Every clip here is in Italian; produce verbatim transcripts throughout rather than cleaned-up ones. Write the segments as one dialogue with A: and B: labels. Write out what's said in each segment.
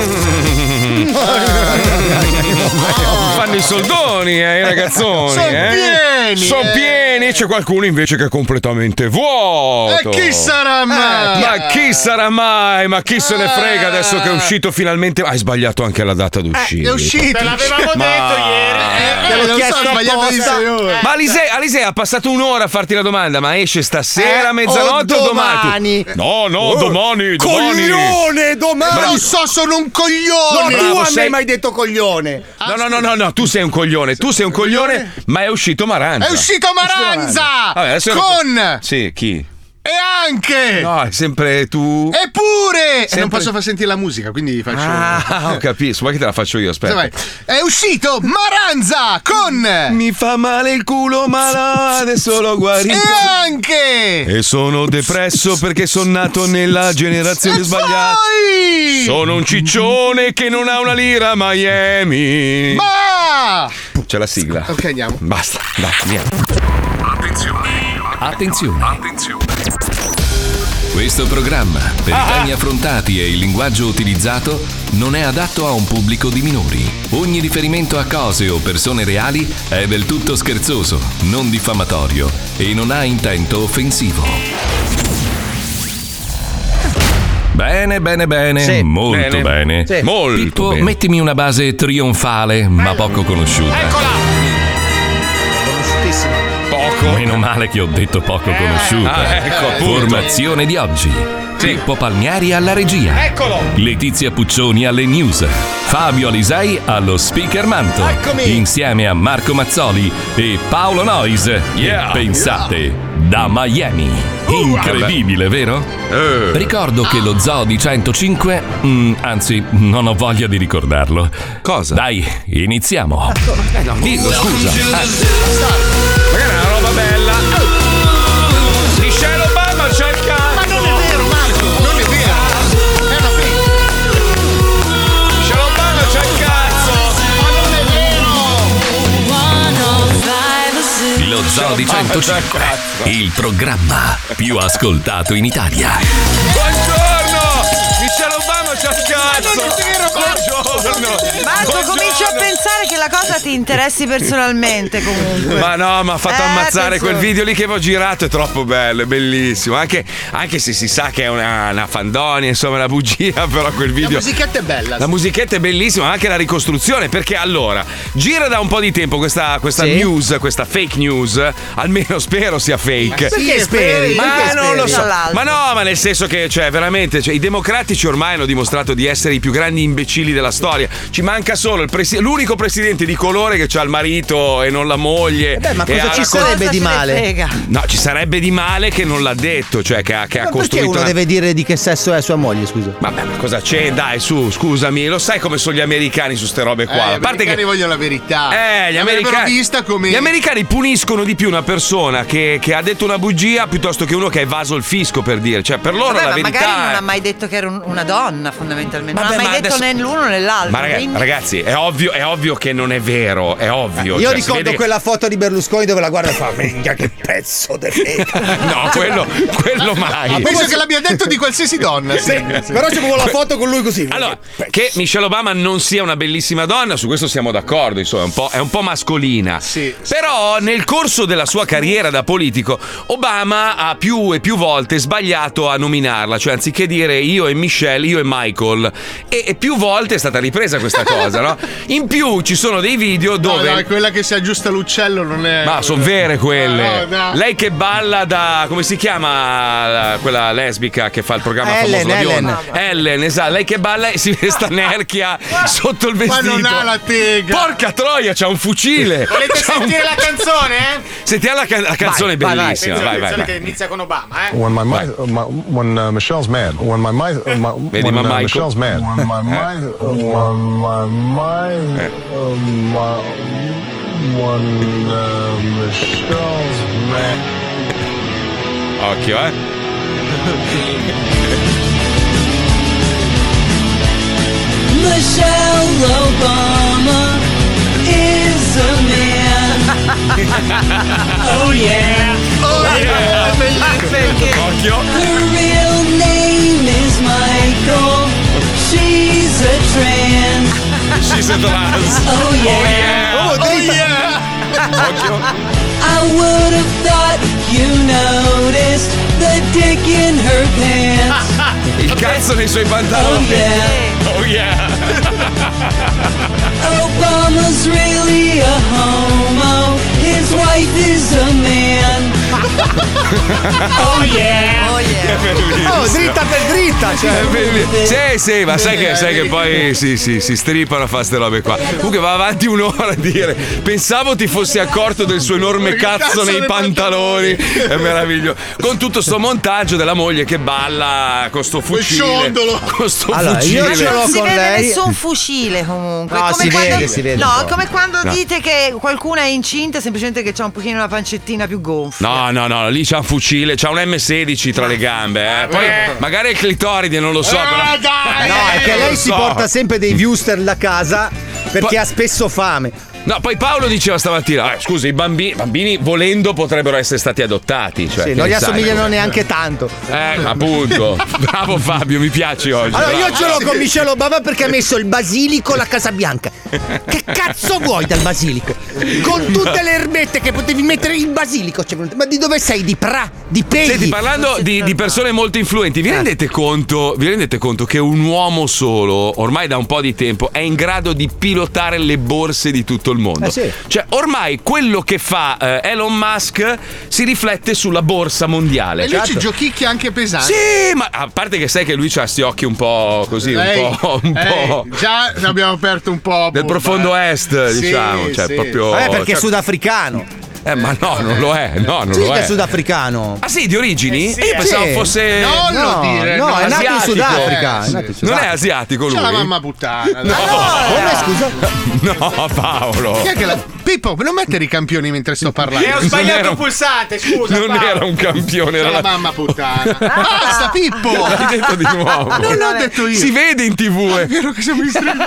A: Fanno i soldoni, eh, i ragazzoni.
B: Sono
A: eh.
B: pieni.
A: Sono
B: eh.
A: pieni. C'è qualcuno invece che è completamente vuoto.
B: E chi sarà mai?
A: Ma chi sarà mai? Ma chi se ne frega adesso che è uscito finalmente? Hai sbagliato anche la data d'uscita.
B: È uscito.
C: Te l'avevamo
B: Ma...
C: detto ieri.
B: Eh, eh, l'ho chiesto apposta.
A: Ma Alisei, Alisei ha passato un'ora a farti la domanda, ma esce stasera a
B: Eh,
A: mezzanotte o,
B: o
A: domani?
B: domani?
A: Tu- No, no, domani, domani.
B: Coglione, domani. Non so, sono un coglione.
A: Bravo,
B: tu a me
A: sei-
B: mi hai detto coglione.
A: No, no, no, no, no, tu sei un coglione, tu sei un coglione, ma è uscito Maranza.
B: È uscito Maranza.
A: Vabbè, adesso-
B: Con
A: Sì, chi?
B: e anche
A: No, è sempre tu.
B: eppure e
A: Sempre-
B: non posso far sentire la musica, quindi faccio
A: Ah, ho capito, vuoi che te la faccio io, aspetta.
B: Vai. È uscito Maranza con
A: Mi fa male il culo, ma no, adesso l'ho guarito.
B: e anche
A: E sono depresso perché sono nato nella generazione
B: e
A: sbagliata.
B: poi
A: Sono un ciccione che non ha una lira a Miami.
B: ma
A: C'è la sigla.
B: ok, andiamo.
A: Basta, dai, via.
D: Attenzione. Questo programma, per i temi affrontati e il linguaggio utilizzato, non è adatto a un pubblico di minori. Ogni riferimento a cose o persone reali è del tutto scherzoso, non diffamatorio e non ha intento offensivo. Bene, bene, bene,
B: Sì,
D: molto
A: bene.
D: bene.
B: Sì.
A: Molto
D: Pippo,
A: bene.
D: mettimi una base trionfale, ma poco conosciuta.
C: Eccola.
B: Conosciutissimo.
A: Poco.
D: Meno male che ho detto poco conosciuta.
A: Ah, ecco, appunto.
D: Formazione di oggi. Pippo Palmieri alla regia.
A: Eccolo.
D: Letizia Puccioni alle news. Fabio Alisei allo speaker manto.
B: Eccomi.
D: Insieme a Marco Mazzoli e Paolo Noyes.
A: Yeah.
D: Pensate, da Miami. Incredibile, vero?
A: Eh.
D: Ricordo che lo Zoo di centocinque, mm, anzi, non ho voglia di ricordarlo.
A: Cosa?
D: Dai, iniziamo.
A: Dillo, scusa. Magari è una roba bella. Michelle Obama c'è il cazzo.
B: Ma non è vero, Marco, non è vero. È una fake.
A: Michelle Obama c'è il cazzo.
B: Ma non è vero.
D: Lo Zoo di centocinque, il programma più ascoltato in Italia.
A: Buongiorno. Michelle Obama c'è il cazzo.
B: Ma non è vero,
A: Buongiorno.
E: Marco,
A: Buongiorno.
E: comincio a pensare che la cosa ti interessi personalmente comunque.
A: Ma no, mi ha fatto
E: Eh,
A: ammazzare
E: penso-
A: quel video lì che avevo girato, è troppo bello, è bellissimo. Anche, anche se si sa che è una, una fandonia, insomma, una bugia, però quel
B: La
A: video.
B: musichetta è bella.
A: La musichetta è bellissima, ma anche la ricostruzione, perché allora gira da un po' di tempo questa, questa
B: Sì.
A: news, questa fake news, almeno spero sia fake.
B: Perché speri?
A: Ma
B: Perché
A: non lo
B: speri?
A: so,
E: Dall'alto.
A: ma no, ma nel senso che, cioè, veramente, cioè, i democratici ormai hanno dimostrato di essere i più grandi imbecilli della storia. Ci manca solo il presi- l'unico presidente di colore che ha il marito e non la moglie.
B: Eh beh, ma
A: e
B: cosa
A: ha
B: ci
A: raccol-
B: sarebbe
E: Cosa
B: di
E: ce ne
B: male?
E: frega?
A: No, ci sarebbe di male che non l'ha detto, cioè che ha, che ha
B: Ma perché
A: costruito.
B: uno
A: una-
B: deve dire di che sesso è sua moglie, scusa?
A: Vabbè, ma cosa c'è? Dai, su, scusami, lo sai come sono gli americani su ste robe qua.
B: Eh,
A: a parte che
B: vogliono la verità.
A: Eh, gli
B: L'avrebbero
A: americani,
B: vista come
A: gli americani puniscono di più una persona che, che ha detto una bugia piuttosto che uno che ha evaso il fisco, per dire. Cioè, per loro
E: Vabbè,
A: la
E: ma
A: verità.
E: magari non
A: è-
E: ha mai detto che era un- una donna, fondamentalmente.
A: Vabbè,
E: non ha
A: ma
E: mai detto
A: adesso-
E: né l'uno né l'altro.
A: Ma raga-
E: quindi-
A: ragazzi, è ovvio, è ovvio che non è vero, è ovvio.
F: Io
A: Cioè, si
F: ricordo
A: vede che-
F: quella foto di Berlusconi dove la guarda e fa minchia che pezzo di figa.
A: No, quello, quello mai.
B: penso che l'abbia detto di qualsiasi donna.
F: Sì, però c'è proprio la foto con lui così.
A: Allora, che Michelle Obama non sia una bellissima donna, su questo siamo d'accordo, insomma, è un po', è un po' mascolina.
B: Sì.
A: Però nel corso della sua carriera da politico, Obama ha più e più volte sbagliato a nominarla, cioè anziché dire io e Michelle, io e Michael, e, e più volte è stata ripresa questa cosa, no? In più ci sono dei video
B: No,
A: dove...
B: no, quella che si aggiusta l'uccello non è.
A: Ma sono vere quelle.
B: No, no.
A: Lei che balla da. Come si chiama la- quella lesbica che fa il programma
F: Ellen,
A: famoso? la bionda?
F: Ellen.
A: Ellen, esatto. Lei che balla e si vesta nerchia sotto il
B: Ma
A: vestito.
B: non ha la tega.
A: Porca troia, c'ha un fucile.
C: Volete
A: C'ha un-
C: sentire la canzone? Eh?
A: Sentiamo la, can- la canzone,
F: vai, vai.
A: bellissima. Vai, vai,
C: Attenzione
A: vai.
C: che inizia con Obama, eh?
G: When my, mi- uh, my when uh, Michelle's mad. When my, mi- uh, my
A: Vedi,
G: when
A: ma
G: uh,
A: Michael?
G: Michelle's mad. When my mi- uh, when my mi- uh, my when uh, Michelle's mad.
A: Occhio, eh.
H: Michelle Obama is a man. Oh yeah.
B: Oh, yeah.
E: Perché?
A: Occhio.
H: Her real name is Michael. She's is a trance.
A: She's a trans.
H: Oh yeah.
F: Oh, dritta.
H: I would have thought you noticed the dick in her pants.
A: Il cazzo nei suoi pantaloni.
H: Oh yeah.
A: Oh yeah.
H: Obama's really a homo. His wife is a man. Oh yeah.
E: Oh yeah.
F: Oh, dritta per dritta, cioè.
A: Sì, sì, ma sai che, sai che poi si, si, si strippano a fare ste robe qua. Comunque va avanti un'ora a dire: pensavo ti fossi accorto del suo enorme cazzo,
C: cazzo
A: nei
C: nei
A: pantaloni. È meraviglioso. Con tutto sto montaggio della moglie che balla con sto fucile.
C: sciondolo.
A: Con sto
F: Allora,
A: fucile.
F: io ce l'ho
E: Non si
F: con
E: vede
F: lei.
E: nessun fucile comunque.
F: No,
E: Come
F: si
E: quando,
F: vede, si vede
E: No,
F: un po'.
E: come quando
A: No.
E: dite che qualcuno è incinta semplicemente che c'ha un pochino una pancettina più gonfia.
A: No, no, no, lì c'ha un fucile, c'ha un emme sedici tra le gambe, eh. Poi magari è il clitoride, non lo so. Però...
C: dai!
F: No, è che
A: non
F: lei
A: lo
F: si
A: so.
F: porta sempre dei viewster da casa perché
A: Poi-
F: ha spesso fame.
A: No, poi Paolo diceva stamattina: eh, scusa, i bambini, bambini volendo potrebbero essere stati adottati. Cioè,
F: Sì,
A: che
F: non gli
A: ne sai?
F: assomigliano neanche tanto.
A: Eh, appunto. Bravo Fabio, mi piace oggi.
F: Allora io
A: bravo.
F: ce l'ho con Michelle Obama perché ha messo il basilico alla Casa Bianca. Che cazzo vuoi dal basilico? Con tutte le erbette che potevi mettere il basilico. Cioè, ma di dove sei? Di Pra? Di Peggy?
A: Senti, parlando di, di persone molto influenti,
F: Eh.
A: vi rendete conto, vi rendete conto che un uomo solo, ormai da un po' di tempo, è in grado di pilotare le borse di tutto il mondo?
F: Eh sì.
A: Cioè, ormai quello che fa eh, Elon Musk si riflette sulla borsa mondiale.
C: E lui ci
F: Certo.
C: giochicchia anche pesante.
A: Sì, ma a parte che sai che lui ha sti occhi un po' così,
C: Ehi,
A: un po'. Un
C: ehi,
A: po'.
C: già abbiamo aperto un po'.
A: Del
C: bomba,
A: profondo
C: eh.
A: est,
C: Sì,
A: diciamo, cioè
C: sì.
A: proprio.
F: Vabbè, perché è
A: cioè-
F: sudafricano.
A: Eh, ma no, non lo è, no, non
F: Sì,
A: lo
F: che
A: è.
F: è sudafricano.
A: Ah sì, di origini?
C: Eh sì,
A: E io
C: eh.
A: pensavo
F: Sì.
A: fosse.
C: Non lo
F: No,
C: dire,
F: no,
C: no,
F: è nato in
A: asiatico.
F: Sudafrica.
C: Eh,
F: è nato in
C: sì.
A: Non è
F: Sudafrica.
A: asiatico lui?
C: C'è la mamma puttana.
A: No.
F: Come scusa?
A: No, Paolo.
C: Chi è che la... Pippo, non mettere i campioni mentre sto parlando.
B: E ho
A: Non era
B: sbagliato
A: un-
B: il pulsante, scusa.
A: Non
B: Paolo.
A: era un campione,
C: C'è
A: era
C: la
A: la.
C: mamma puttana. Basta, Pippo!
A: L'hai detto di nuovo.
C: Non l'ho detto io.
A: Si vede in tv.
C: È
A: eh.
C: vero che siamo in streaming.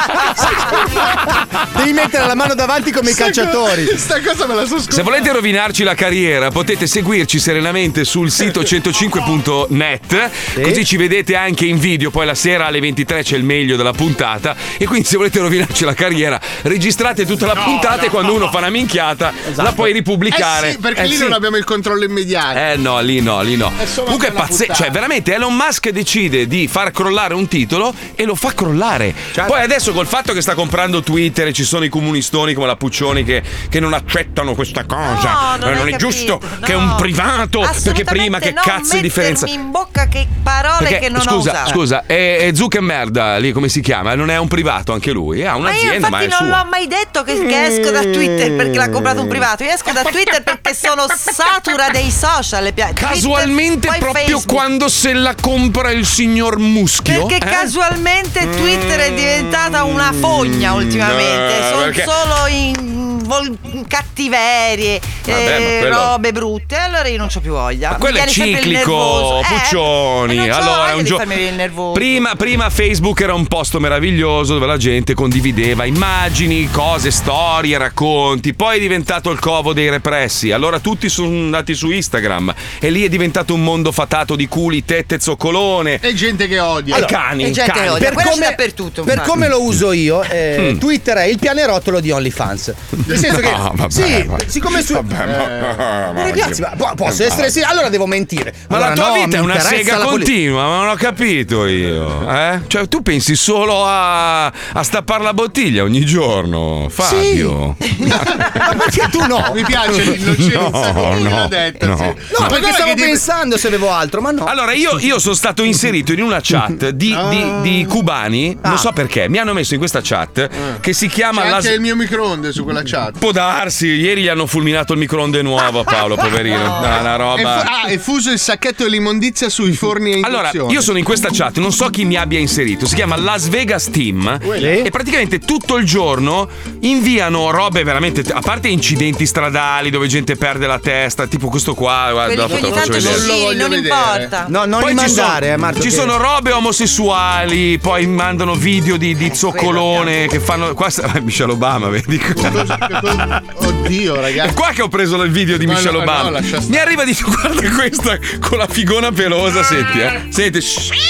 F: Devi mettere la mano davanti come i calciatori.
C: Sta cosa me la so
A: Se
C: scordata.
A: volete rovinarci la carriera, potete seguirci serenamente sul sito centocinque punto net, così ci vedete anche in video. Poi la sera alle ventitré c'è il meglio della puntata. E quindi, se volete rovinarci la carriera, registrate tutta la puntata e quando uno fa una minchiata la puoi ripubblicare.
C: Eh sì, perché
A: Eh
C: lì
A: sì.
C: non abbiamo il controllo immediato.
A: Eh no, lì no, lì no.
C: È solo
A: Comunque è
C: per la
A: pazzesco.
C: puttana.
A: Cioè, veramente Elon Musk decide di far crollare un titolo e lo fa crollare. Poi adesso col fatto che sta comprando Twitter e ci sono i comunistoni come la Puccioni che, che non accettano questa cosa.
E: No, non
A: Eh, non
E: hai
A: è giusto
E: capito,
A: che è
E: no.
A: un privato. Perché prima che
E: Assolutamente
A: cazzo
E: non
A: di differenza.
E: mettermi in bocca che parole
A: Perché,
E: che non ho
A: scusa,
E: usato.
A: scusa, è, è Zuckerberg lì come si chiama? Non è un privato anche lui? Ha
E: Ma io
A: un'azienda, ma,
E: infatti
A: è
E: non
A: sua.
E: l'ho mai detto che, che esco da Twitter perché l'ha comprato un privato. Io esco da Twitter perché sono satura dei social. le pia-
A: Casualmente
E: Twitter, poi
A: proprio
E: Facebook.
A: quando se la compra il signor Muschio.
E: Perché
A: eh?
E: casualmente Twitter è diventata una fogna ultimamente.
A: Eh,
E: Sono
A: perché-
E: solo in, vol- in cattiverie,
A: Vabbè,
E: eh,
A: ma quello-
E: robe brutte. Allora io non c'ho più voglia.
A: Ma
E: Mi
A: quello è
E: viene sempre il
A: ciclico,
E: nervoso. Eh,
A: Puccioni.
E: e non c'ho
A: allora,
E: voglia
A: un
E: di
A: gio-
E: farmi venire il nervoso.
A: prima, prima Facebook era un posto meraviglioso dove la gente condivideva immagini, cose, storie, racconti. Poi è diventato il covo dei repressi. Allora tutti sono andati su Instagram e lì è diventato un mondo fatato di culi, tette, zoccolone.
C: E gente che odia.
A: E cani,
E: e gente
A: cani.
E: odia.
F: Per
E: Quello c'è
F: come,
E: dappertutto,
F: per
E: infatti.
F: come lo uso io, eh, Twitter è il pianerottolo di OnlyFans. Nel senso che,
A: No, vabbè,
F: sì,
A: ma-
F: siccome su.
A: Vabbè, ma-
F: Eh,
A: ma-
F: ragazzi, ma po- posso essere sì, allora devo mentire.
A: Ma
F: Allora,
A: la tua
F: no,
A: vita
F: mi
A: è una
F: interessa
A: sega
F: la politica.
A: continua, ma non ho capito io. Eh? Cioè, tu pensi solo a, a stappare la bottiglia ogni giorno, Fabio.
F: Ma perché tu no?
C: Mi piace l'innocenza
A: No,
C: come
A: no,
C: l'ha detta.
A: no.
C: sì.
F: No,
C: Ma
F: perché
C: guarda
F: stavo
C: che div-
F: pensando se avevo altro, ma no.
A: Allora, io, io sono stato inserito in una chat di, di- di cubani, non
F: Ah.
A: so perché, mi hanno messo in questa chat che si chiama
C: C'è
A: la.
C: anche il mio microonde su quella chat.
A: Può darsi, ieri gli hanno fulminato il microonde nuovo a Paolo, poverino. No, una
C: E
A: roba.
C: fu- ah, e fuso il sacchetto di l'immondizia sui forni a
A: Allora,
C: induzione.
A: io sono in questa chat, non so chi mi abbia inserito, si chiama Las Vegas Team e praticamente tutto il giorno inviano robe veramente, a parte incidenti stradali dove gente perde la testa, tipo questo qua, guarda,
E: Quelli
A: dopo
E: che
A: te
E: ogni
A: lo faccio
E: tanto
A: vedere.
E: ci
C: Non lo
E: giri,
C: voglio
E: non
C: vedere.
E: importa.
F: No, non
A: Poi
F: li
A: ci
F: mandare,
A: sono,
F: eh, Marco.
A: ci
F: che-
A: sono robe omosessuali, poi mandano video di, di zoccolone che fanno. Qua sta Michelle Obama, vedi?
C: Oddio,
A: È
C: ragazzi.
A: qua che ho preso il video di
C: Ma
A: Michelle
C: no,
A: Obama.
C: no, lascia stare.
A: Mi arriva di guarda questa con la figona pelosa, senti, eh. Senti. shh.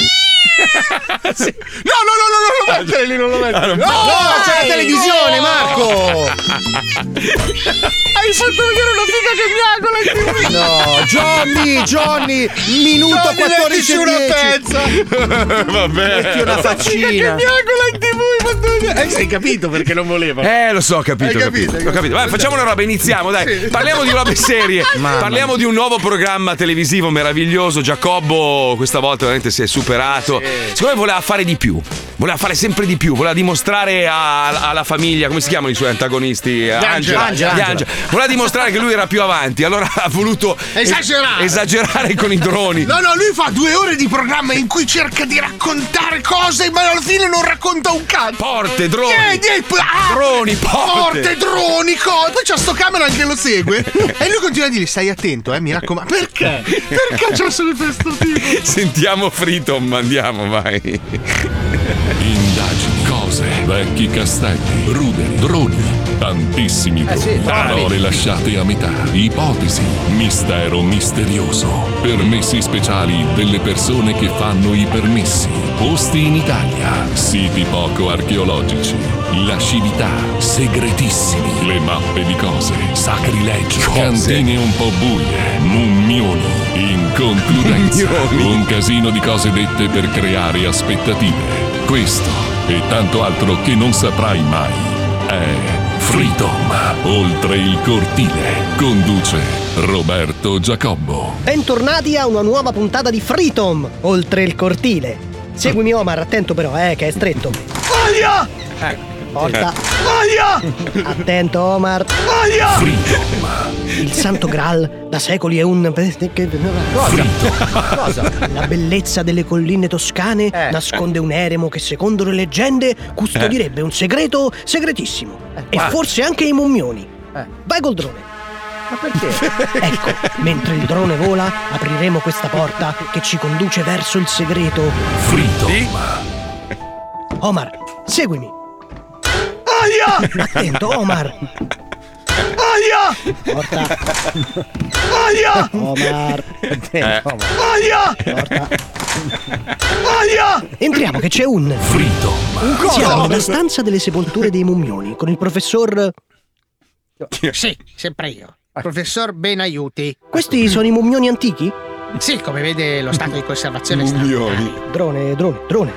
A: Sì.
C: No, no, no, no, non lo mettere lì, non lo mettere.
A: Ah, non
C: No,
A: può.
F: No, c'è la televisione,
C: no.
F: Marco!
C: Hai fatto vedere una figa che miagola in tivù.
F: No, Johnny, Johnny, minuto quattordici e
C: una
F: dieci.
C: pezza.
A: Vabbè.
F: Metti una
C: Figa che
F: faccina.
C: miagola in tivù. hai fatto vedere. Eh, hai capito perché non voleva.
A: Eh, lo so, ho capito.
C: Hai
A: ho
C: capito,
A: capito,
C: hai
A: ho capito. Vai, facciamo una roba, iniziamo, dai.
C: Sì.
A: Parliamo di robe serie. Parliamo di un nuovo programma televisivo meraviglioso. Giacobbo questa volta veramente si è superato. Secondo me voleva fare di più. Voleva fare sempre di più, voleva dimostrare a- alla famiglia, come si chiamano i suoi antagonisti?
C: Angela,
A: Angela,
F: Angela.
A: Angela. Voleva dimostrare che lui era più avanti, allora ha voluto
C: Esagerare.
A: es- esagerare con i droni.
C: No, no, lui fa due ore di programma in cui cerca di raccontare cose, ma alla fine non racconta un cazzo.
A: Porte, droni.
C: Eh, eh, ah,
A: Droni, porte.
C: Porte, droni, co- Poi c'ha sto camera che lo segue. E lui continua a dire: stai attento, eh, mi raccomando. Perché? Perché c'è sempre questo tipo?
A: Sentiamo Freedom, andiamo, vai.
I: Indagini, cose, vecchi castelli, ruderi, droni, tantissimi droni,
F: sì,
I: parole lasciate a metà, ipotesi, mistero misterioso, permessi speciali delle persone che fanno i permessi, posti in Italia, siti poco archeologici, lascività, segretissimi, le mappe di cose, sacrilegi, cantine un po' buie, mummioni, inconcludenza, un casino di cose dette per creare aspettative. Questo e tanto altro che non saprai mai è Freedom, oltre il cortile. Conduce Roberto Giacobbo.
J: Bentornati a una nuova puntata di Freedom, oltre il cortile. Seguimi Omar, attento però, eh, che è stretto.
C: Aia!
J: Porta.
C: Aia!
J: Attento Omar.
C: Aia!
I: Freedom,
J: Il Santo Graal da secoli è un...
F: Cosa?
J: La bellezza delle colline toscane
F: Eh.
J: nasconde un eremo che secondo le leggende custodirebbe un segreto segretissimo. E forse anche i mummioni.
F: Eh.
J: Vai col drone.
F: Ma perché?
J: Ecco, mentre il drone vola, apriremo questa porta che ci conduce verso il segreto.
I: Freedom,
J: Omar, seguimi.
C: Aia!
J: Attento, Omar.
C: Aia!
J: Porta.
C: Aia!
J: Omar.
C: Aia!
J: Porta.
C: Aia!
J: Entriamo che c'è un...
I: Freedom,
J: Siamo nella stanza delle sepolture dei mummioni con il professor...
F: Sì, sempre io. Professor Benaiuti.
J: Questi sono i mummioni antichi?
F: Sì, come vede lo stato di conservazione è
A: Mummioni.
J: Drone, drone, drone.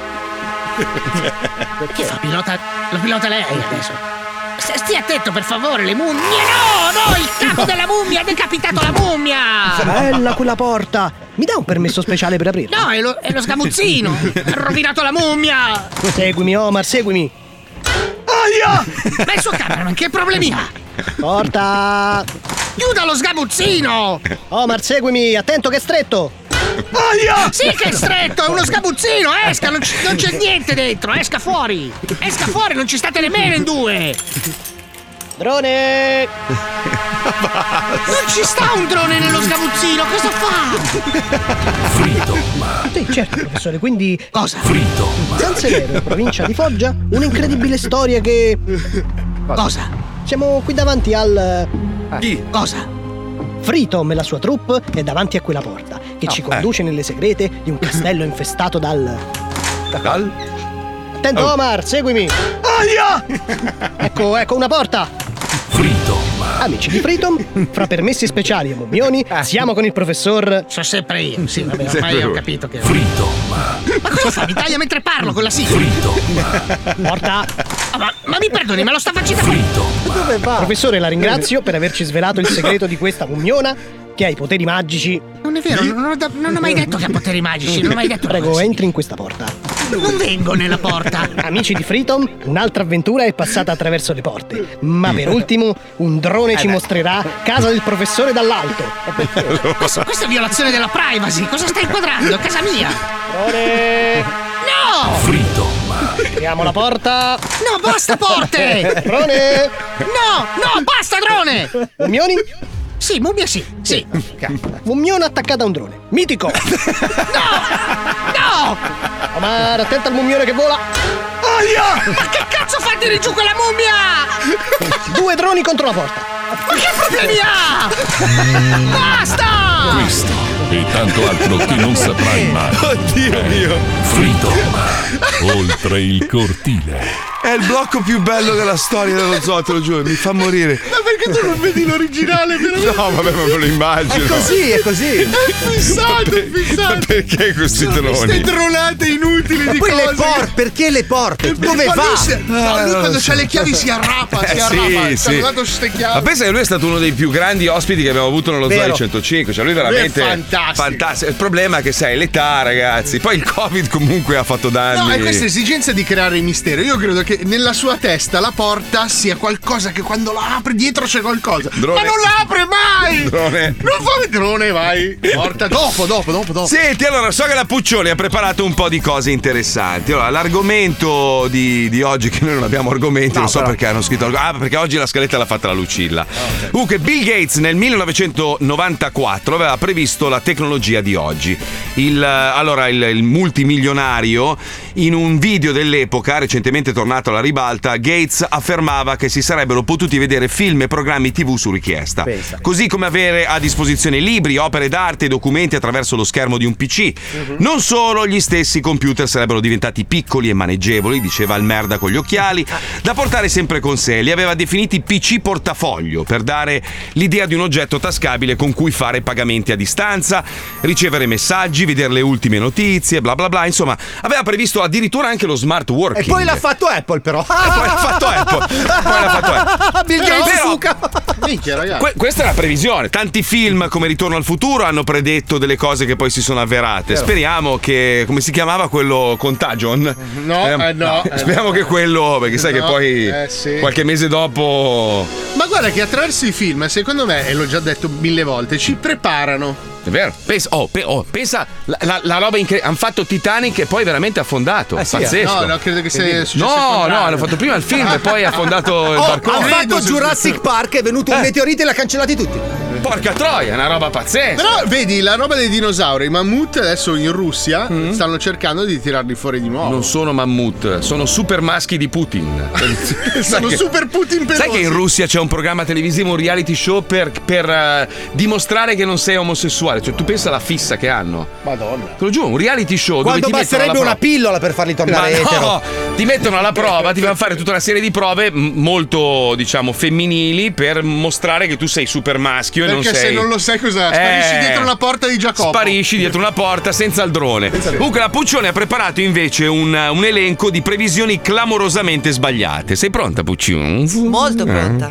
F: Chi fa? Pilota, lo pilota lei adesso. S- Stia attento per favore, le mummie. No, no, il capo della mummia ha decapitato la mummia.
J: Bella quella porta! Mi dà un permesso speciale per aprirla?
F: No, è lo, è lo sgabuzzino. Ha rovinato la mummia.
J: Seguimi Omar, seguimi.
C: Aia!
F: Ma il suo cameraman che problemi ha?
J: Porta!
F: Chiuda lo sgabuzzino.
J: Omar, seguimi, attento che è stretto!
C: Aia!
F: Sì che è stretto, è uno sgabuzzino. Esca, non, c- non c'è niente dentro. Esca fuori. Esca fuori, non ci state nemmeno in due.
J: Drone!
F: Non ci sta un drone nello sgabuzzino. Cosa fa?
I: Freedom,
J: Sì, certo, professore, quindi...
F: Cosa?
I: Freedom,
J: Zanzevero, in provincia di Foggia, un'incredibile storia che...
F: Cosa?
J: Siamo qui davanti al...
A: Chi?
F: Cosa?
J: Freedom e la sua troupe è davanti a quella porta che ci conduce nelle segrete di un castello infestato dal...
A: Dal?
J: Attento Omar, seguimi!
C: Aia!
J: Ecco, ecco una porta!
I: Freedom,
J: Amici di Freedom, fra permessi speciali e mummioni, siamo con il professor...
F: So sempre io. Sì, vabbè, ormai ho capito che...
I: Freedom,
F: Ma cosa fa? Mi taglia mentre parlo con la sigla.
I: Freedom,
J: Porta!
F: Ah, ma, ma mi perdoni, ma lo sta facendo...
I: Freedom,
J: Professore, la ringrazio per averci svelato il segreto di questa mummiona che ha i poteri magici.
F: Non è vero, non ho, da- non ho mai detto che ha poteri magici, non ho mai detto...
J: Prego, entri in questa porta.
F: Non vengo nella porta.
J: Amici di Freedom, un'altra avventura è passata attraverso le porte. Ma per ultimo, un drone ci mostrerà casa del professore dall'alto.
F: Questo, questa è violazione della privacy. Cosa stai inquadrando? È casa mia.
J: Drone!
F: No!
I: Freedom,
J: Apriamo la porta.
F: No, basta porte!
J: Drone!
F: No, no, basta drone!
J: Mummioni?
F: Sì, mummia sì, sì.
J: Mummiona attaccata a un drone. Mitico!
F: No!
J: Omar, attento al mummione che vola.
C: Aia!
F: Ma che cazzo fa tirare giù quella mummia?
J: Due droni contro la porta.
F: Ma che problemi ha? Basta!
I: questo e tanto altro che non saprai mai.
A: Oddio mio.
I: Freedom, oltre il cortile.
A: È il blocco più bello della storia dello zoo, te lo giuro, mi fa morire.
C: Ma perché tu non vedi l'originale? Veramente?
A: No, vabbè, ma me lo immagino.
F: È così, è così.
C: È fissato, è fissato.
A: Ma perché questi
C: Queste
A: droni?
C: tronate inutili
F: Ma
C: di
F: poi
C: cose.
F: le porte, perché le porte? Dove
C: Ma
F: va?
C: lui si- no, lui quando c'ha le chiavi si arrapa, si
A: Eh,
C: arrapa.
A: sì,
C: Sta
A: sì.
C: dato ste chiavi.
A: Ma pensa che lui è stato uno dei più grandi ospiti che abbiamo avuto nello
F: Vero.
A: Zoo centocinque. Cioè lui veramente
C: Lui è fantastico.
A: Il problema è che sai, l'età, ragazzi. Poi il Covid comunque ha fatto danni.
C: No, è questa esigenza di creare il mistero. Io credo che nella sua testa la porta sia qualcosa che quando la apre dietro c'è qualcosa.
A: Drone.
C: Ma non la apre mai!
A: Drone.
C: Non fa drone, vai! Porta dopo, dopo, dopo, dopo.
A: Senti, allora, so che la Puccioni ha preparato un po' di cose interessanti. Allora, l'argomento di, di oggi, che noi non abbiamo argomenti,
F: No,
A: non so
F: però.
A: perché hanno scritto. Ah, perché oggi la scaletta l'ha fatta la Lucilla. Comunque, Bill Gates nel millenovecentonovantaquattro aveva previsto la tecnologia di oggi. Il, eh, allora, il, il multimilionario, in un video dell'epoca, recentemente tornato alla ribalta, Gates affermava che si sarebbero potuti vedere film e programmi tivù su richiesta.
F: Pensa.
A: Così come avere a disposizione libri, opere d'arte e documenti attraverso lo schermo di un P C. Non solo, gli stessi computer sarebbero diventati piccoli e maneggevoli, diceva il merda con gli occhiali, da portare sempre con sé. Li aveva definiti P C portafoglio, per dare l'idea di un oggetto tascabile con cui fare pagamenti a distanza, ricevere messaggi, vedere le ultime notizie, bla bla bla. Insomma, aveva previsto addirittura anche lo smart working.
F: E poi l'ha fatto Apple, però.
A: E poi l'ha fatto Apple. Poi l'ha fatto Apple.
F: Bill Gates
A: Però-
F: suca.
C: Minchia, ragazzi.
A: Que- questa è la previsione. Tanti film come Ritorno al futuro hanno predetto delle cose che poi si sono avverate. Speriamo che, come si chiamava quello, Contagion?
C: No,
A: Speriamo,
C: eh, no, eh,
A: speriamo
C: no.
A: che quello, perché sai
C: No,
A: che poi
C: eh, sì.
A: qualche mese dopo.
C: Ma guarda che attraverso i film, secondo me, e l'ho già detto mille volte, ci preparano.
A: È vero? Pensa, oh, pe- oh, pensa la, la, la roba incredibile. Hanno fatto Titanic e poi veramente affondato.
F: Eh sì, eh.
A: Pazzesco.
C: No, no, credo che sia successo il
A: No, no,
C: contrario.
A: hanno fatto prima il film e poi ha affondato il
F: Oh,
A: barcone.
F: hanno fatto
C: Credo,
F: Jurassic Park, è venuto un
A: Eh.
F: meteorite e l'ha cancellati tutti.
A: Porca troia, è una roba pazzesca.
C: Però vedi, la roba dei dinosauri, i mammut adesso in Russia stanno cercando di tirarli fuori di nuovo.
A: Non sono mammut, sono super maschi di Putin. Sai
C: Sono
A: che-
C: super Putin pelosi.
A: Sai che in Russia c'è un programma televisivo, un reality show per, per eh, dimostrare che non sei omosessuale? Cioè, tu pensa alla fissa che hanno.
C: Madonna.
A: Te lo giuro, un reality show
F: Quando
A: dove ti mettono alla
F: basterebbe una
A: prova.
F: pillola per farli
A: Ma
F: tornare etero.
A: no, ti mettono alla prova, ti fanno fare tutta una serie di prove m- molto, diciamo, femminili per mostrare che tu sei super maschio e non
C: Perché
A: sei.
C: se non lo sai cosa? Sparisci
A: Eh,
C: dietro la porta di Giacoppo.
A: Sparisci dietro una porta senza il drone. Comunque la Puccione ha preparato invece un, un elenco di previsioni clamorosamente sbagliate. Sei pronta, Puccione?
E: Molto pronta.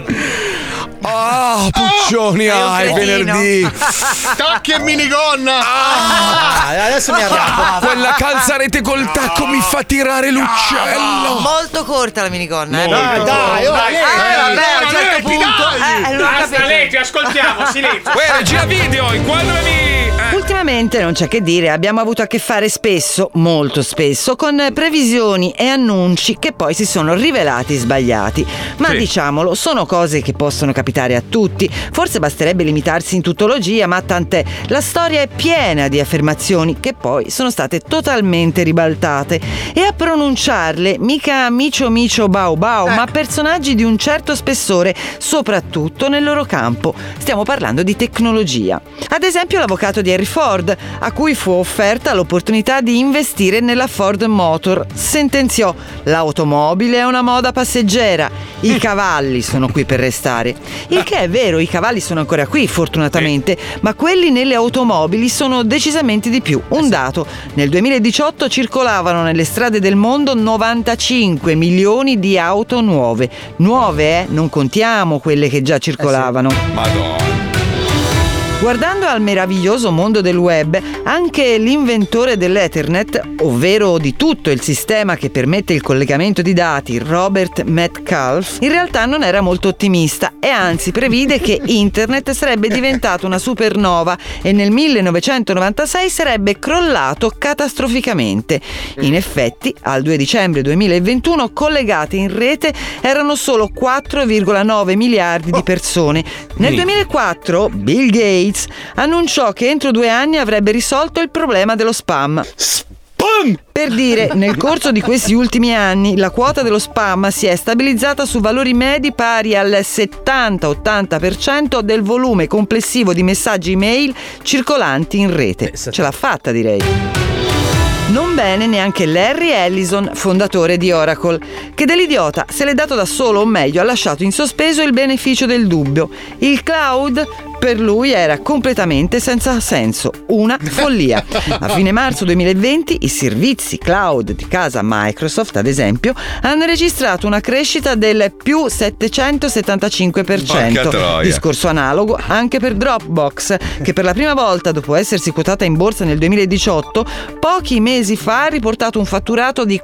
A: Ah, Puccioni,
E: Sei un
A: ah, è
E: cretino.
A: venerdì.
C: Tacchi e minigonna.
F: Ah, adesso mi arrabbo.
A: Quella calzarete col tacco mi fa tirare l'uccello.
E: Molto corta la minigonna. eh.
F: Dai, dai, oh,
E: Ah,
F: eh,
E: vabbè, a un
C: dai,
E: certo
C: dai,
E: punto.
C: dai.
E: Eh, non ho
B: Basta,
E: capito.
B: legge, ascoltiamo, silenzio.
A: Uè, regia video, inquadrami. Eh.
K: Ultimamente non c'è che dire, abbiamo avuto a che fare spesso, molto spesso, con previsioni e annunci che poi si sono rivelati sbagliati. Ma
A: Sì.
K: diciamolo, sono cose che possono capitare a tutti. Forse basterebbe limitarsi in tutologia, ma tant'è. La storia è piena di affermazioni che poi sono state totalmente ribaltate. E a pronunciarle mica micio micio bau bau, ma personaggi di un certo spessore, soprattutto nel loro campo. Stiamo parlando di tecnologia. Ad esempio l'avvocato di Henry Ford, a cui fu offerta l'opportunità di investire nella Ford Motor, sentenziò: l'automobile è una moda passeggera, i cavalli sono qui per restare. Il che è vero, i cavalli sono ancora qui fortunatamente, ma quelli nelle automobili sono decisamente di più. Un dato: nel duemiladiciotto circolavano nelle strade del mondo novantacinque milioni di auto nuove. Nuove, eh? Non contiamo quelle che già circolavano.
A: Madonna.
K: Guardando al meraviglioso mondo del web, anche l'inventore dell'Ethernet, ovvero di tutto il sistema che permette il collegamento di dati, Robert Metcalfe, in realtà non era molto ottimista e anzi previde che Internet sarebbe diventato una supernova e nel millenovecentonovantasei sarebbe crollato catastroficamente. In effetti, al due dicembre duemilaventuno collegate in rete erano solo quattro virgola nove miliardi di persone. Nel duemilaquattro Bill Gates annunciò che entro due anni avrebbe risolto il problema dello spam.
A: Spam!
K: Per dire, nel corso di questi ultimi anni la quota dello spam si è stabilizzata su valori medi pari al settanta ottanta per cento del volume complessivo di messaggi email circolanti in rete. Ce l'ha fatta, direi. Non bene neanche Larry Ellison, fondatore di Oracle, che dell'idiota se l'è dato da solo, o meglio ha lasciato in sospeso il beneficio del dubbio. Il cloud per lui era completamente senza senso, una follia. A fine marzo duemilaventi i servizi cloud di casa Microsoft, ad esempio, hanno registrato una crescita del più settecentosettantacinque per cento. Discorso analogo anche per Dropbox, che per la prima volta dopo essersi quotata in borsa nel duemiladiciotto, pochi mesi fa ha riportato un fatturato di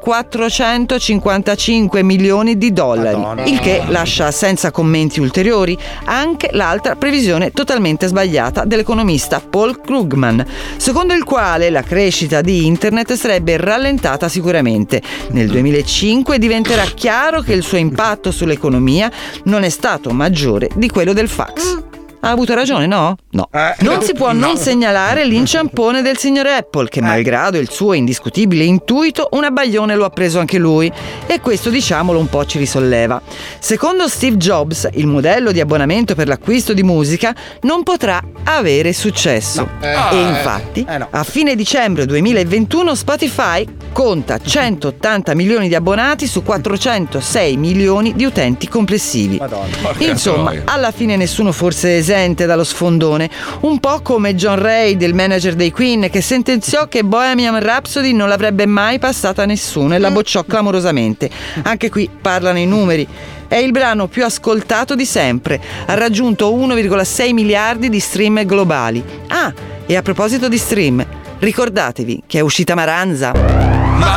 K: quattrocentocinquantacinque milioni di dollari. Madonna. Il che lascia senza commenti ulteriori anche l'altra previsione totalmente sbagliata dell'economista Paul Krugman, secondo il quale la crescita di internet sarebbe rallentata sicuramente. Nel duemilacinque diventerà chiaro che il suo impatto sull'economia non è stato maggiore di quello del fax. Ha avuto ragione, no? No.
L: Eh,
K: non si può
L: no.
K: non segnalare l'inciampone del signor Apple, che malgrado il suo indiscutibile intuito, un abbaglione lo ha preso anche lui. E questo, diciamolo, un po' ci risolleva. Secondo Steve Jobs, il modello di abbonamento per l'acquisto di musica non potrà avere successo.
L: No. Eh,
K: e
L: eh,
K: infatti,
L: eh, no.
K: a fine dicembre duemilaventuno Spotify conta centottanta milioni di abbonati su quattrocentosei milioni di utenti complessivi.
L: Madonna.
K: Insomma, alla fine nessuno forse esente dallo sfondone, un po' come John Reid, il manager dei Queen, che sentenziò che Bohemian Rhapsody non l'avrebbe mai passata a nessuno e la bocciò clamorosamente. Anche qui parlano i numeri. È il brano più ascoltato di sempre, ha raggiunto uno virgola sei miliardi di stream globali. Ah, e a proposito di stream, ricordatevi che è uscita Maranza.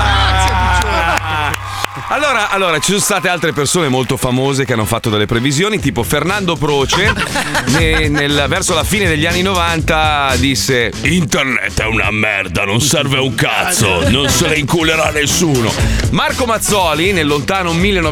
A: Allora, allora, ci sono state altre persone molto famose che hanno fatto delle previsioni, tipo Fernando Proce, ne, nel, verso la fine degli anni novanta disse: internet è una merda, non serve un cazzo, non se ne inculerà nessuno. Marco Mazzoli, nel lontano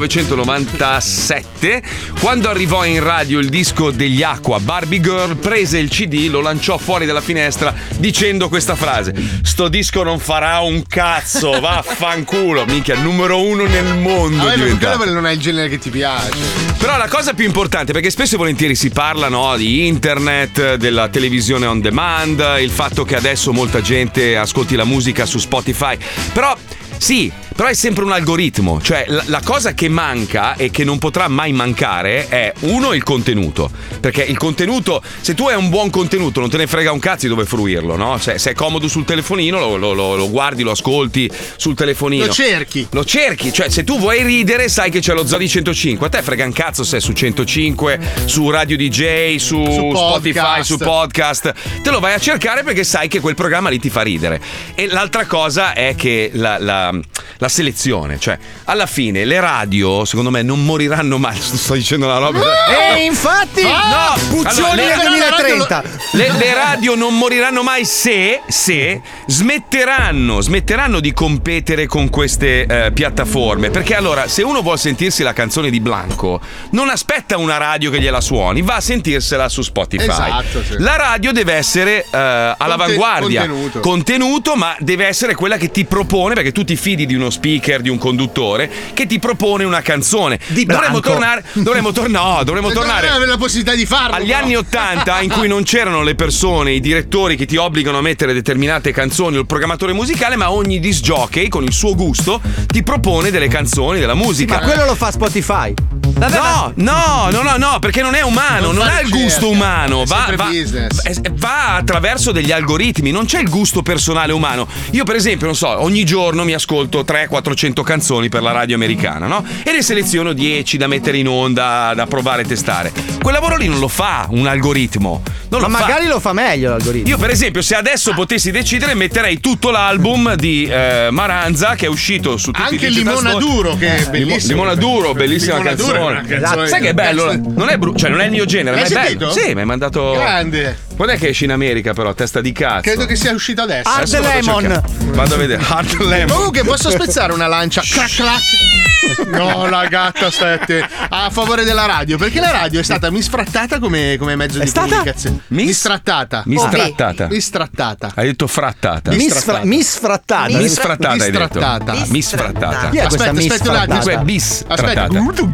A: millenovecentonovantasette, quando arrivò in radio il disco degli Aqua, Barbie Girl, prese il C D, lo lanciò fuori dalla finestra dicendo questa frase: sto disco non farà un cazzo, vaffanculo. Minchia, numero uno nel mondo.
C: Ah,
A: diventato.
C: perché non è il genere che ti piace.
A: Però la cosa più importante, perché spesso e volentieri si parla, no, di internet, della televisione on demand, il fatto che adesso molta gente ascolti la musica su Spotify, però sì, però è sempre un algoritmo, cioè la, la cosa che manca e che non potrà mai mancare è, uno, il contenuto, perché il contenuto, se tu hai un buon contenuto non te ne frega un cazzo di dove fruirlo, no? Cioè, se è comodo sul telefonino lo, lo, lo, lo guardi, lo ascolti sul telefonino,
C: lo cerchi
A: lo cerchi, cioè se tu vuoi ridere sai che c'è lo Zodi centocinque, a te frega un cazzo se è su centocinque, su Radio D J, su,
C: Su
A: Spotify,
C: podcast.
A: su podcast, te lo vai a cercare perché sai che quel programma lì ti fa ridere. E l'altra cosa è che la, la la selezione, cioè alla fine le radio secondo me non moriranno mai. Sto dicendo una roba.
F: E infatti
A: no,
F: Puccioni
A: allora,
F: nel duemilatrenta.
A: Le, le radio non moriranno mai se, se smetteranno, smetteranno di competere con queste eh, piattaforme. Perché allora, se uno vuol sentirsi la canzone di Blanco, non aspetta una radio che gliela suoni, va a sentirsela su Spotify.
C: Esatto, sì.
A: La radio deve essere eh, all'avanguardia,
C: contenuto.
A: contenuto, ma deve essere quella che ti propone, perché tu ti fidi di uno speaker, di un conduttore che ti propone una canzone.
F: Di
A: dovremmo
F: Blanco.
A: tornare, dovremmo tornare, no, dovremmo tornare
C: avere la possibilità di farlo.
A: agli
C: però.
A: anni ottanta, in cui non c'erano le persone, i direttori che ti obbligano a mettere determinate canzoni o il programmatore musicale, ma ogni disc jockey con il suo gusto ti propone delle canzoni, della musica.
F: Ma quello lo fa Spotify.
K: Vabbè,
A: No, no, no, no, no, perché non è umano,
C: Non
A: non,
C: fa
A: ha il
C: ricerca,
A: gusto umano,
C: è
A: va,
C: sempre
A: va,
C: business.
A: eh, va attraverso degli algoritmi, non c'è il gusto personale umano. Io per esempio, non so, ogni giorno mi ascolto trecento quattrocento canzoni per la radio americana, no? E ne seleziono dieci da mettere in onda, da provare e testare. Quel lavoro lì non lo fa un algoritmo. Non
F: Ma
A: lo fa.
F: magari lo fa meglio l'algoritmo.
A: Io per esempio, se adesso potessi decidere, metterei tutto l'album di eh, Maranza, che è uscito su tutti
C: Anche
A: i digital
C: Limona
A: store.
C: Duro, che è
A: Limo-
C: bellissimo.
A: Limona Duro, bellissima
C: Limona Duro è
A: canzone.
C: una canzone
A: Sai che è bello?
C: pezzo-
A: Non è bru- cioè non è il mio genere,
C: L'hai
A: ma è
C: sentito?
A: bello. Sì, mi hai mandato.
C: Grande.
A: Quando è che esce in America, però? Testa di cazzo.
C: Credo che sia uscito adesso.
F: Hard
A: Adesso vado a
F: Lemon.
A: cercare. Vado a vedere. Hard Lemon.
C: Comunque posso spezzare una lancia. Clac clac. No, la gatta sette a favore della radio, perché la radio è stata misfrattata come, come mezzo
F: È
C: di
F: stata?
C: comunicazione.
A: Mis-
C: Mistrattata.
A: Mistrattata.
C: Mistrattata.
A: Hai detto frattata.
F: Misfra- misfrattata.
A: Misfrattata hai detto.
C: Mistrattata.
A: Misfrattata.
F: Chi è questa
C: Aspetta, aspetta un attimo.
A: Questo è bis
C: Aspetta,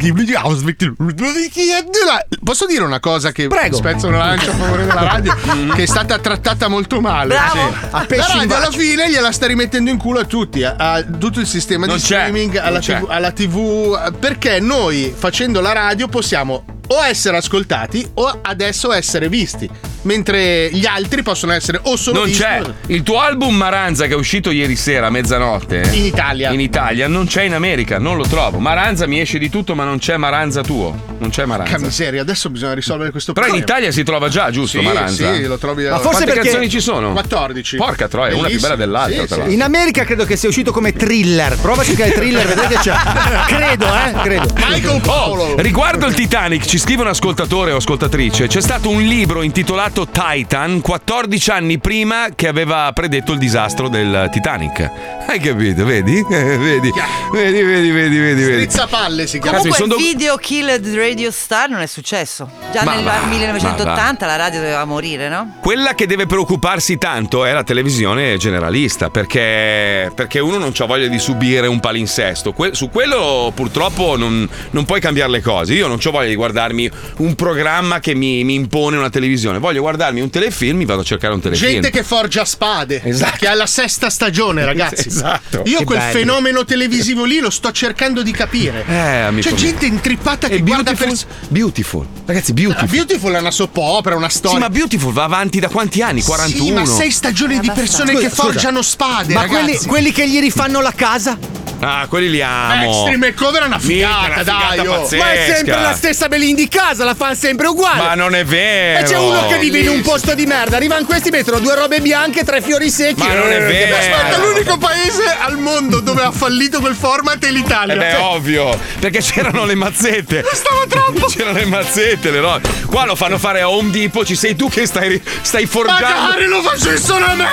C: posso dire una cosa che
F: Prego.
C: spezzo una lancia a favore della radio? Che è stata trattata molto male.
E: Bravo.
C: Sì.
F: A
C: La
F: pesci in
C: radio alla
F: bacio.
C: fine gliela sta rimettendo in culo a tutti, a, a tutto il sistema
A: Non
C: di
A: c'è,
C: streaming,
A: non
C: alla
A: c'è.
C: tivù, alla tivù, perché noi facendo la radio possiamo o essere ascoltati o adesso essere visti, mentre gli altri possono essere o solo
A: Non
C: visti.
A: c'è. Il tuo album Maranza che è uscito ieri sera a mezzanotte
C: In Italia.
A: in Italia non c'è in America, non lo trovo. Maranza mi esce di tutto, ma non c'è Maranza tuo. Non c'è
C: Porca
A: Maranza.
C: miseria, adesso bisogna risolvere questo
A: Però in
C: problema.
A: Italia si trova già, giusto,
C: Sì,
A: Maranza?
C: sì, lo trovi.
F: Ma forse
A: Quante
F: perché-
A: canzoni ci sono?
C: quattordici.
A: Porca troia, una più bella dell'altra,
C: Sì,
A: tra
C: sì.
A: l'altro.
F: In America credo che sia uscito come Thriller. Prova a cercare Thriller, vedrai che c'è. Credo, eh, credo.
C: Michael Paolo.
A: Oh, riguardo il Titanic, ci scrive un ascoltatore o ascoltatrice, c'è stato un libro intitolato Titan quattordici anni prima che aveva predetto il disastro del Titanic. Hai capito? Vedi? Eh, vedi? Vedi, vedi, vedi, vedi, vedi.
C: Strizzapalle si chiama.
A: Cazzo, mi
E: Comunque
A: son
E: il
A: do-
E: video Killed Radio Star non è successo. Già
A: Ma
E: nel
A: va,
E: millenovecentottanta la radio doveva morire, no?
A: Quella che deve preoccuparsi tanto è la televisione generalista, perché, perché uno non c'ha voglia di subire un palinsesto. Que- su quello purtroppo non, non puoi cambiare le cose. Io non c'ho voglia di guardarmi un programma che mi, mi impone una televisione. Voglio guardarmi un telefilm, mi vado a cercare un telefilm.
C: Gente che forgia spade,
A: Esatto.
C: che è alla sesta stagione, ragazzi.
A: Esatto.
C: Io
F: Che
C: quel
F: belli.
C: fenomeno televisivo lì lo sto cercando di capire.
A: Eh, amico
C: C'è
A: mio.
C: gente intrippata che
A: E
C: guarda per.
A: Beautiful, Beautiful. Ragazzi,
C: Ah,
A: Beautiful.
C: Beautiful è una soap opera, una storia.
A: Sì, ma Beautiful va avanti da quanti anni? quarantuno.
C: Sì, ma sei stagioni di persone
F: Scusa,
C: che
F: scusa.
C: forgiano spade,
F: Ma
C: ragazzi.
F: quelli, quelli che gli rifanno la casa?
A: Ah, quelli li amo.
C: Extreme Makeover è una
A: Mica,
C: figata,
A: una
C: dai.
A: figata
C: oh.
A: pazzesca.
F: Ma è sempre la stessa Belin di casa, la fanno sempre uguale.
A: Ma non è vero.
F: E c'è uno che vive in un posto di merda, arrivano questi, mettono due robe bianche, tre fiori secchi.
A: Ma non è
F: Eh, che
A: vero.
F: bello.
C: Aspetta, l'unico paese al mondo dove ha fallito quel format è l'Italia.
A: Eh beh,
C: Cioè,
A: ovvio, perché c'erano le mazzette.
C: Stava troppo.
A: C'erano le mazzette, le robe. Qua lo fanno fare a Home Depot, ci sei tu che stai, stai forgiando.
C: Magari lo facessero a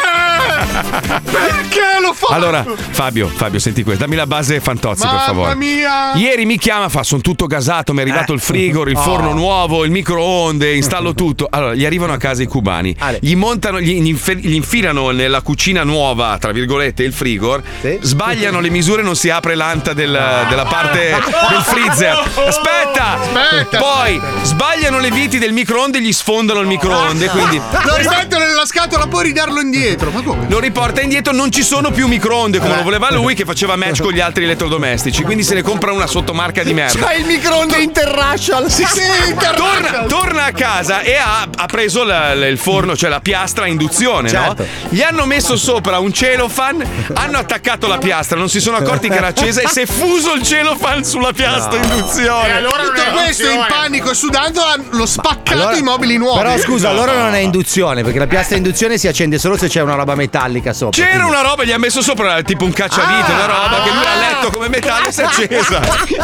C: me! Perché lo fa?
A: Allora, Fabio, Fabio, senti questo, dammi la base Fantozzi, per
C: Mamma
A: favore.
C: mia!
A: Ieri mi chiama, fa, sono tutto gasato, mi è arrivato
F: Eh.
A: il frigor, il
F: Oh.
A: forno nuovo, il microonde, installo tutto. Allora, gli arrivano a casa i cubani,
F: Ale.
A: gli montano, gli, gli inf- gli infilano nella cucina nuova, tra virgolette, il frigor,
F: Sì.
A: sbagliano le misure, non si apre l'anta del- della parte del freezer. Aspetta!
C: Aspetta.
A: Poi sbagliano le viti del microonde e gli sfondano il microonde, quindi
C: Lo rimettono nella scatola, poi ridarlo indietro. Ma come?
A: lo riporta indietro, non ci sono più microonde come lo voleva lui che faceva match con gli altri elettrodomestici, quindi se ne compra una sottomarca di merda.
F: C'hai il microonde interracial.
C: Sì, sì,
A: Torna, torna a casa e ha, ha preso la- la- il forno, cioè la piastra a induzione,
F: Certo.
A: no? Gli hanno messo sopra un celofan, hanno attaccato la piastra, non si sono accorti che era accesa e si è fuso il celofan sulla piastra a induzione.
C: E allora tutto questo in panico e sudando hanno spaccato i mobili nuovi.
F: Però scusa, allora non è induzione, perché la piastra a induzione si accende solo se c'è una roba metallica sopra.
A: C'era
F: quindi-
A: una roba, gli ha messo sopra tipo un cacciavite,
F: Ah.
A: una roba che lui ha letto come metallo e si è accesa.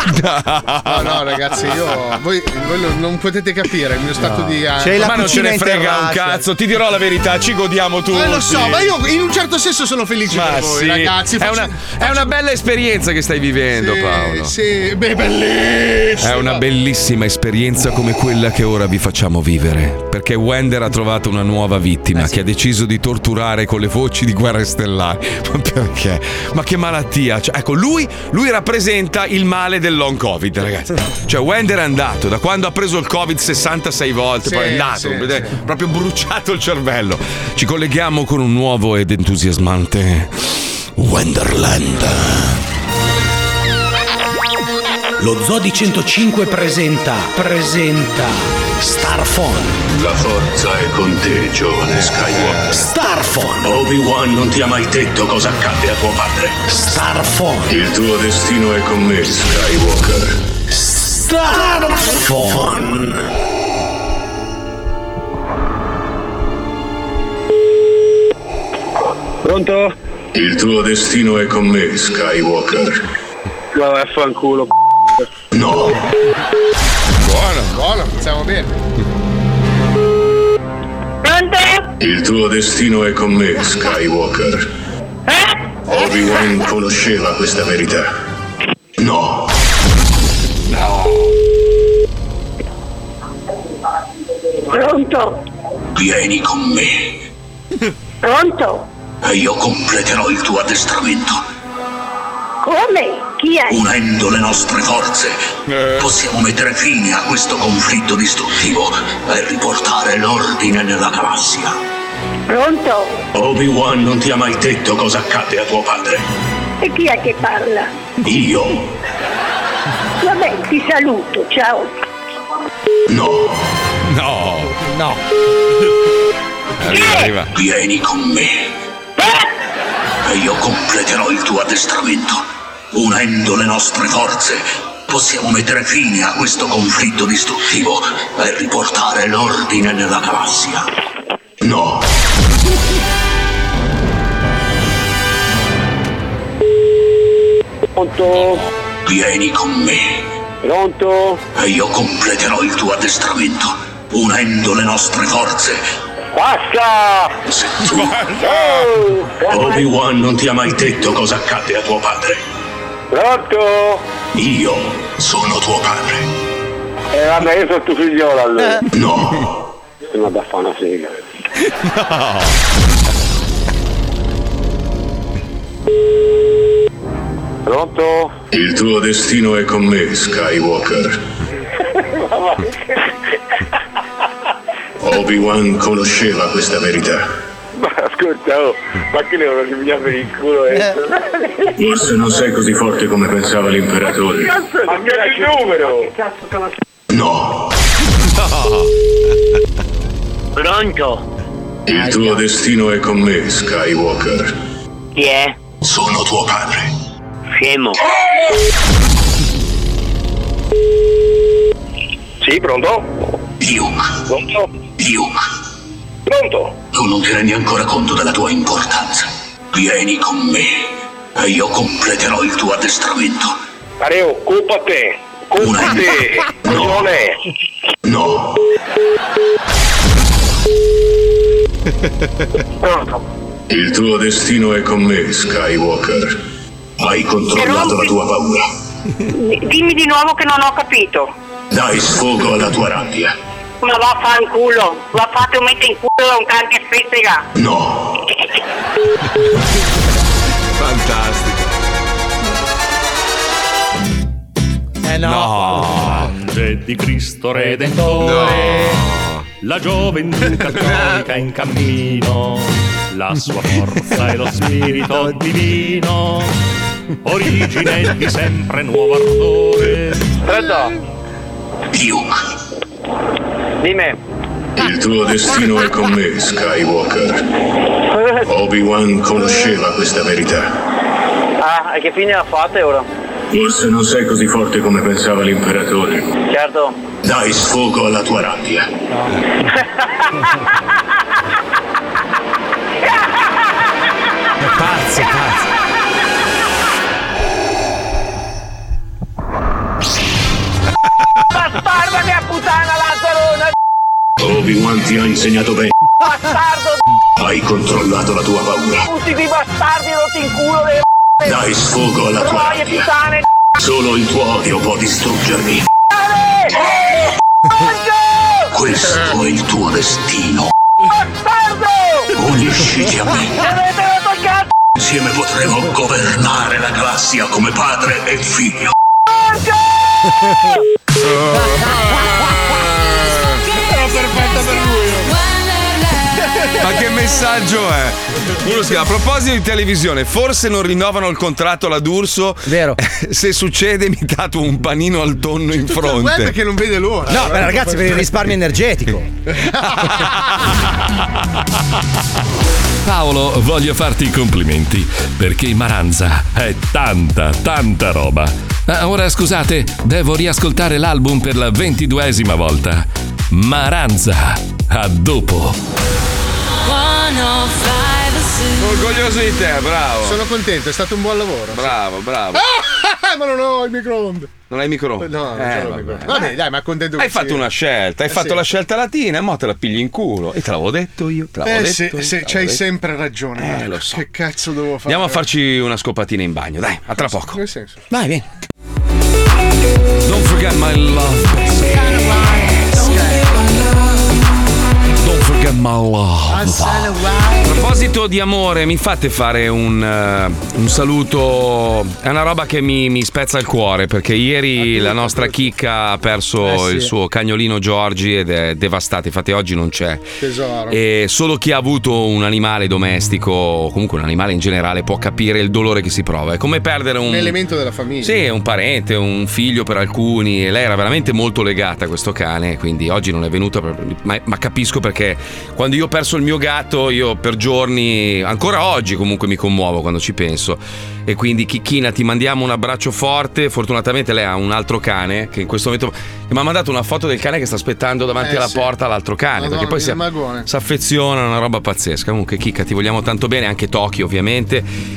C: No, no, ragazzi, io. Voi, voi lo- non potete capire il mio stato di. eh,
F: C'è la
A: Ma non ce
F: cucina
A: ne frega un
F: interracial.
A: cazzo, ti dirò la verità, ci godiamo tutti.
C: Eh, lo so, ma io in un certo senso sono felice
A: Ma
C: per voi,
A: sì,
C: ragazzi.
A: è,
C: Faccio-
A: una, è una bella esperienza che stai vivendo,
C: Sì,
A: Paolo.
C: Sì, beh, bellissimo.
A: È una bellissima esperienza come quella che ora vi facciamo vivere. Perché Wender ha trovato una nuova vittima che ha deciso di torturare con le voci di Guerre Stellari. Ma perché? Ma che malattia? Cioè, ecco, lui, lui rappresenta il male del long Covid, ragazzi. Cioè, Wender è andato da quando ha preso il Covid sessantasei volte,
C: Sì,
A: poi è andato,
C: sì,
A: vedete,
C: sì.
A: proprio bruciato il cervello. Ci colleghiamo con un nuovo ed entusiasmante Wenderland.
L: Lo Zodi centocinque presenta, presenta Starphone.
M: La forza è con te, giovane Skywalker.
L: Starphone.
M: Obi-Wan non ti ha mai detto cosa accadde a tuo padre.
L: Starphone.
M: Il tuo destino è con me, Skywalker.
L: Starphone.
M: Pronto? Il tuo destino è con me, Skywalker.
N: No, vaffanculo.
M: No.
C: Buono, buono, iniziamo bene.
N: Pronto?
M: Il tuo destino è con me, Skywalker. Obi-Wan conosceva questa verità. No.
N: Pronto?
M: Vieni con me
N: Pronto?
M: e io completerò il tuo addestramento.
N: Come? Chi è?
M: Unendo le nostre forze, possiamo mettere fine a questo conflitto distruttivo e riportare l'ordine nella galassia.
N: Pronto?
M: Obi-Wan non ti ha mai detto cosa accadde a tuo padre?
N: E chi è che parla?
M: Io.
N: Vabbè, ti saluto, ciao.
M: No.
A: No.
F: No.
A: Arriva, arriva.
M: Vieni con me e io completerò il tuo addestramento. Unendo le nostre forze, possiamo mettere fine a questo conflitto distruttivo e riportare l'ordine nella galassia. No.
N: Pronto?
M: Vieni con me.
N: Pronto?
M: E io completerò il tuo addestramento. Unendo le nostre forze.
N: Basta!
M: Se tu... Obi-Wan non ti ha mai detto cosa accadde a tuo padre.
N: Pronto?
M: Io sono tuo padre.
N: Eh vabbè, io sono tuo figliolo allora.
M: No.
N: Sono da fare una sega. Pronto?
M: Il tuo destino è con me, Skywalker. Obi-Wan conosceva questa verità.
N: Ma ascolta, oh, ma che ne vuole che mi apre il culo eh?
M: Forse non sei così forte come pensava l'imperatore.
N: Ma che è il numero?
M: No.
N: Pronto?
M: Il tuo destino è con me, Skywalker.
N: Chi è?
M: Sono tuo padre.
N: Scemo. Sì, pronto?
M: Luke.
N: Pronto?
M: Luke.
N: Pronto?
M: Tu non ti rendi ancora conto della tua importanza. Vieni con me e io completerò il tuo addestramento.
N: Areo, colpa a te. Colpa a te. Non è.
M: No.
N: Pronto?
M: Il tuo destino è con me, Skywalker. Hai controllato la tua paura.
N: Dimmi di nuovo che non ho capito.
M: Dai sfogo alla tua rabbia.
N: Ma vaffanculo, l'ha fatto mettere in culo da un cane che spezzica.
M: No.
A: Fantastico.
F: Eh no.
A: No.
O: Angelo di Cristo Redentore. La gioventù cattolica in cammino. La sua forza e lo spirito divino. Origine di sempre nuovo ardore.
N: Pronto?
M: Luke.
N: Dimmi.
M: Il tuo destino è con me, Skywalker. Obi-Wan conosceva questa verità.
N: Ah, e che fine ha fatto ora?
M: Forse non sei così forte come pensava l'imperatore.
N: Certo.
M: Dai sfogo alla tua rabbia.
F: Pazzo, pazzo.
N: Bastardo che puttana Lazzarone!
M: Obi-Wan ti ha insegnato bene.
N: Bastardo!
M: Hai controllato la tua paura.
N: Tutti quei bastardi rotti in culo le
M: Dai sfogo alla tua
N: troie
M: rabbia.
N: puttane!
M: Solo il tuo odio può distruggermi. Questo è il tuo destino.
N: Bastardo!
M: Unisciti a me.
N: Avete rotto il cazzo!
M: Insieme potremo governare la galassia come padre e figlio.
C: Era perfetta per lui.
A: Ma che messaggio è? Uno scrive: a proposito di televisione, forse non rinnovano il contratto alla D'Urso.
F: Vero.
A: Se succede, mi tatuo un panino al tonno in
C: Tutto il web
A: fronte.
C: che non vede l'ora.
F: No, ma ragazzi, per il risparmio energetico.
D: Paolo, voglio farti i complimenti perché Maranza è tanta, tanta roba. Ah, ora scusate, devo riascoltare l'album per la ventiduesima volta. Maranza, a dopo.
A: Orgoglioso di te, bravo.
C: Sono contento, è stato un buon lavoro.
A: Bravo, bravo.
C: Ah, ma non ho il microonde.
A: Non hai il microfono?
C: No, non
A: Eh,
C: ce l'ho il
A: vabbè.
C: microfono. Vabbè, dai, ma contento
A: Hai
C: che
A: fatto
C: sia.
A: una scelta, hai
C: Eh,
A: fatto
C: sì.
A: la scelta latina e mo te la pigli in culo. E te l'avevo detto io, te l'avevo
C: Eh
A: detto
C: sì,
A: io,
C: sì,
A: te l'avevo
C: c'hai
A: detto.
C: sempre ragione.
A: Eh,
C: Marco.
A: lo so.
C: Che cazzo devo fare?
A: Andiamo a farci una scopatina in bagno, dai, a tra poco.
C: Nel senso.
F: Vai, vieni.
A: Don't forget my love. proposito di amore, mi fate fare un, uh, un saluto. È una roba che mi, mi spezza il cuore, perché ieri la nostra chicca ha perso
C: Eh, sì.
A: il suo cagnolino Giorgi ed è devastata. Infatti oggi non c'è.
C: Tesoro.
A: E solo chi ha avuto un animale domestico, o comunque un animale in generale, può capire il dolore che si prova. È come perdere un,
C: Un elemento della famiglia.
A: Sì, un parente, un figlio per alcuni. E lei era veramente molto legata a questo cane, quindi oggi non è venuta. Per, ma, ma capisco, perché quando io ho perso il mio gatto, io per giorni, ancora oggi comunque mi commuovo quando ci penso. E quindi Chicchina, ti mandiamo un abbraccio forte. Fortunatamente lei ha un altro cane che in questo momento che mi ha mandato una foto del cane che sta aspettando davanti
C: Eh,
A: alla
C: sì.
A: porta l'altro cane.
C: Madonna,
A: perché poi si,
C: il magone.
A: si affeziona, una roba pazzesca. Comunque Chicca, ti vogliamo tanto bene, anche Toki ovviamente.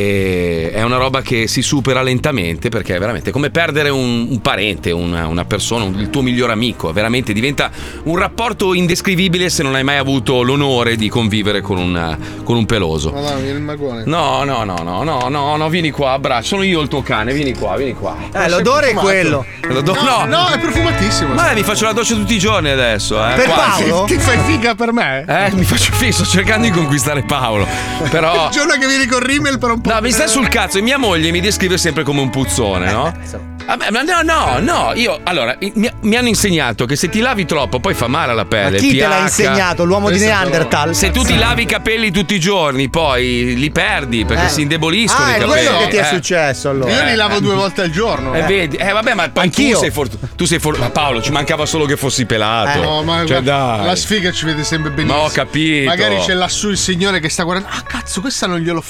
A: E è una roba che si supera lentamente, perché è veramente come perdere un, un parente, una, una persona, un, il tuo miglior amico. Veramente diventa un rapporto indescrivibile se non hai mai avuto l'onore di convivere con, una, con un peloso.
C: Madonna, viene il magone.
A: No, no, no, no, no, no, no, vieni qua, abbraccio. Sono io il tuo cane, vieni qua, vieni qua.
F: Eh, l'odore è quello.
A: L'odore-
C: No,
A: no,
C: no, è profumatissimo.
A: Ma mi faccio la doccia tutti i giorni adesso, eh.
C: Per
A: Quasi.
C: Paolo? Ti fai figa per me?
A: Eh, mi faccio figo, sto cercando di conquistare Paolo. Però.
C: Il giorno che vieni con Rimmel per un po'.
A: No, mi sta sul cazzo, e mia moglie mi descrive sempre come un puzzone, no? Vabbè, ma no, no, no, io allora mi, mi hanno insegnato che se ti lavi troppo poi fa male alla pelle.
F: Ma chi te l'ha
A: pH.
F: insegnato? L'uomo di Neanderthal?
A: Se tu ti lavi i capelli tutti i giorni, poi li perdi perché
F: Eh.
A: si indeboliscono
F: Ah,
A: i
F: è
A: capelli.
F: quello che ti è
A: Eh.
F: successo allora.
C: Io li
A: Eh.
C: lavo due volte al giorno.
A: Eh, vedi, eh vabbè, ma poi tu
F: Anch'io.
A: sei fortunato. Tu sei for- ma Paolo, ci mancava solo che fossi pelato.
C: No, ma
A: cioè,
C: guarda,
A: dai.
C: la sfiga ci vede sempre benissimo.
A: Ma ho capito.
C: Magari c'è lassù il signore che sta guardando. Ah, cazzo, questa non gliel'ho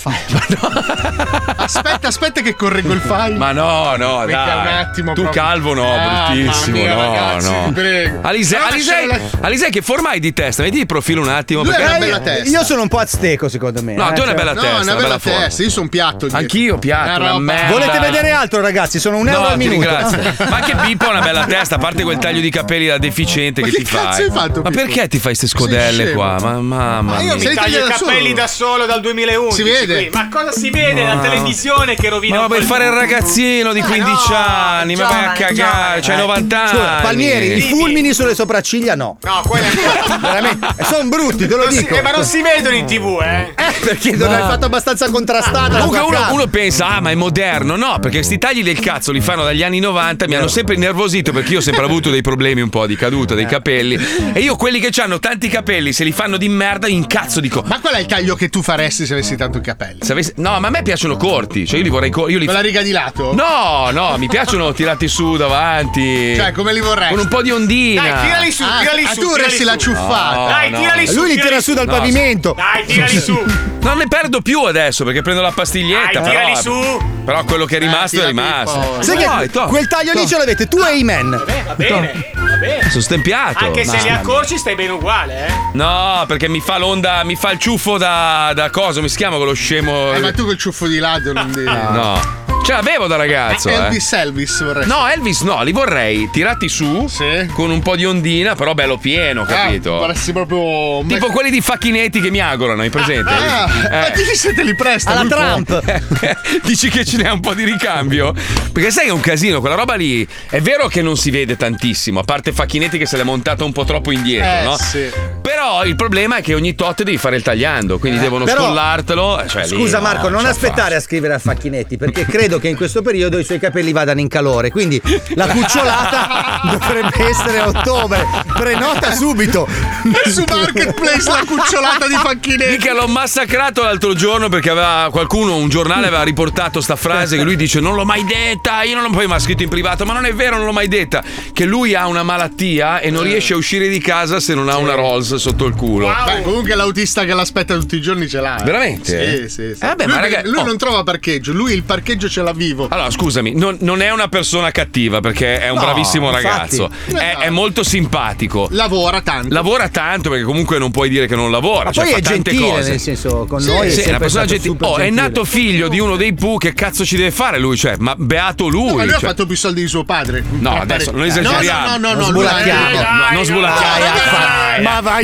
C: fatta. Aspetta, aspetta che correggo il file.
A: Ma no, no,
C: Mica
A: dai.
C: un attimo
A: tu
C: proprio.
A: calvo no,
C: Ah,
A: bruttissimo,
C: mamma mia,
A: no,
C: ragazzi,
A: no.
C: vi prego.
A: Alisei,
C: No,
A: Alisei,
C: lasciala-
A: Alisei, che forma hai di testa? Vedi il profilo un attimo.
C: Lui
A: perché-
C: ha una bella testa.
F: Io sono un po' azteco, secondo me.
A: No,
F: eh,
A: tu hai una
F: cioè-
A: bella
C: No,
A: testa,
C: una
A: una
C: bella
A: bella forma.
C: testa. Io sono piatto. dietro.
A: Anch'io piatto,
C: Una
A: una
C: roba.
A: merda.
F: Volete vedere altro, ragazzi? Sono un euro
A: No,
F: al
A: ti
F: minuto.
A: ringrazio. Ma anche Pippo ha una bella testa, a parte quel taglio di capelli da deficiente
C: Ma
A: che,
C: che
A: ti
C: cazzo
A: fai.
C: hai fatto,
A: Ma
C: Pippo?
A: perché ti fai ste
C: Sei
A: scodelle
C: scemo.
A: qua? Ma mamma
P: Ma io
A: mia.
P: mi taglio i
C: da
P: capelli
C: solo.
P: da solo dal duemilaundici.
C: Si vede?
P: qui. Ma cosa si vede? La televisione che rovina.
A: Ma
P: un po'
A: vuoi
P: il
A: fare il
P: mood.
A: ragazzino di
P: Ma
A: quindici
P: no,
A: anni? Ma vai a
P: giovane,
A: cagare,
P: giovane.
A: c'hai novanta
F: Scusa,
A: anni.
F: Palmieri, i fulmini sulle sopracciglia no.
P: No, quelli
F: Veramente. Sono brutti, te lo
P: non si,
F: dico.
P: eh, ma non si vedono in tv, eh?
F: Perché non
A: No.
F: hai fatto abbastanza contrastata la
A: Comunque
F: tua
A: uno,
F: cara.
A: uno pensa, ah ma è moderno. No, perché sti tagli del cazzo li fanno dagli anni novanta. Mi hanno sempre innervosito, perché io ho sempre avuto dei problemi un po' di caduta dei capelli. E io quelli che hanno tanti capelli, se li fanno di merda, incazzo, dico.
C: Ma qual è il taglio che tu faresti se avessi tanto capelli?
A: Se avessi- No, ma a me piacciono corti. Cioè io li vorrei corti. Io li...
C: Con la riga di lato?
A: No, no, mi piacciono tirati su davanti.
C: Cioè, come li vorresti?
A: Con un po' di ondina.
P: Dai, tirali su,
C: Ah,
P: tirali
C: ah,
P: su.
C: tu
P: tirali
C: resti
P: su.
C: la ciuffata.
A: No,
P: Dai,
A: no.
P: tirali su.
F: Lui li
P: tirali
F: tira su dal
A: No,
F: pavimento.
P: Dai, tirali su.
A: Non ne perdo più adesso perché prendo la pastiglietta.
P: Dai,
A: però,
P: tirali su.
A: però quello che è rimasto
C: tira
A: è rimasto.
C: Pippo.
F: Sai che
A: Dai, to-
F: quel taglio lì
A: to-
F: ce l'avete tu e Iman.
P: Va bene, va bene.
A: Sono stempiato.
P: Anche se
A: Ma-
P: li accorci stai bene uguale, eh?
A: No, perché mi fa l'onda, mi fa il ciuffo da, da cosa? Mi si chiama quello scemo?
C: Eh, ma tu col ciuffo di lato non devi.
A: No. Ce l'avevo da ragazzo. eh.
C: Elvis Elvis vorresti.
A: No, Elvis no, li vorrei tirati su
C: Sì.
A: con un po' di ondina, però bello pieno, capito?
C: Ah, vorresti proprio.
A: Tipo quelli di facchinetti che miagolano, hai presente?
C: Ah,
A: Eh.
C: ma di chi se te li presta?
F: Alla
C: lui può.
F: Trump.
A: Dici che ce n'è un po' di ricambio? Perché sai che è un casino, quella roba lì. È vero che non si vede tantissimo, a parte Facchinetti che se l'è montata un po' troppo indietro,
C: Eh,
A: no?
C: sì.
A: Però il problema è che ogni tot devi fare il tagliando, quindi devono
F: Però-
A: scollartelo. Cioè, lì,
F: Scusa
A: no,
F: Marco, non
A: ce la
F: aspettare a scrivere a Facchinetti, perché credo che in questo periodo i suoi capelli vadano in calore, quindi la cucciolata dovrebbe essere a ottobre. Prenota subito.
C: Su Marketplace la cucciolata di Facchinetti.
A: Mica l'ho massacrato l'altro giorno perché aveva qualcuno, un giornale aveva riportato sta frase che lui dice non l'ho mai detta, io non l'ho poi mi ha scritto in privato, ma non è vero, non l'ho mai detta, che lui ha una malattia e non riesce a uscire di casa se non ha una Rolls sotto il culo.
C: Beh, comunque l'autista che l'aspetta tutti i giorni ce l'ha. eh.
A: Veramente?
C: Sì, sì, sì.
A: Eh, vabbè,
C: lui
A: ma raga-
C: lui
A: oh.
C: non trova parcheggio, lui il parcheggio ce l'ha vivo.
A: Allora, scusami, non, non è una persona cattiva perché è un
C: No,
A: bravissimo
C: infatti.
A: ragazzo. È, è molto simpatico.
C: Lavora tanto.
A: Lavora tanto perché comunque non puoi dire che non lavora.
F: Ma
A: cioè
F: poi
A: fa
F: è
A: tante
F: gentile,
A: cose.
F: nel senso, con
A: Sì,
F: noi è
A: sì, è una
F: sempre
A: persona
F: stato
A: gentile.
F: super
A: Oh, è
F: gentile.
A: nato figlio di uno dei Pooh, che cazzo ci deve fare lui? Cioè, ma beato lui.
C: No, ma lui
A: cioè.
C: ha fatto più soldi di suo padre.
A: No,
C: Tra
A: adesso
C: pare-
A: non esageriamo.
C: No, no, no, no,
A: Non
C: lui-
A: sbulacchiamo.
C: Dai,
A: No, non sbulacchiamo.
C: dai, dai,
F: Ma vai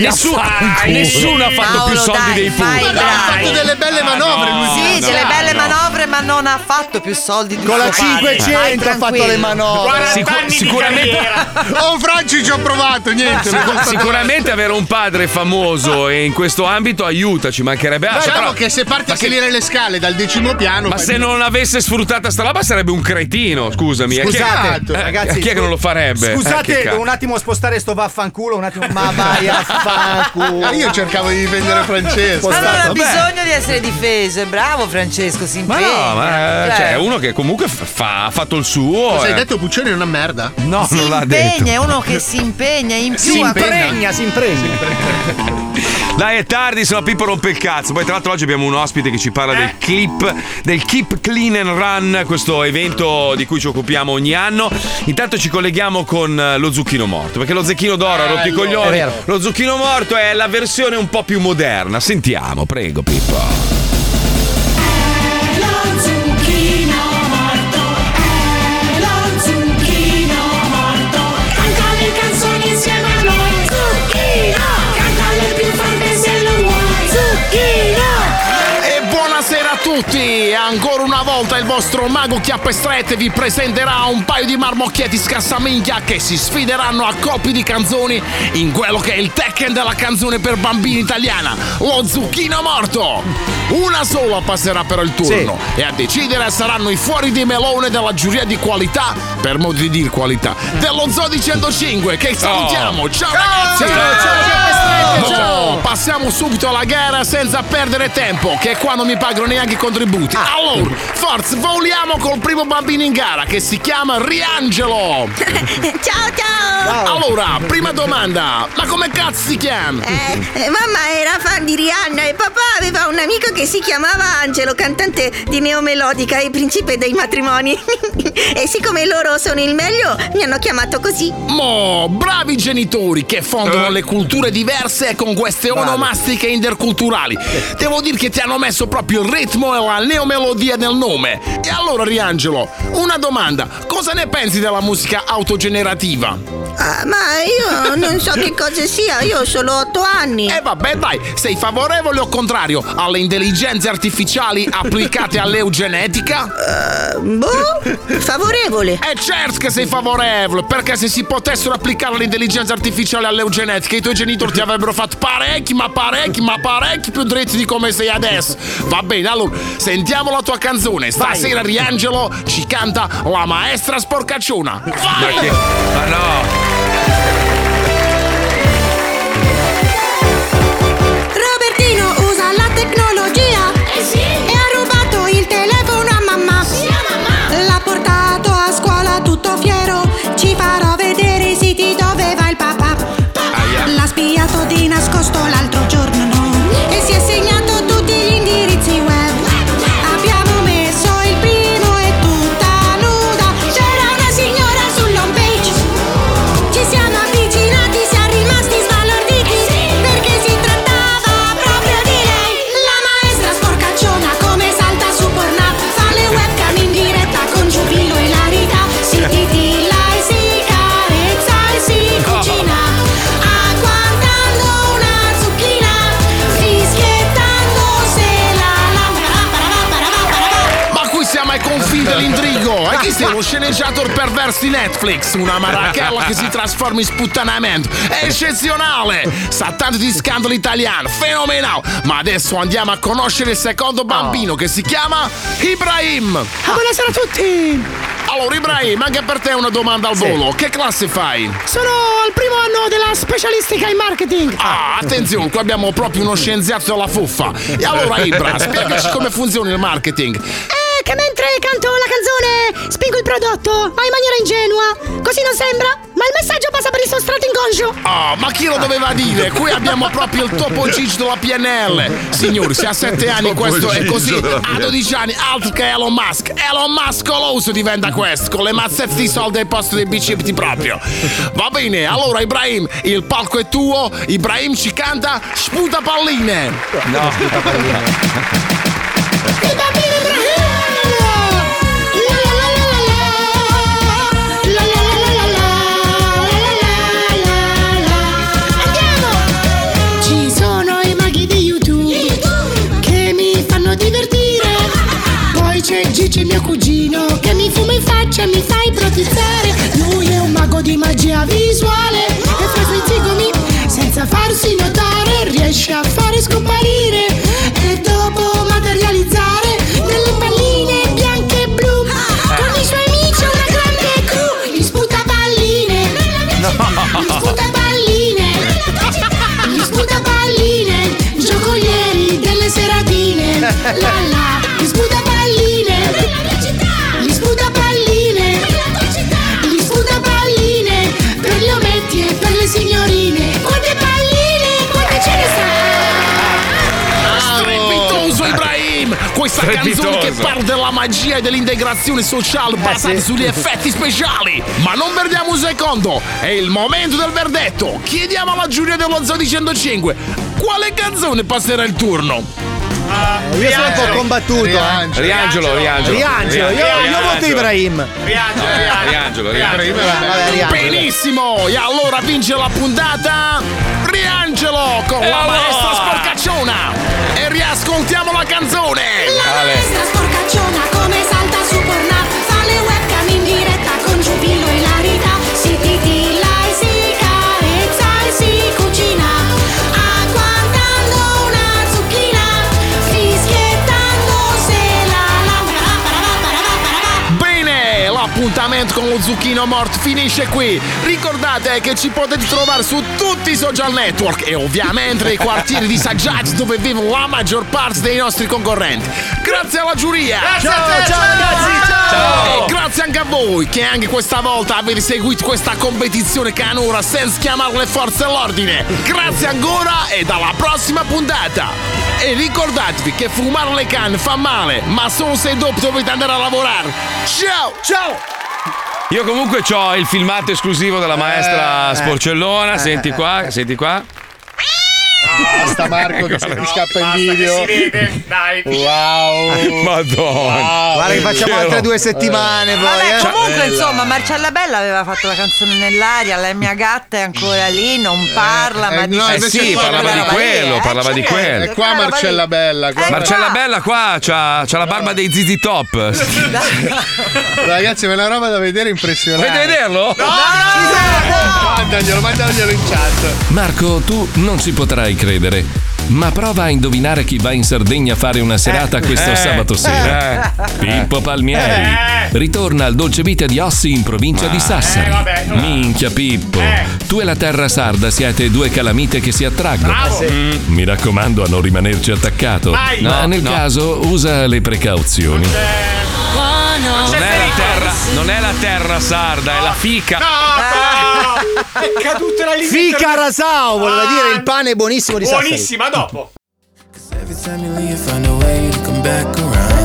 A: Nessuno, nessuno ha fatto più
E: Paolo,
A: soldi
E: dai,
A: dei
E: fai
A: Pooh.
E: bravo.
C: Ha fatto delle belle manovre lui.
E: Sì,
A: no,
E: delle
A: no,
E: belle
A: no.
E: manovre, ma non ha fatto più soldi di
F: Con la
E: suo padre. Vai
F: cinquecento ha fatto
E: tranquillo.
F: le manovre.
A: Sicu-
P: anni di
A: sicuramente,
P: carriera.
C: Oh Franci, ci ho provato, niente.
A: sicuramente avere un padre famoso e in questo ambito aiuta, ci mancherebbe altro.
C: Diciamo
A: però-
C: che se parti
A: ma
C: a salire le scale dal decimo piano.
A: Ma
C: fai-
A: se non avesse sfruttata sta roba sarebbe un cretino, scusami. A chi è-
F: Scusate,
A: eh,
F: ragazzi,
A: chi è che non lo farebbe? Eh,
F: Scusate,
A: che
F: devo
A: cazzo.
F: un attimo spostare sto vaffanculo, un attimo. Ma vai a fanculo.
C: Ah, io cercavo di difendere Francesco.
E: Ma non ha
A: Vabbè.
E: bisogno di essere difeso, è bravo Francesco, si
A: Ma
E: impegna.
A: no, ma
E: Cioè,
A: cioè, uno che comunque fa, ha fatto il suo.
C: Cosa hai
A: eh.
C: detto Puccioni è una merda?
A: No,
E: si
A: non l'ha
E: impegna,
A: detto.
E: è uno che si impegna in più.
F: Si
E: a-
F: impregna, si impregna.
A: Dai, è tardi, se no Pippo rompe il cazzo. Poi, tra l'altro, oggi abbiamo un ospite che ci parla del clip, del Keep Clean and Run, questo evento di cui ci occupiamo ogni anno. Intanto ci colleghiamo con eh, lo zucchino morto, perché lo zecchino d'oro ha rotto i
F: È
A: coglioni.
F: vero.
A: Lo zucchino morto è la versione un po' più moderna. Sentiamo, prego, Pippo.
H: Lo zucchino morto, è lo zucchino morto. Canta le canzoni insieme a noi. Zucchino, canta le più forte se lo vuoi. Zucchino.
L: E buonasera a tutti! Ancora una volta il vostro mago Chiappestrette vi presenterà un paio di marmocchietti scassamiglia che si sfideranno a colpi di canzoni in quello che è il Tekken della canzone per bambini italiana, lo zucchino morto! Una sola passerà però il turno e a decidere saranno i fuori di melone della giuria di qualità, per modo di dire qualità, dello Zoo di centocinque che salutiamo! Ciao ragazzi!
F: Ciao,
L: ciao! Passiamo subito alla gara senza perdere tempo, che qua non mi pagano neanche i contributi. Allora, forza, voliamo col primo bambino in gara che si chiama Riangelo.
Q: Ciao ciao!
L: Allora, prima domanda, ma come cazzo si chiama?
Q: Eh, eh, mamma era fan di Rihanna e papà aveva un amico che si chiamava Angelo, cantante di neomelodica e principe dei matrimoni. E siccome loro sono il meglio, mi hanno chiamato così.
L: Mo, bravi genitori che fondano le culture diverse con queste onomastiche interculturali. Devo dire che ti hanno messo proprio il ritmo e la neomelodia nel nome. E allora, Riangelo, una domanda, cosa ne pensi della musica autogenerativa?
Q: Ah, ma io non so che cosa sia, io ho solo otto anni.
L: E eh vabbè dai, sei favorevole o contrario alle intelligenze artificiali applicate all'eugenetica?
Q: Uh, boh, favorevole.
L: E certo che sei favorevole, perché se si potessero applicare l'intelligenza artificiale all'eugenetica i tuoi genitori ti avrebbero fatto parecchi, ma parecchi, ma parecchi più dritti di come sei adesso. Va bene, allora, sentiamo la tua canzone. Stasera Riangelo ci canta la maestra sporcacciona. Vai!
A: Ma, che... ma no!
Q: Robertino usa la tecnologia.
H: Eh sì.
Q: E ha rubato il telefono a mamma.
H: Sì, a mamma.
Q: L'ha portato a scuola tutto fiero. Ci farò vedere i siti dove va il papà. L'ha spiato di nascosto l'altro giorno, no? E si è segnato tutti gli indirizzi web. Abbiamo messo il primo e tutta nuda. C'era una signora sull'home page. Ci siamo avvicinati, siamo rimasti sbalorditi. Perché si trattava proprio di lei. La maestra sporcacciona come salta su Pornhub. Fa le webcam in diretta con giubilo e ilarità. Si titilla e si carezza e si cucina. Agguantando una zucchina. Fischiettando se la la.
L: Ma qui siamo ai confini dell'intrigo. E chi sei? Lo sceneggiator perverso di Netflix. Una marachella che si trasforma in sputtanamento. È eccezionale. Sa tanto di scandalo italiano. Fenomenale. Ma adesso andiamo a conoscere il secondo bambino che si chiama Ibrahim.
J: Ah, buonasera a tutti!
L: Allora Ibrahim, anche per te una domanda al volo. Che classe fai?
J: Sono al primo anno della specialistica in marketing.
L: Ah, attenzione, qua abbiamo proprio uno scienziato della fuffa. E allora Ibra, spiegaci come funziona il marketing.
J: Eh, che mentre canto la canzone spingo il prodotto, ma in maniera ingenua. Così non sembra, ma il messaggio passa per il sostrato inconscio.
L: Ah, ma chi lo doveva dire? Qui abbiamo proprio il Topo Gigi della P N L. Signori, se a sette anni questo è così, a dodici anni altro che Elon Musk. Elon Muscoloso diventa questo, con le mazzette di soldi al posto dei bicipiti proprio. Va bene, allora Ibrahim, il palco è tuo. Ibrahim ci canta Sputa palline.
A: No, sputa palline.
Q: Il bambino Ibrahim. La la la la la la la la la la la la la. Andiamo. mio cugino che mi fuma in faccia e mi fa ipotizzare. Lui è un mago di magia visuale e fra i suoi zigomi, senza farsi notare, riesce a fare scomparire e dopo materializzare delle palline bianche e blu. Con i suoi amici è una grande crew. Gli sputa palline, gli sputa palline, gli sputa palline, giocolieri delle seratine. La la, gli sputa palline, gli sputa palline, gli sputa palline per gli ometti e per le signorine. Quante palline, quante ce ne sa?
L: Strepitoso Ibrahim! Questa canzone che parla della magia e dell'integrazione sociale basata
F: sì.
L: sugli effetti speciali. Ma non perdiamo un secondo, è il momento del verdetto. Chiediamo alla giuria dello Zoo di centocinque quale canzone passerà il turno.
F: Uh, io sono un po' combattuto.
A: Riangelo, Riangelo.
F: Riangelo, Riangelo. Io, io voto Ibrahim.
P: Riangelo,
A: Riangelo, Riangelo.
F: Riangelo.
L: Benissimo, e allora vince la puntata Riangelo con la
A: allora.
L: maestra sporcacciona. E riascoltiamo la canzone.
Q: La maestra sporcacciona come salta su Pornhub, fa le webcam in diretta con giubilo e ilarità. Si titilla e si carezza e si cucina, agguantando una zucchina, fischiettando se la la.
L: Bene, l'appuntamento con lo zucchino morto finisce qui. Ricordate che ci potete trovare su tutti i social network e ovviamente nei quartieri disagiati dove vivono la maggior parte dei nostri concorrenti. Grazie alla giuria.
P: Grazie
F: Ciao,
P: a te,
F: ciao, ragazzi,
A: ciao.
L: E grazie anche a voi che anche questa volta avete seguito questa competizione canora senza chiamare le forze dell'ordine. Grazie ancora e alla prossima puntata. E ricordatevi che fumare le canne fa male, ma solo se dopo dovete andare a lavorare. Ciao!
F: Ciao!
A: Io comunque ho il filmato esclusivo della maestra
C: Eh,
A: Sporcellona. Senti qua, senti qua.
C: Basta Marco che se ti scappa il
P: Basta
C: video.
P: che si vede, dai.
C: Wow.
A: Madonna.
F: Guarda che facciamo
A: Che
F: altre
A: ro-
F: due settimane poi.
E: Vabbè,
F: eh.
E: comunque,
C: Bella.
E: insomma, Marcella Bella aveva fatto la canzone nell'aria, la mia gatta è ancora lì, non parla,
C: eh,
E: ma
C: no,
E: dice
A: Eh
C: invece
A: sì,
C: qua
A: parlava di
C: quella
A: quello,
E: eh,
A: parlava di
E: certo,
A: quello.
C: E qua
E: quella roba
C: Marcella
E: lì.
C: Bella. qua-
E: Eh,
A: Marcella
E: qua.
A: Bella qua c'ha, c'ha la barba dei Zizi Top.
C: Ragazzi, è una roba da vedere impressionante.
A: Volete vederlo?
C: No, no, mandaglielo, mandaglielo in chat.
D: Marco, tu non ci potrai credere, ma prova a indovinare chi va in Sardegna a fare una serata questo
A: eh,
D: sabato sera.
A: eh.
D: Pippo Palmieri
P: Eh.
D: ritorna al dolce vita di Ossi in provincia di Sassari.
P: Eh, vabbè, no.
D: Minchia Pippo,
P: Eh.
D: tu e la terra sarda siete due calamite che si attraggono.
P: Bravo.
D: Mm. Mi raccomando a non rimanerci attaccato,
P: Vai.
D: ma
A: No,
D: nel
A: no.
D: caso usa le precauzioni.
A: Non è la terra, non è la terra sarda, è la fica.
P: No, no, è caduta la linea.
F: Fica Rasao, voleva
P: Ah,
F: dire il pane buonissimo di Sassari.
P: Buonissima, dopo.
R: Every time you leave, find a way to come back around.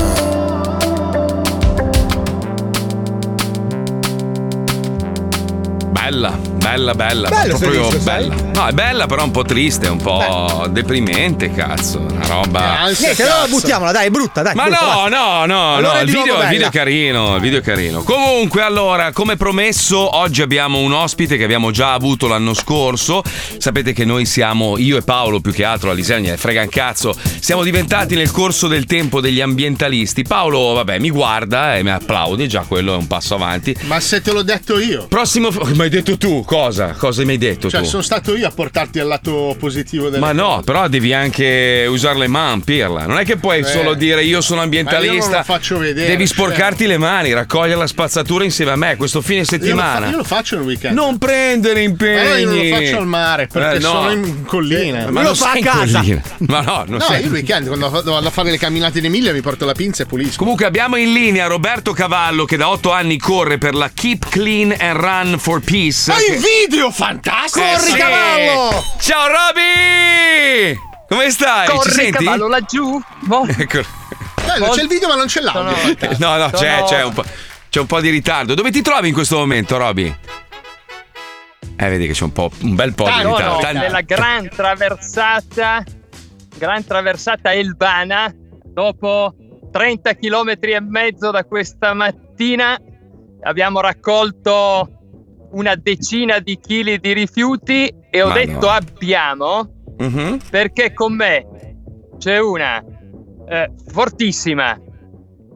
A: Bella, bella, bella.
F: Bello
A: proprio
F: servizio, sai?
A: bella. No, è bella, però un po' triste, un po' deprimente, cazzo. Una roba.
C: Ansia,
F: Niente, allora
C: cazzo.
F: buttiamola, dai, è brutta, dai.
A: Ma
F: brutta,
A: no,
F: basta.
A: no, no,
F: Allora
A: no,
F: è
A: il
F: di nuovo
A: video, il
F: bella.
A: video è carino, il video è carino. Comunque, allora, come promesso, oggi abbiamo un ospite che abbiamo già avuto l'anno scorso. Sapete che noi siamo, io e Paolo più che altro, la Lisea ne frega un cazzo, siamo diventati nel corso del tempo degli ambientalisti. Paolo, vabbè, mi guarda e mi applaudi, già quello è un passo avanti.
C: Ma se te l'ho detto io.
A: Prossimo, mi hai detto tu, cosa? Cosa mi hai detto
C: Cioè,
A: tu?
C: sono stato io a portarti al lato positivo delle
A: Ma no,
C: cose.
A: però devi anche usare le mani, pirla. Non è che puoi
C: Eh.
A: solo dire io sono
C: Ma io
A: ambientalista.
C: non lo faccio vedere,
A: Devi
C: cioè.
A: sporcarti le mani, raccogliere la spazzatura insieme a me questo fine
C: Io lo, fa-
A: settimana.
C: io lo faccio nel weekend.
A: Non prendere impegni.
C: Ma no, io non lo faccio al mare perché
A: Eh, no.
C: sono in collina.
A: Ma
F: lo
A: non
F: fa
A: sei
F: a
A: in
F: casa.
A: collina. Ma no, non
C: No,
A: sei.
C: io il weekend quando vado a fare le camminate in Emilia mi porto la pinza e pulisco.
A: Comunque abbiamo in linea Roberto Cavallo che da otto anni corre per la Keep Clean and Run for Peace.
C: Ma
A: Che-
C: in video fantastico!
A: Eh,
F: Corri,
A: sì.
F: cavallo!
A: Ciao Roby! Come stai? Ci
S: Corri
A: senti?
S: cavallo laggiù. Boh.
A: Ecco.
C: Bello, c'è il video ma non c'è l'audio. fantastico.
A: No, no, c'è,
S: Sono-
A: c'è un po'. C'è un po' di ritardo. Dove ti trovi in questo momento, Roby? Eh, vedi che c'è un po' un bel po' di
S: Sono
A: ritardo. Tan-
S: nella gran traversata, gran traversata Elbana, dopo trenta chilometri e mezzo da questa mattina abbiamo raccolto una decina di chili di rifiuti e ho
A: Ma
S: detto
A: no.
S: abbiamo
A: Mhm.
S: perché con me c'è una eh, fortissima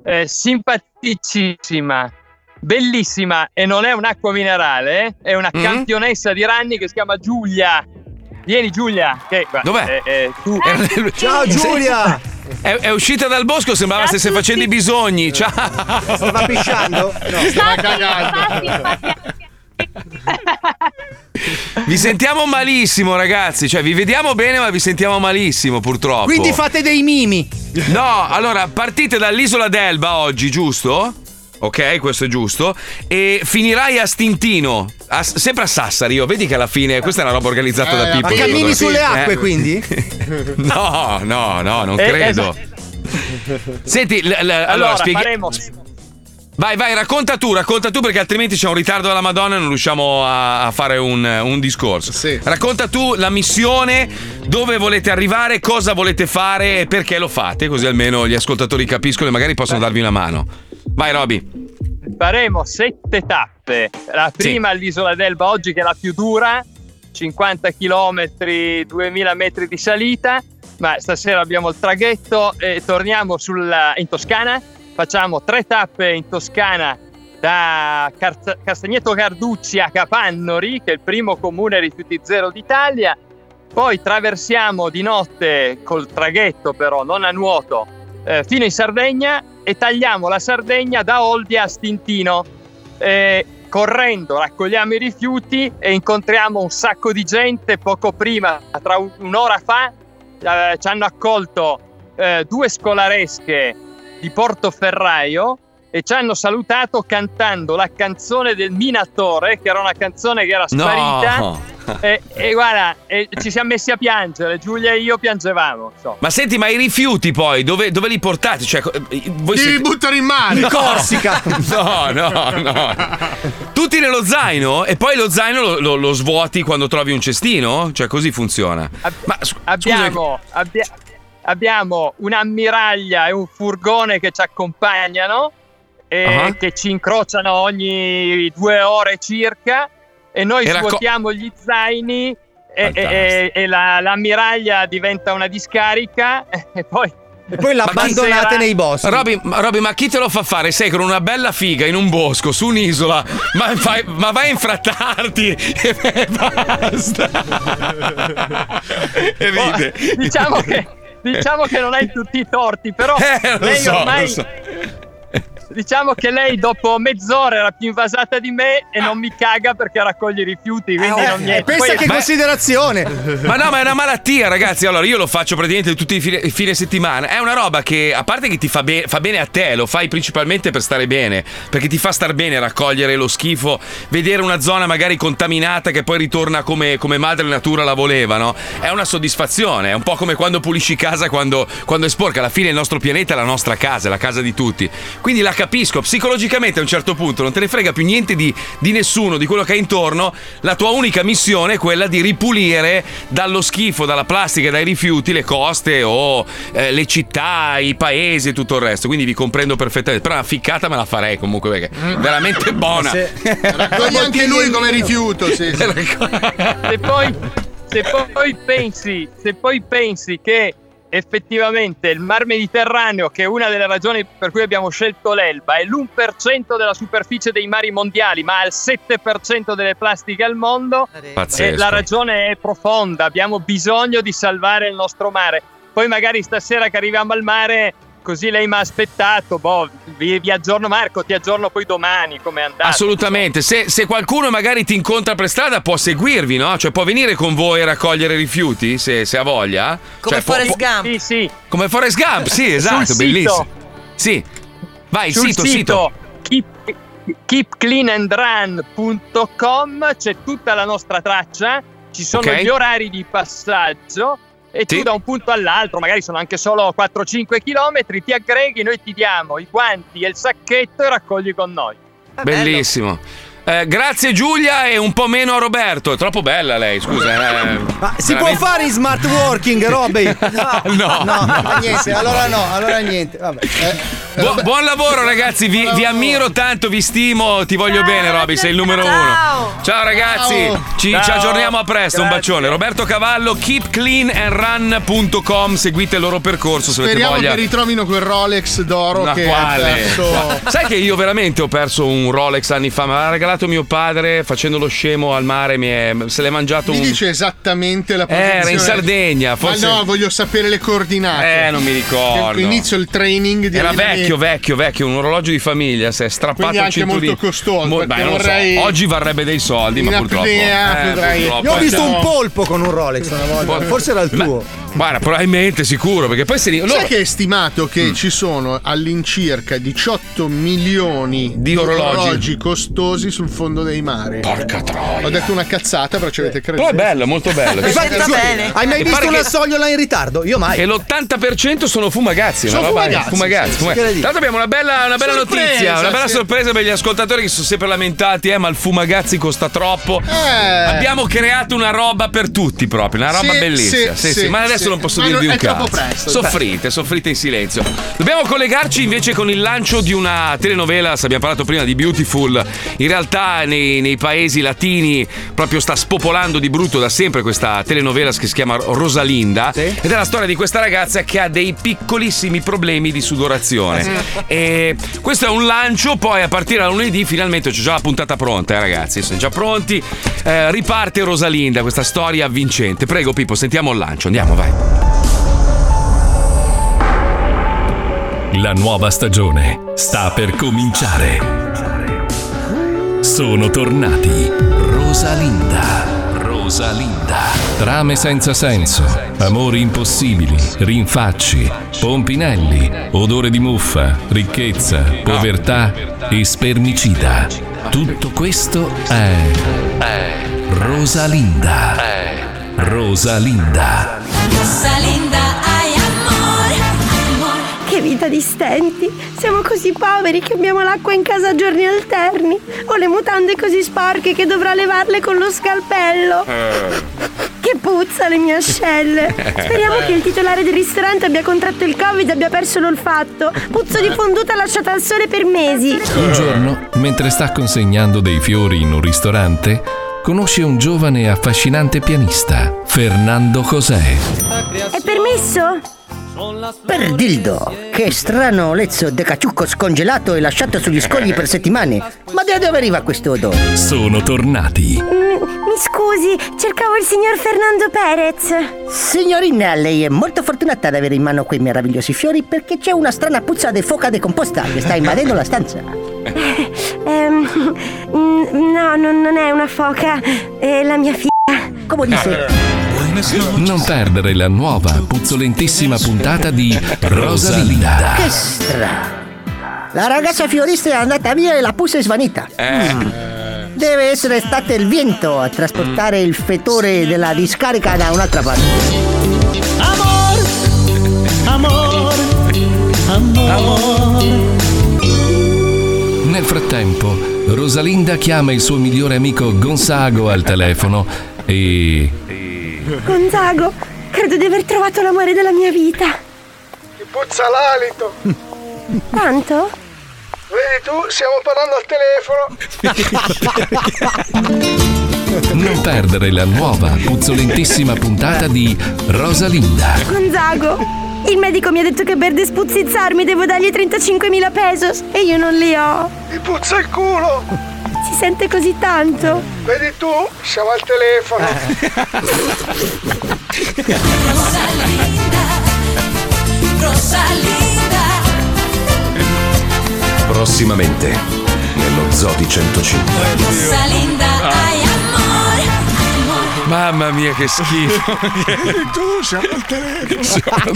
S: eh, simpaticissima, bellissima, e non è un'acqua minerale, eh? È una
A: Mm?
S: campionessa di ranni che si chiama Giulia. Vieni Giulia. Che,
A: Dov'è?
S: Eh, eh, tu.
A: Ciao Giulia! È, è uscita dal bosco, sembrava stesse facendo i bisogni. Ciao!
F: Stava pisciando? No,
C: stava cagando.
A: Vi sentiamo malissimo, ragazzi. Cioè, vi vediamo bene, ma vi sentiamo malissimo, purtroppo.
F: Quindi fate dei mimi.
A: No, allora, partite dall'isola d'Elba oggi, giusto? Ok, questo è giusto. E finirai a Stintino, a- sempre a Sassari. Io vedi che alla fine questa è una roba organizzata da
F: Eh,
A: Pippo.
F: ma cammini sulle acque,
A: Eh.
F: quindi?
A: No, no, no, non
S: Eh,
A: credo.
S: esatto.
A: Senti, l- l- allora,
S: Allora,
A: spieghi-
S: faremo.
A: Vai, vai, racconta tu, racconta tu, perché altrimenti c'è un ritardo della Madonna e non riusciamo a, a fare un, un discorso. Racconta tu la missione, dove volete arrivare, cosa volete fare e perché lo fate, così almeno gli ascoltatori capiscono e magari possono darvi una mano. Vai, Roby.
S: Faremo sette tappe. La prima all'isola d'Elba oggi, che è la più dura, cinquanta chilometri, duemila metri di salita, ma stasera abbiamo il traghetto e torniamo sulla, in Toscana. Facciamo tre tappe in Toscana, da Car- Castagneto Carducci a Capannori, che è il primo comune rifiuti zero d'Italia. Poi traversiamo di notte col traghetto, però non a nuoto, eh, fino in Sardegna, e tagliamo la Sardegna da Olbia a Stintino. Eh, correndo raccogliamo i rifiuti e incontriamo un sacco di gente. Poco prima, tra un- un'ora fa, eh, ci hanno accolto eh, due scolaresche di Portoferraio e ci hanno salutato cantando la canzone del Minatore, che era una canzone che era sparita.
A: No.
S: E, e guarda, e ci siamo messi a piangere, Giulia e io piangevamo, insomma.
A: Ma senti, ma i rifiuti poi dove, dove li portate? Cioè, eh, voi
C: Li
A: siete-
C: buttano in mare.
A: No.
C: Corsica.
A: No, no, no. Tutti nello zaino e poi lo zaino lo, lo- lo svuoti quando trovi un cestino? Cioè, così funziona. Ma sc-
S: Abbiamo, abbia- abbiamo un'ammiraglia e un furgone che ci accompagnano e
A: Ah.
S: che ci incrociano ogni due ore circa, e noi
A: E racco-
S: svuotiamo gli zaini e, e- e la- l'ammiraglia diventa una discarica e poi
F: E poi l'abbandonate nei boschi.
A: Roby, ma, Roby, ma chi te lo fa fare? Sei con una bella figa in un bosco, su un'isola, ma, fai- ma vai a infrattarti e basta. E ride.
S: diciamo che diciamo che non hai tutti i torti, però
A: Eh, lo
S: lei
A: so,
S: ormai
A: lo so.
S: diciamo che lei dopo mezz'ora era più invasata di me e non mi caga perché raccoglie i rifiuti, quindi non niente.
F: pensa
S: Poi-
F: che
S: Ma-
F: considerazione.
A: Ma no, ma è una malattia, ragazzi. Allora, io lo faccio praticamente tutti i fine, i fine settimana. È una roba che, a parte che ti fa, be- fa bene a te, lo fai principalmente per stare bene. Perché ti fa star bene raccogliere lo schifo, vedere una zona magari contaminata che poi ritorna come, come madre natura la voleva, no? È una soddisfazione. È un po' come quando pulisci casa quando, quando è sporca. Alla fine il nostro pianeta è la nostra casa, è la casa di tutti. Quindi la capisco. Psicologicamente a un certo punto non te ne frega più niente di, di nessuno, di quello che hai intorno. La tua unica missione è quella di ripulire dallo schifo, dalla plastica e dai rifiuti le coste o eh, le città, i paesi e tutto il resto. Quindi vi comprendo perfettamente. Però una ficcata me la farei comunque perché è veramente buona.
C: Raccogli anche lui come rifiuto. Sì, sì.
S: se poi, se poi pensi, se poi pensi che effettivamente il Mar Mediterraneo, che è una delle ragioni per cui abbiamo scelto l'Elba, è l'uno per cento della superficie dei mari mondiali, ma ha il sette per cento delle plastiche al mondo,
A: Pazzesco.
S: e la ragione è profonda. Abbiamo bisogno di salvare il nostro mare. Poi magari stasera che arriviamo al mare, così lei mi ha aspettato, boh, vi, vi aggiorno, Marco, ti aggiorno poi domani come è andato.
A: Assolutamente, se, se qualcuno magari ti incontra per strada può seguirvi, no? Cioè può venire con voi a raccogliere rifiuti se, se ha voglia.
E: Come
A: Cioè, può-
E: Forrest
A: può-
E: Gump.
S: Sì, sì.
A: Come Forrest Gump, sì, esatto,
S: Sul
A: bellissimo.
S: sito.
A: Sì, vai, il
S: Sul
A: sito,
S: sito,
A: sito.
S: keep, keep clean and run punto com c'è tutta la nostra traccia, ci sono
A: Ok.
S: gli orari di passaggio e tu
A: Sì.
S: da un punto all'altro, magari sono anche solo quattro cinque chilometri, ti aggreghi, noi ti diamo i guanti e il sacchetto e raccogli con noi.
A: Bellissimo. Eh, grazie Giulia e un po' meno a Roberto. È troppo bella lei, scusa. eh,
F: Ma si può
A: veramente-
F: fare in smart working, Roby?
A: No,
F: no,
A: no.
F: niente, allora no, allora niente. Vabbè. Eh.
A: Bu- buon lavoro ragazzi, vi, vi ammiro tanto, vi stimo, ti voglio bene Roby, sei il numero
E: Ciao.
A: uno. Ciao ragazzi,
C: Ciao.
A: Ci,
S: Ciao.
A: ci aggiorniamo a presto, un
S: Grazie.
A: bacione. Roberto Cavallo, keep clean and run punto com, seguite il loro percorso se avete
C: Speriamo
A: voglia.
C: che ritrovino quel Rolex d'oro
A: Ma
C: che
A: quale?
C: ha perso.
A: Sai che io veramente ho perso un Rolex anni fa, me l'ha regalato mio padre facendo lo scemo al mare, mi è, se l'è mangiato
C: Mi
A: un...
C: dice esattamente la posizione.
A: Era in Sardegna, forse...
C: Ma no, voglio sapere le coordinate.
A: Eh, non mi ricordo.
C: Inizio il training di
A: Era
C: allenamento.
A: vecchio, vecchio, vecchio, un orologio di famiglia, si è strappato
C: Quindi
A: il
C: anche
A: cinturino.
C: molto costoso,
A: Mo-
C: perché
A: beh, non lo so.
C: vorrei-
A: Oggi varrebbe dei soldi,
C: In
A: ma purtroppo.
C: apnea,
A: eh,
C: potrai-
A: purtroppo.
F: Io ho visto
C: Siamo-
F: un polpo con un Rolex una volta. Forse era il
A: Ma-
F: tuo.
A: Guarda, probabilmente sicuro, perché poi se li... loro-
C: Sai che è stimato che ci sono all'incirca diciotto milioni
A: Di orologi.
C: costosi sul fondo dei mari.
A: Porca troia.
C: Ho detto una cazzata, però ci avete creduto.
A: Però è bello, molto bello.
F: Infatti,
E: Senta
F: scusa,
E: bene.
F: hai mai
A: E
F: visto
A: pare
F: una
A: che-
F: sogliola in ritardo? Io mai.
A: E l'ottanta per cento sono fumagazzi, una
C: Sono
A: roba
C: fumagazzi,
A: fumagazzi,
C: sì,
A: fumagazzi.
F: sì, che
A: Tra l'altro abbiamo una bella, una bella
C: Sorpresa,
A: notizia, una bella
C: sì.
A: sorpresa per gli ascoltatori che si sono sempre lamentati, eh, ma il fumagazzi costa troppo.
C: Eh.
A: Abbiamo creato una roba per tutti proprio, una roba
C: Sì,
A: bellissima.
C: sì,
A: Sì, sì,
C: sì,
A: ma adesso
C: sì.
A: non posso
C: Ma
A: dirvi
C: non-
A: un
C: è troppo
A: cazzo.
C: presto,
A: Soffrite, soffrite in silenzio. Dobbiamo collegarci invece con il lancio di una telenovela, se abbiamo parlato prima di Beautiful. In realtà nei, nei paesi latini proprio sta spopolando di brutto da sempre questa telenovela che si chiama Rosalinda.
F: Sì.
A: Ed è la storia di questa ragazza che ha dei piccolissimi problemi di sudorazione. E questo è un lancio, poi a partire da lunedì finalmente c'è già la puntata pronta, eh, ragazzi. Siamo già pronti. Eh, riparte Rosalinda, questa storia avvincente. Prego Pippo, sentiamo il lancio. Andiamo, vai.
D: La nuova stagione sta per cominciare. Sono tornati Rosalinda. Rosalinda. Trame senza senso, amori impossibili, rinfacci, pompinelli, odore di muffa, ricchezza, povertà e spermicida. Tutto questo è Rosalinda. Rosalinda.
Q: Rosalinda, ai amore, amore.
T: Che vita di stenti! Siamo così poveri che abbiamo l'acqua in casa a giorni alterni. Ho le mutande così sporche che dovrò levarle con lo scalpello. Che puzza le mie ascelle! Speriamo che il titolare del ristorante abbia contratto il Covid e abbia perso l'olfatto. Puzzo di fonduta lasciata al sole per mesi.
D: Un giorno, mentre sta consegnando dei fiori in un ristorante, conosce un giovane e affascinante pianista, Fernando José.
T: È permesso?
U: Per dildo, che strano lezzo de caciucco scongelato e lasciato sugli scogli per settimane. Ma da dove arriva questo odore?
D: Sono tornati.
T: Mm, mi scusi, cercavo il signor Fernando Perez.
U: Signorina, lei è molto fortunata ad avere in mano quei meravigliosi fiori perché c'è una strana puzza di foca decomposta che sta invadendo la stanza.
T: Ehm, mm, no, non, non è una foca, è la mia figlia.
U: Come dice?
D: Non perdere la nuova, puzzolentissima puntata di Rosalinda.
U: Che strano. La ragazza fiorista è andata via e la puzza è svanita. Mm. Deve essere stato il vento a trasportare il fetore della discarica da un'altra parte.
H: Amor, amor, amor.
D: Nel frattempo, Rosalinda chiama il suo migliore amico Gonzago al telefono e...
T: Gonzago, credo di aver trovato l'amore della mia vita.
V: Mi puzza l'alito.
T: Tanto?
V: Vedi tu, stiamo parlando al telefono.
D: Non perdere la nuova, puzzolentissima puntata di Rosalinda.
T: Gonzago, il medico mi ha detto che per despuzzizzarmi devo dargli trentacinquemila pesos e io non li ho.
V: Mi puzza il culo.
T: Si sente così tanto.
V: Vedi tu, siamo al telefono.
H: Rosalinda, Rosalinda.
W: Prossimamente nello Zodi centocinque.
H: Rosalinda, ai amore, amore.
A: Mamma mia, che schifo.
V: Vedi tu, siamo al telefono.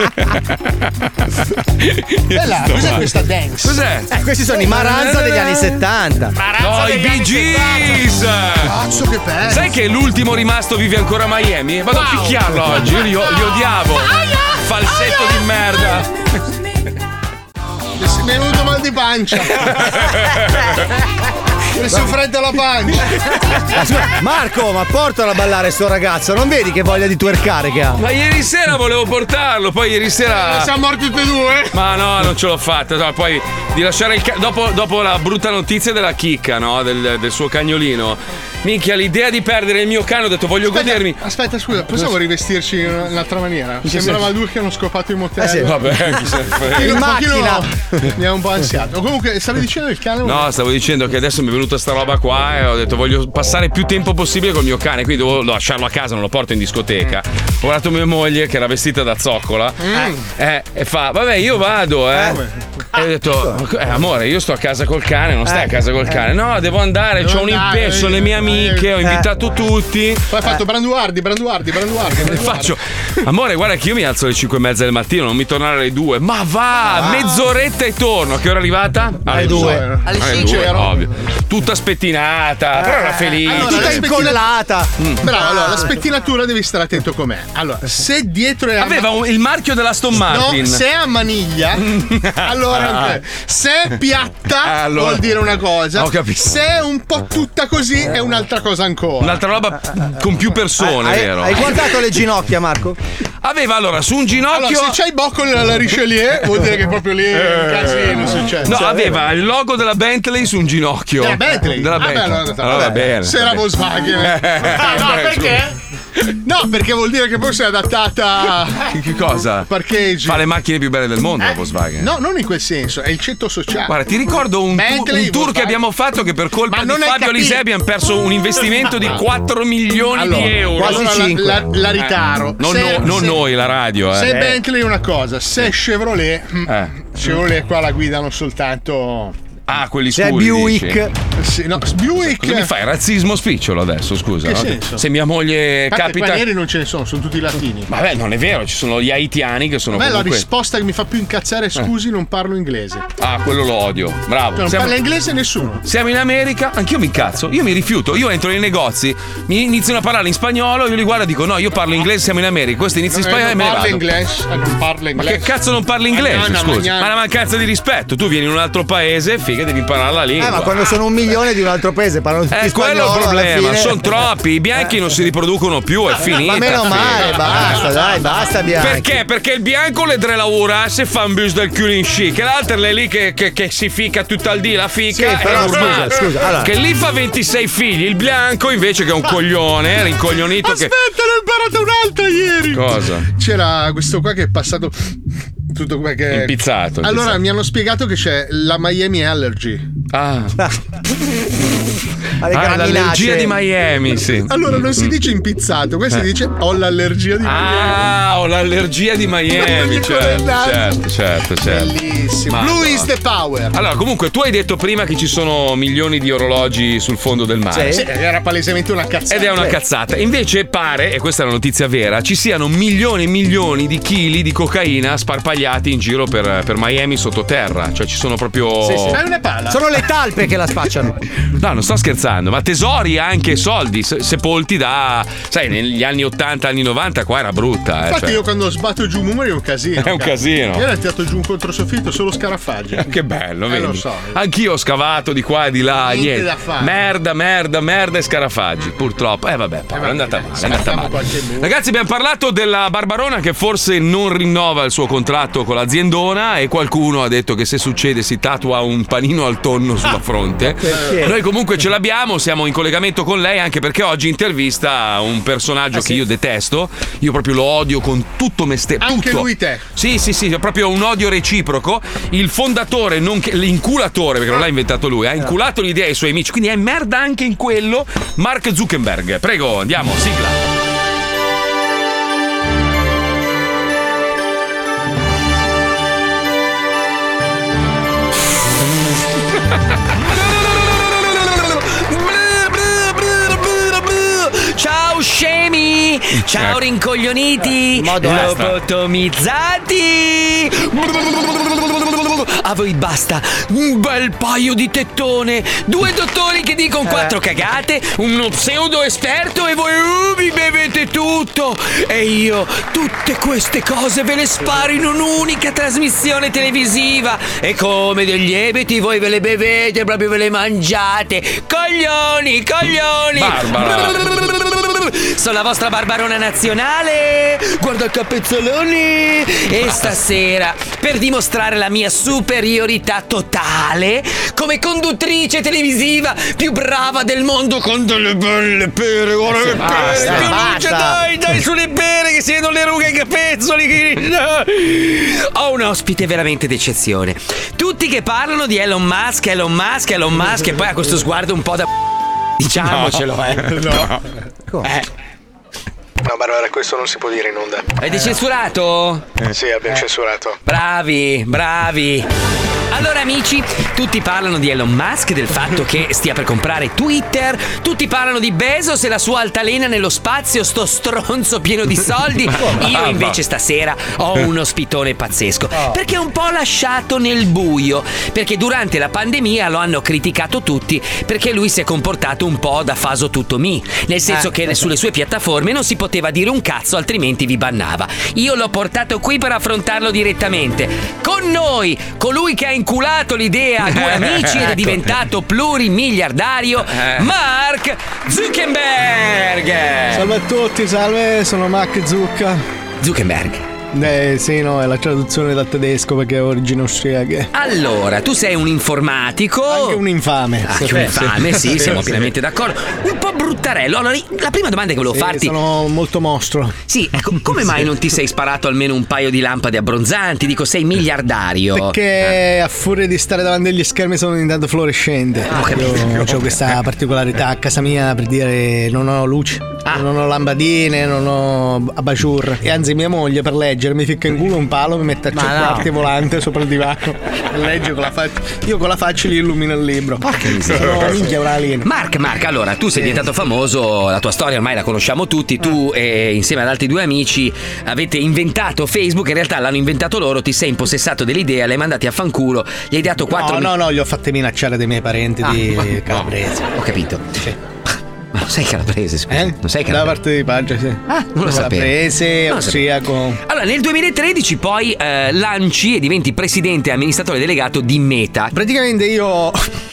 C: Bella, cos'è questa dance?
A: Cos'è?
F: Eh, questi sono i Maranza degli anni settanta.
A: No, i Bee Gees!
C: Cazzo, che bello!
A: Sai che l'ultimo rimasto vive ancora a Miami? Vado a picchiarlo oggi, io li, li odiavo. Falsetto di merda.
C: Mi è venuto mal di pancia. Mi sono freddo la pancia.
F: Marco, ma portalo a ballare sto ragazzo, non vedi che voglia di twerkare che ha?
A: Ma ieri sera volevo portarlo, poi ieri sera.
C: Eh, siamo morti tutti e due?
A: Ma no, non ce l'ho fatta. No, poi di lasciare il ca- dopo, dopo la brutta notizia della chicca, no? Del, del suo cagnolino. Minchia, l'idea di perdere il mio cane, ho detto voglio
C: aspetta,
A: godermi.
C: Aspetta, scusa, possiamo rivestirci in un'altra maniera?
A: In che
C: Sembrava
A: senso?
C: due che hanno scopato in motel.
A: Eh sì, vabbè, chi se ne frega.
C: In
A: In
C: macchina.
A: macchina.
C: Mi ha un po' ansiato. Comunque, stavi dicendo il cane?
A: No, stavo dicendo che adesso mi è venuta sta roba qua e ho detto voglio passare più tempo possibile col mio cane, quindi devo lasciarlo a casa, non lo porto in discoteca. Ho guardato mia moglie che era vestita da zoccola
C: Mm.
A: eh, e fa, vabbè io vado, eh. E ho detto, eh, amore, io sto a casa col cane, non stai a casa col cane. No, devo andare,
C: Devo
A: ho un
C: andare,
A: impegno, sono le mie amiche, ho
C: eh.
A: invitato tutti.
C: Poi hai fatto Branduardi, Branduardi, Branduardi.
A: E faccio, amore, guarda che io mi alzo alle cinque e mezza del mattino, non mi tornare alle due. Ma va,
C: Ah.
A: mezz'oretta e torno. A che ora è arrivata?
C: Alle due.
A: Alle
C: Alle
A: due,
C: cinque.
A: ovvio. Tutta spettinata, però era felice.
C: Allora,
F: Tutta
C: la spettina-
F: incollata.
A: Mm.
C: Bravo, allora la spettinatura devi stare attento com'è. Allora, se dietro è a
A: Aveva un- il marchio dell'Aston
C: No,
A: Martin.
C: se è a maniglia, allora
A: Ah.
C: ok. Se è piatta
A: Allora.
C: vuol dire una cosa.
A: Ho capito.
C: Se è un po' tutta così è un'altra cosa ancora.
A: Un'altra roba con più persone,
F: hai,
A: vero?
F: hai guardato le ginocchia, Marco?
A: Aveva allora su un ginocchio.
C: Allora, se c'hai boccoli alla Richelieu, vuol dire che proprio lì è un casino succede.
A: No, aveva il logo della Bentley su un ginocchio.
C: Della Bentley?
A: Della
C: Ah, beh,
A: Bentley.
C: allora,
A: Allora, va bene.
C: Se era Volkswagen.
A: Ah,
C: no,
A: beh,
C: perché? No, perché vuol dire che poi si è adattata.
A: Che, che cosa?
C: Parcheggi.
A: Fa le macchine più belle del mondo la Volkswagen.
C: No, non in quel senso, è il ceto sociale.
A: Guarda, ti ricordo un, tu-
C: Bentley,
A: un tour che
C: Volkswagen.
A: abbiamo fatto che per colpa
C: Ma
A: di
C: non hai
A: Fabio
C: capito.
A: Lisei abbiamo perso un investimento di quattro milioni
C: Allora,
A: di euro.
C: allora la, la, la ritaro.
A: Eh, non
C: Se-
A: no- non
C: se-
A: noi, la radio. Eh.
C: Se Bentley è una cosa, se Chevrolet, mm,
A: Eh.
C: Chevrolet qua la guidano soltanto.
A: Ah, quelli
C: Se è
A: scuri.
C: Buick.
A: dici?
C: Sì, no, Buick.
A: Cosa mi fai? Razzismo spicciolo adesso, scusa.
C: Che
A: no?
C: senso?
A: Se mia moglie
C: Infatti,
A: capita.
C: qua neri non ce ne sono, sono tutti latini.
A: Vabbè, non è vero, ci sono gli haitiani che sono
C: A me la
A: comunque.
C: risposta che mi fa più incazzare è scusi, non parlo inglese.
A: Ah, quello lo odio. Bravo.
C: Non
A: Siamo-
C: parla inglese nessuno.
A: Siamo in America, anch'io mi incazzo, io mi rifiuto, io entro nei negozi, mi iniziano a parlare in spagnolo, io li guardo e dico no, io parlo inglese, siamo in America, questo inizia in
C: Eh,
A: spagnolo e
C: non
A: me ne
C: parla
A: vado.
C: inglese, eh, non parla
A: Ma
C: inglese.
A: che cazzo non parli inglese,
C: Magnana,
A: scusa?
C: magnana.
A: Ma è una mancanza di rispetto, tu vieni in un altro paese, figa, devi imparare la lingua.
F: Eh, ma quando sono un milione di un altro paese parlano tutti
A: Eh, quello è il
F: spagnolo, alla
A: problema,
F: fine-
A: sono troppi, i bianchi non si riproducono più, è finita.
F: Ma meno
A: figa.
F: male, basta, dai, basta bianchi.
A: Perché? Perché il bianco le tre lavora se fa un bus del culo in sci, che l'altra è lì che, che- che si fica tutta il dì, la fica.
F: Sì, però
A: è normale.
F: scusa, scusa, allora.
A: Che lì fa ventisei figli, il bianco invece che è un coglione, rincoglionito che.
C: Aspetta, ne ho imparato un'altra ieri.
A: Cosa?
C: C'era questo qua che è passato tutto come che.
A: Impizzato,
C: Allora
A: impizzato.
C: mi hanno spiegato che c'è la Miami Allergy.
A: Ah.
F: Alle
A: Ah,
F: gramminacee.
A: l'allergia di Miami, sì.
C: Allora non si dice impizzato, qua si
A: Eh.
C: dice ho l'allergia di Miami.
A: Ah, ho l'allergia di Miami, certo, certo, certo, certo.
C: Bellissimo.
A: Madonna.
C: Blue is the power.
A: Allora, comunque, tu hai detto prima che ci sono milioni di orologi sul fondo del mare.
C: Sì, era palesemente una cazzata.
A: Ed è una cazzata. Invece pare, e questa è una notizia vera, ci siano milioni e milioni di chili di cocaina sparpagliati in giro per, per Miami sottoterra. Cioè ci sono proprio.
F: Sì, sì.
C: Fai una palla.
F: Sono le talpe che la spacciano.
A: No, non sto scherzando, ma tesori anche soldi se- sepolti da. Sai, negli anni ottanta, anni novanta qua era brutta. Eh,
C: Infatti
A: cioè.
C: io quando sbatto giù numeri è un casino.
A: È un
C: cazzo.
A: casino.
C: Io ho tirato giù un controsoffitto solo scarafaggi.
A: Che bello,
C: Eh,
A: vedi?
C: lo so.
A: Anch'io ho scavato di qua e di là,
C: Niente
A: niente.
C: da fare.
A: Merda, merda, merda e scarafaggi, purtroppo. Eh vabbè, Paolo, è andata male, è andata
C: Scartiamo
A: male.
C: qualche muro.
A: Ragazzi, abbiamo parlato della Barbarona che forse non rinnova il suo contratto con l'aziendona e qualcuno ha detto che se succede si tatua un panino al tonno sulla fronte.
F: Perché?
A: Noi comunque ce l'abbiamo, siamo in collegamento con lei anche perché oggi intervista un personaggio che io detesto, io proprio lo odio con tutto me stesso.
C: Anche
A: tutto.
C: lui te.
A: Sì, sì, sì, è proprio un odio reciproco. Il fondatore, nonché l'inculatore, perché non l'ha inventato lui, ha inculato l'idea ai suoi amici, quindi è merda anche in quello. Mark Zuckerberg. Prego, andiamo, sigla.
B: Ciao scemi! Ciao
A: Ecco.
B: rincoglioniti,
F: Modo
B: lobotomizzati. A voi basta un bel paio di tettone, due dottori che dicono quattro cagate, uno pseudo esperto e voi uh, vi bevete tutto. E io tutte queste cose ve le sparo in un'unica trasmissione televisiva e come degli ebeti voi ve le bevete, proprio ve le mangiate. Coglioni, coglioni.
A: Barbara.
B: Sono la vostra barbarona nazionale. Guarda il capezzoloni. E stasera, per dimostrare la mia superiorità totale come conduttrice televisiva più brava del mondo, con delle belle pere, guarda che
F: basta,
B: pere, più luce,
F: basta.
B: dai, dai sulle pere che si vedono le rughe ai capezzoli. Ho un ospite veramente d'eccezione. Tutti che parlano di Elon Musk, Elon Musk, Elon Musk, e poi ha questo sguardo un po' da diciamocelo, eh.
C: No.
B: Eh.
C: No, Barbara, questo non si può dire in onda.
B: Avete censurato?
C: Eh, sì, abbiamo censurato.
B: Bravi, bravi. Allora amici, tutti parlano di Elon Musk, del fatto che stia per comprare Twitter, tutti parlano di Bezos e la sua altalena nello spazio, sto stronzo pieno di soldi. Io invece stasera ho un ospitone pazzesco, perché è un po' lasciato nel buio, perché durante la pandemia lo hanno criticato tutti perché lui si è comportato un po' da faso tutto mi, nel senso che sulle sue piattaforme non si poteva dire un cazzo, altrimenti vi bannava. Io l'ho portato qui per affrontarlo direttamente. Con noi, colui che ha inculato l'idea a due amici ed è diventato plurimiliardario, Mark Zuckerberg.
G: Salve a tutti, salve, sono Mark Zucca.
B: Zuckerberg.
G: Eh sì, no, è la traduzione dal tedesco perché è origini austriache.
B: Allora, tu sei un informatico.
G: Anche un infame.
B: Anche un infame, sì, siamo pienamente d'accordo. Un po' bruttarello. Allora, la prima domanda che volevo
G: Sì,
B: farti.
G: sono molto mostro.
B: Sì, ecco, come mai non ti sei sparato almeno un paio di lampade abbronzanti? Dico, sei miliardario.
G: Perché a furia di stare davanti agli schermi sono diventato fluorescente.
B: Ah, ho capito.
G: Io ho questa particolarità a casa mia, per dire, non ho luce,
B: Ah.
G: non ho lampadine, non ho abajur. E anzi mia moglie per leggere mi ficca in culo un palo, mi mette a
F: Ma
G: cioccolarti
F: no.
G: volante sopra il divano e legge con la faccia. Io con la faccia gli illumino il libro.
B: Porca miseria.
G: Sono minchia un alieno.
B: Mark, Mark, allora tu sei diventato famoso, la tua storia ormai la conosciamo tutti. Tu e insieme ad altri due amici avete inventato Facebook. In realtà l'hanno inventato loro, ti sei impossessato dell'idea, l'hai mandati a fanculo, gli hai dato quattro.
G: No, no, no, gli ho fatte minacciare dei miei parenti
B: Ah,
G: di
B: ma-
G: Calabrese.
B: Ho capito.
G: Sì.
B: Ma non sei calabrese, scusa.
G: Eh?
B: Non sei
G: Da
B: calabrese.
G: parte di padre, sì.
B: Ah, non lo sapevo.
G: Calabrese,
B: Non lo
G: austriaco.
B: Allora, nel duemilatredici poi eh, lanci e diventi presidente e amministratore delegato di Meta.
G: Praticamente io.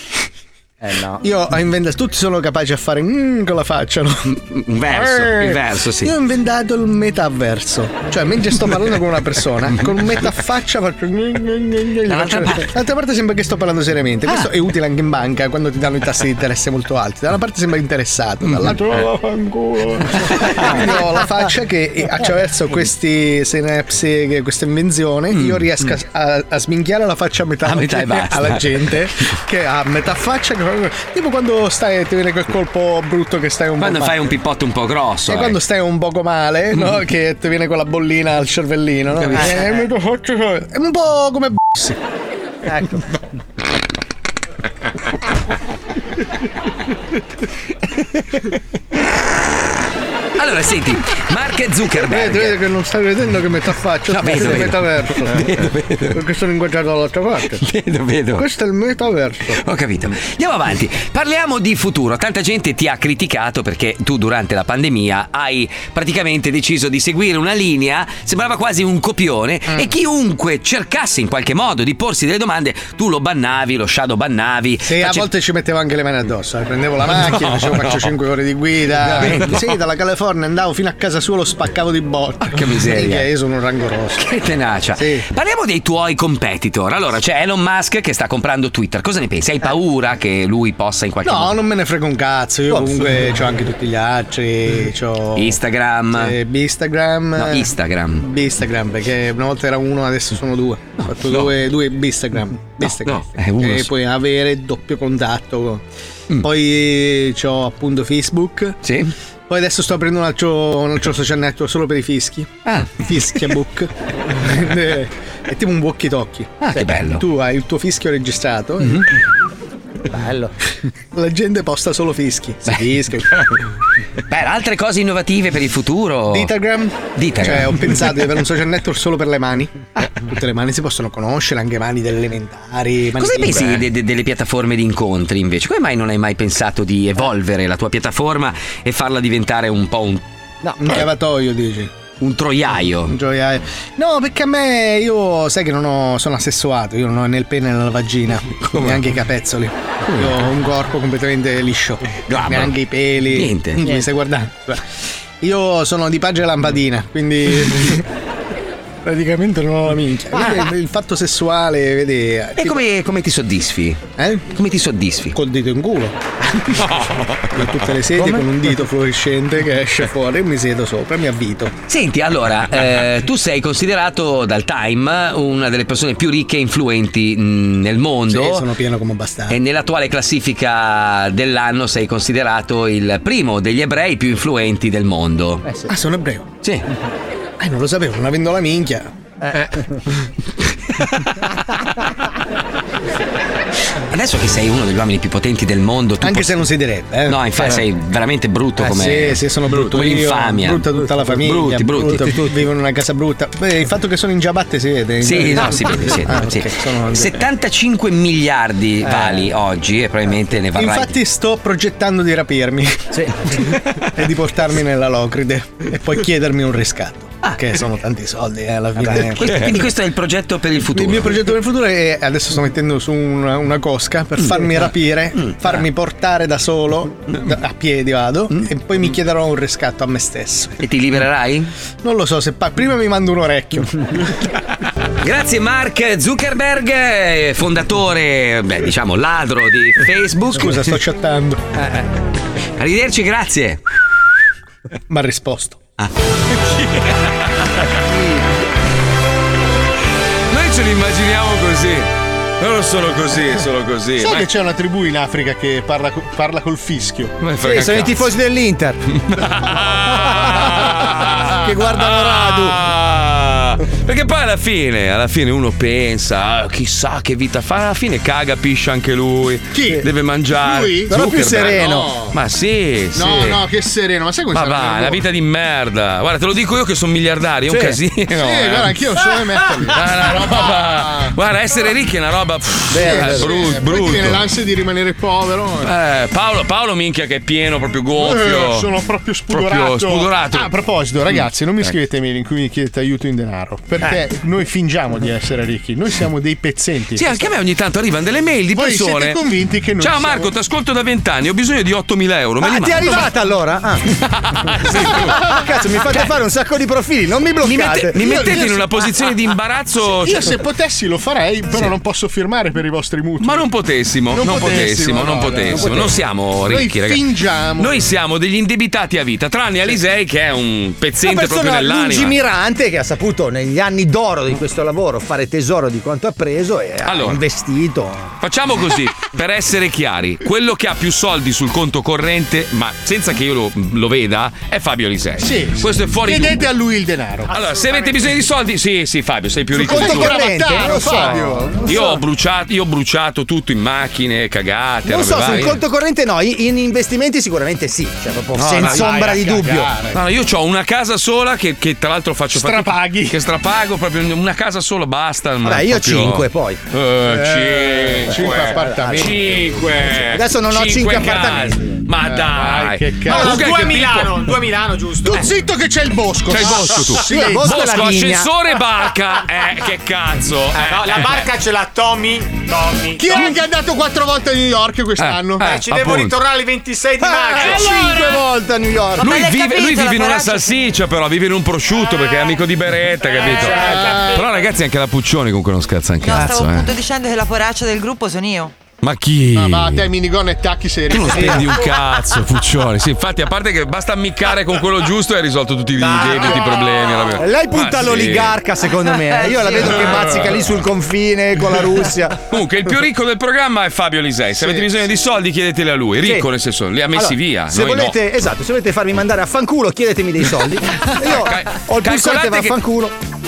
F: Eh no.
G: Io ho inventato, tutti sono capaci a fare mm, con la faccia, no?
B: Un verso,
G: Eh.
B: il verso, sì.
G: Io ho inventato il metaverso. Cioè, mentre sto parlando con una persona, con un metafaccia faccio.
B: Dall'altra parte.
G: Dall'altra parte sembra che sto parlando seriamente. Questo
B: Ah.
G: è utile anche in banca quando ti danno i tassi di interesse molto alti. Da una parte sembra interessato, dall'altra oh, fanculo. Quindi ho la faccia che attraverso questi sinapsi, che- questa invenzione, io riesco a, a, a sminchiare la faccia a metà,
B: A metà e basta.
G: alla gente che ha metà faccia che- tipo quando stai ti viene quel colpo brutto che stai un
B: Quando
G: po'
B: fai
G: male.
B: un pippotto un po' grosso.
G: E
B: eh.
G: quando stai un poco male, no? Che ti viene quella bollina al cervellino, no?
B: Capito.
G: Eh, metà faccia- È un po' come Bossi.
F: Ecco.
B: Allora, senti, Mark Zuckerberg.
G: Vedi, vedi che non stai vedendo che metà faccia,
B: No,
G: questo
B: vedo,
G: è il
B: vedo.
G: metaverso.
B: Vedo, vedo.
G: Perché sono inquadrato dall'altra parte.
B: Vedo, vedo.
G: Questo è il metaverso.
B: Ho capito. Andiamo avanti. Parliamo di futuro. Tanta gente ti ha criticato perché tu durante la pandemia hai praticamente deciso di seguire una linea, sembrava quasi un copione,
G: Mm.
B: e chiunque cercasse in qualche modo di porsi delle domande, tu lo bannavi, lo shadow bannavi.
G: Sì, a
B: Face-
G: volte ci mettevo anche le mani addosso. eh. Prendevo la macchina,
B: No,
G: facevo
B: no.
G: faccio cinque ore di guida.
B: Veramente?
G: Sì, dalla California andavo fino a casa sua, lo spaccavo di botte.
B: Che miseria.
G: Minchia, io sono un rangoroso.
B: Che tenacia.
G: Sì.
B: Parliamo dei tuoi competitor. Allora, c'è Elon Musk che sta comprando Twitter. Cosa ne pensi? Hai paura che lui possa in qualche
G: No,
B: modo?
G: non me ne frega un cazzo. Io comunque ho anche tutti gli altri. C'ho
B: Instagram.
G: eh, Instagram.
B: No, Instagram.
G: Instagram, perché una volta era uno, adesso sono due. Ho fatto
B: no.
G: due, due Instagram. Instagram.
B: no, è uno
G: E
B: solo.
G: puoi avere doppio contatto.
B: Mm.
G: Poi c'ho appunto Facebook.
B: Sì.
G: Poi adesso sto aprendo un altro, un altro social network solo per i fischi.
B: Ah.
G: Fischiabook. È tipo un walkie talkie.
B: Ah, che bello.
G: Tu hai il tuo fischio registrato.
B: Mhm.
F: Bello.
G: La gente posta solo fischi. Sì, fischi.
B: Beh, altre cose innovative per il futuro.
G: Ditagram.
B: Ditagram.
G: Cioè, ho pensato di avere un social network solo per le mani. Tutte le mani si possono conoscere, anche mani delle elementari. Mani
B: Cosa
G: di-
B: pensi de- de- delle piattaforme di incontri invece? Come mai non hai mai pensato di evolvere la tua piattaforma e farla diventare un po' un,
G: No, un cavatoio, dici.
B: un troiaio?
G: Un gioiaio. No, perché a me, io sai che non ho, sono assessuato, io non ho né il pene né la vagina, neanche i capezzoli. Io ho un corpo completamente liscio, neanche i peli.
B: Niente.
G: Mi stai guardando? Io sono di pagina lampadina, quindi praticamente non ho la minchia. Vedi, il fatto sessuale, vedi.
B: E come, come ti soddisfi?
G: Eh?
B: Come ti soddisfi?
G: Col dito in culo. Con tutte le sedie,
B: Come?
G: con un dito fluorescente che esce fuori, mi siedo sopra e mi avvito.
B: Senti, allora, eh, tu sei considerato dal Time una delle persone più ricche e influenti mh, nel mondo.
G: Sì, sono pieno come bastardo.
B: E nell'attuale classifica dell'anno sei considerato il primo degli ebrei più influenti del mondo.
G: Ah, sono ebreo?
B: Sì.
G: Eh, non lo sapevo, non avendo la minchia.
B: Eh. Adesso che sei uno degli uomini più potenti del mondo, tu
G: Anche
B: poss-
G: se non si direbbe, eh.
B: No, infatti
G: Eh.
B: sei veramente brutto
G: Eh,
B: come.
G: sì, sì, sono brutto.
B: come
G: io,
B: l'infamia.
G: Brutta tutta la famiglia.
B: Brutti, brutti.
G: brutta, vivo in una casa brutta. Beh, il fatto che sono in giabatte si vede.
B: Sì, no, si vede, si vede,
G: Ah,
B: sì.
G: ok, sono-
B: settantacinque miliardi
G: Eh.
B: vali oggi e probabilmente ne varrai.
G: Infatti sto progettando di rapirmi e di portarmi nella Locride e poi chiedermi un riscatto. Che sono tanti soldi, eh, alla fine.
B: Vabbè, questo- quindi questo è il progetto per il futuro.
G: Il mio progetto per il futuro è adesso sto mettendo su una, una cosca per farmi rapire, farmi portare da solo, da- a piedi vado, e poi mi chiederò un riscatto a me stesso.
B: E ti libererai?
G: Non lo so, se pa- prima mi mando un orecchio.
B: Grazie Mark Zuckerberg, eh, fondatore, beh, diciamo ladro di Facebook.
G: Scusa, sto chattando.
B: Eh, eh. Arrivederci, grazie.
G: Ma ha risposto.
B: Ah.
A: Noi ce li immaginiamo così. Loro sono così, sono così.
C: Sai
A: Ma-
C: che c'è una tribù in Africa che parla, co- parla col fischio?
A: Ma frega
F: Sì, sono i
A: cazzo.
F: tifosi dell'Inter. Che guardano Radu.
A: Ah, perché poi alla fine, alla fine uno pensa, ah, chissà che vita fa, alla fine caga, piscia anche lui.
C: Chi?
A: Deve mangiare.
C: Lui?
F: Però più
A: Zuckerberg.
F: sereno.
C: No.
A: Ma sì, sì.
C: No, no, che sereno, ma sai come
A: Ma
C: sarà
A: va,
C: nervoso?
A: una vita di merda. Guarda, te lo dico io che sono miliardario, è un
F: Sì.
A: casino.
C: Sì,
A: eh.
C: guarda, anch'io non so come metterli.
A: È una roba. Guarda, essere ricchi è una roba. pff,
C: Vero,
A: eh,
C: vero.
A: brut-
C: Poi ti viene
A: brutto.
C: l'ansia di rimanere povero.
A: Eh, Paolo, Paolo minchia che è pieno, proprio gonfio.
C: Eh, sono proprio spudorato.
A: Proprio spudorato.
C: Ah, a proposito, ragazzi, non mi
A: Ecco.
C: scrivete mail in cui mi chiedete aiuto in denaro. Perché noi fingiamo di essere ricchi, noi siamo dei pezzenti.
A: Sì, anche a me ogni tanto arrivano delle mail di
C: Voi
A: persone.
C: siete convinti che noi
A: Ciao
C: siamo-
A: Marco, ti ascolto da vent'anni, ho bisogno di ottomila euro. Me
F: Ma
A: li
F: ti è
A: mandi?
F: arrivata allora? Ah. Cazzo, mi fate fare un sacco di profili, non mi
A: Mi,
F: bloccate.
A: mette- mi
C: Io-
A: mettete
C: io
A: in
C: se-
A: una posizione di imbarazzo.
C: Io
A: cioè-
C: se potessi lo farei, però non posso firmare per i vostri mutui.
A: Ma non potessimo, non,
C: Non
A: potessimo,
C: potessimo,
A: non
C: no,
A: potessimo.
C: no,
A: Non siamo
C: Noi
A: ricchi, ragazzi.
C: fingiamo.
A: Noi siamo degli indebitati a vita, tranne Alisei che è un
F: Una
A: pezzente proprio
F: persona
A: nell'anima.
F: lungimirante che ha saputo negli anni d'oro di questo lavoro fare tesoro di quanto ha preso e
A: Allora.
F: ha investito.
A: Facciamo così, per essere chiari, quello che ha più soldi sul conto corrente, ma senza che io lo, lo veda, è Fabio Alisei.
C: Sì,
A: Questo è fuori
C: chiedete
A: dubbio.
C: a lui il denaro.
A: Allora, se avete bisogno di soldi, sì, sì, Fabio, sei più ricco di
F: conto
A: tutti.
F: corrente, non lo so.
C: Fabio.
F: Non
A: Io
F: so.
A: ho bruciato, io ho bruciato tutto in macchine, cagate,
F: Non
A: robe
F: so, sul
A: varie.
F: conto corrente no, in in investimenti sicuramente sì, cioè proprio
A: No,
F: senza
A: no,
F: ombra
C: vai
F: di
C: a
F: dubbio.
C: cagare.
A: No, no, io ho una casa sola che, che tra l'altro faccio
C: Strapaghi.
A: Che strapago proprio una casa sola, basta. ma
F: Vabbè, io
A: proprio-
F: cinque poi.
A: Eh, cinque.
C: cinque appartamenti.
A: Cinque.
F: Adesso non ho cinque appartamenti.
A: case. Ma dai.
C: che cazzo.
P: No,
A: Comunque
P: due a
A: anche Pippo-
P: Milano, due a Milano, giusto?
C: Tu zitto che c'è il bosco.
A: C'è il bosco tu.
C: Sì,
F: il bosco e la
A: Bosco,
F: vigna.
A: ascensore e barca. Eh, che cazzo.
P: Eh, no, la barca ce l'ha Tommy. Tommy.
C: Chi è che è andato quattro volte a New York quest'anno?
A: Eh,
P: Eh, ci devo
A: appunto.
P: ritornare il ventisei di
F: Ah,
P: maggio.
F: cinque volte a New York.
A: Lui
E: l'hai
A: vive,
E: capito,
A: lui
E: la
A: vive in una
E: poraccia?
A: salsiccia, però vive in un prosciutto perché è amico di Beretta, capito? Però ragazzi, anche la Puccioni comunque non scherza un
E: No,
A: cazzo,
E: stavo
A: eh.
E: appunto dicendo che la poraccia del gruppo sono io.
A: Ma chi?
C: Ah, ma a te minigonna e tacchi sei
A: Tu non
C: ricco.
A: spendi un cazzo, Puccioni. Sì, infatti, a parte che basta ammiccare con quello giusto e hai risolto tutti i debiti, i problemi. robe-
F: Lei punta
A: Ma sì.
F: all'oligarca, secondo me. eh. Io la
E: Sì.
F: vedo che bazzica lì sul confine con la Russia.
A: Comunque, il più ricco del programma è Fabio Lisei. Se avete bisogno di soldi, chiedeteli a lui. Ricco,
F: Sì.
A: nel senso, li ha messi
F: Allora,
A: via.
F: Se
A: Noi
F: volete,
A: no.
F: esatto, se volete farmi mandare a fanculo, chiedetemi dei soldi. Io
A: Ca-
F: ho il pulsante
A: calcolate che-
F: vaffanculo.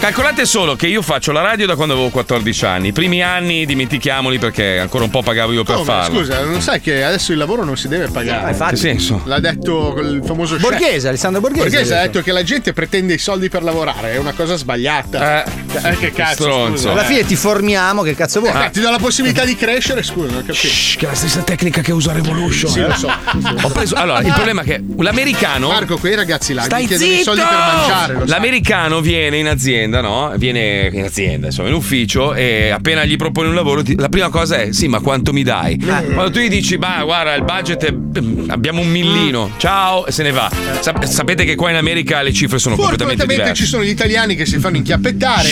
A: Calcolate solo che io faccio la radio da quando avevo quattordici anni. I primi anni dimentichiamoli perché ancora un po' pagavo io per
C: Come?
A: farlo.
C: Scusa, non sai che adesso il lavoro non si deve pagare?
A: Eh, infatti. Che senso?
C: L'ha detto il famoso
F: Borghese,
C: chef.
F: Alessandro Borghese.
C: Borghese ha detto che la gente pretende i soldi per lavorare, è una cosa sbagliata.
A: Eh,
C: eh che cazzo,
A: stronzo.
C: scusa.
F: Alla fine ti formiamo, che cazzo vuoi?
C: Eh, ti do la possibilità di crescere, scusa, non capisco.
A: Shh, che è la stessa tecnica che usa Revolution.
C: Sì, lo so.
A: Ho preso, allora, il problema è che l'americano.
C: Marco, quei ragazzi là
A: Stai
C: gli chiedono i
A: zitto!
C: soldi per mangiare. Lo sai.
A: L'americano viene in azienda, no? Viene in azienda, insomma, in ufficio e appena gli proponi un lavoro, ti- la prima cosa è: sì, ma quanto mi dai? Quando tu gli dici, bah, guarda, il budget è. Abbiamo un millino, ciao, e se ne va. Sap- sapete che qua in America le cifre sono completamente
C: Fortunatamente
A: diverse.
C: ci sono gli italiani che si fanno inchiappettare.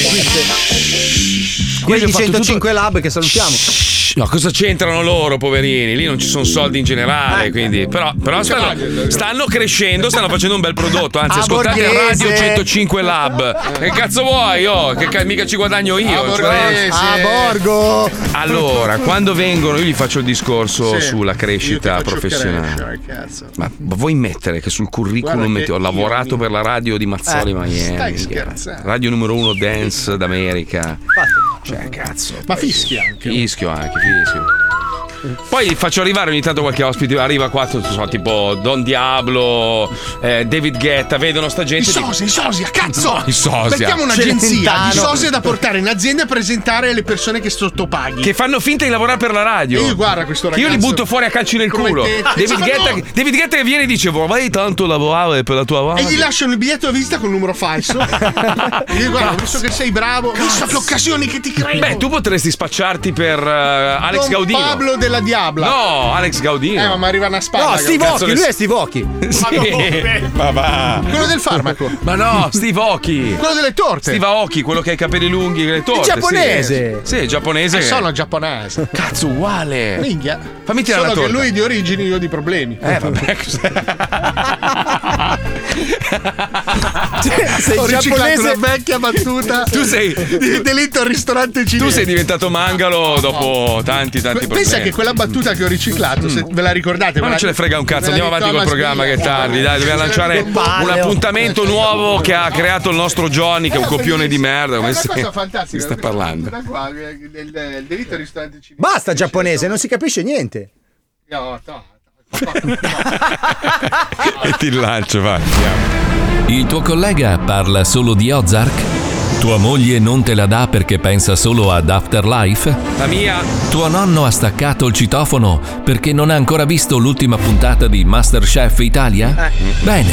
F: Quelli
A: Io
F: di
A: ho fatto
F: centocinque Lab che salutiamo.
A: No, cosa c'entrano loro, poverini? Lì non ci sono soldi in generale, quindi. Però, però stanno, stanno crescendo, stanno facendo un bel prodotto. Anzi,
F: A
A: ascoltate
F: Borghese.
A: Radio centocinque Lab. Che cazzo vuoi? Oh, che ca- mica ci guadagno io.
C: A
A: cioè-
C: Borghese.
F: A Borgo.
A: Allora, quando vengono, io gli faccio il discorso
C: Sì,
A: sulla
C: io ti
A: crescita
C: faccio
A: professionale.
C: crescere, cazzo.
A: Ma vuoi mettere che sul curriculum
C: Guarda
A: metti,
C: che
A: ho
C: io
A: lavorato
C: mi-
A: per la radio di Mazzoli
C: Eh,
A: Miami.
C: stai scherzando.
A: Radio numero uno dance d'America. Cioè, cazzo.
C: Ma fischia anche.
A: Fischio anche, fischio. Poi faccio arrivare ogni tanto qualche ospite, arriva qua, non so, tipo Don Diablo, eh, David Guetta, vedono sta
C: I
A: gente.
C: sosia, i sosia, cazzo!
A: No, i sosia.
C: Mettiamo un'agenzia
A: Celentano.
C: di sosia da portare in azienda e presentare alle persone che sottopaghi.
A: Che fanno finta di lavorare per la radio.
C: E io guarda questo
A: Che
C: ragazzo.
A: io li butto fuori a calci nel
C: come
A: culo.
C: te.
A: David
C: Esatto.
A: Guetta, David Guetta che viene e dice: vorrei tanto lavorare per la tua radio.
C: E gli lasciano il biglietto da visita col numero falso. E io guarda, visto che sei bravo, visto che occasioni che ti crei.
A: Beh, tu potresti spacciarti per eh, Alex
C: Don
A: Gaudino.
C: Pablo della Diabla.
A: No, Alex Gaudino.
C: Eh, ma mi arriva una spada.
F: No, Steve
A: cazzo
F: Occhi,
A: ne-
F: lui è Steve Occhi.
A: Sì, ma va.
C: Quello del farmaco.
A: Ma no, Steve Occhi.
C: Quello delle torte.
A: Steve Occhi, quello che ha i capelli lunghi, le torte.
F: Il giapponese.
A: Sì, sì, il giapponese.
C: Eh,
A: che-
C: sono giapponese.
A: Cazzo, uguale.
C: Minchia.
A: Fammi tirare
C: Solo
A: la
C: che
A: torta.
C: lui di origini, io di problemi.
A: Eh, vabbè, cos'è?
F: Sei
C: Ho riciclato
F: giapponese.
C: una vecchia battuta.
A: Tu sei-
C: di delitto al ristorante cinese.
A: Tu sei diventato mangalo dopo tanti, tanti problemi.
C: Pensa che quella battuta che ho riciclato, se ve la ricordate?
A: Ma non ce ne frega un cazzo,
C: me la
A: andiamo avanti col
C: Thomas
A: programma che è
C: Miglia.
A: tardi, dai, dobbiamo lanciare un appuntamento nuovo che ha creato il nostro Johnny, che è un copione di merda.
C: È
A: Come
C: una
A: si
C: cosa fantastica.
A: si sta
C: questa
A: parlando?
C: battuta qua, il, il- il delitto al ristorante cinese.
F: Basta giapponese, non si capisce niente.
C: No, no.
A: E ti lancio, vai.
D: Il tuo collega parla solo di Ozark? Tua moglie non te la dà perché pensa solo ad Afterlife?
A: La mia.
D: Tuo nonno ha staccato il citofono perché non ha ancora visto l'ultima puntata di MasterChef Italia? Bene.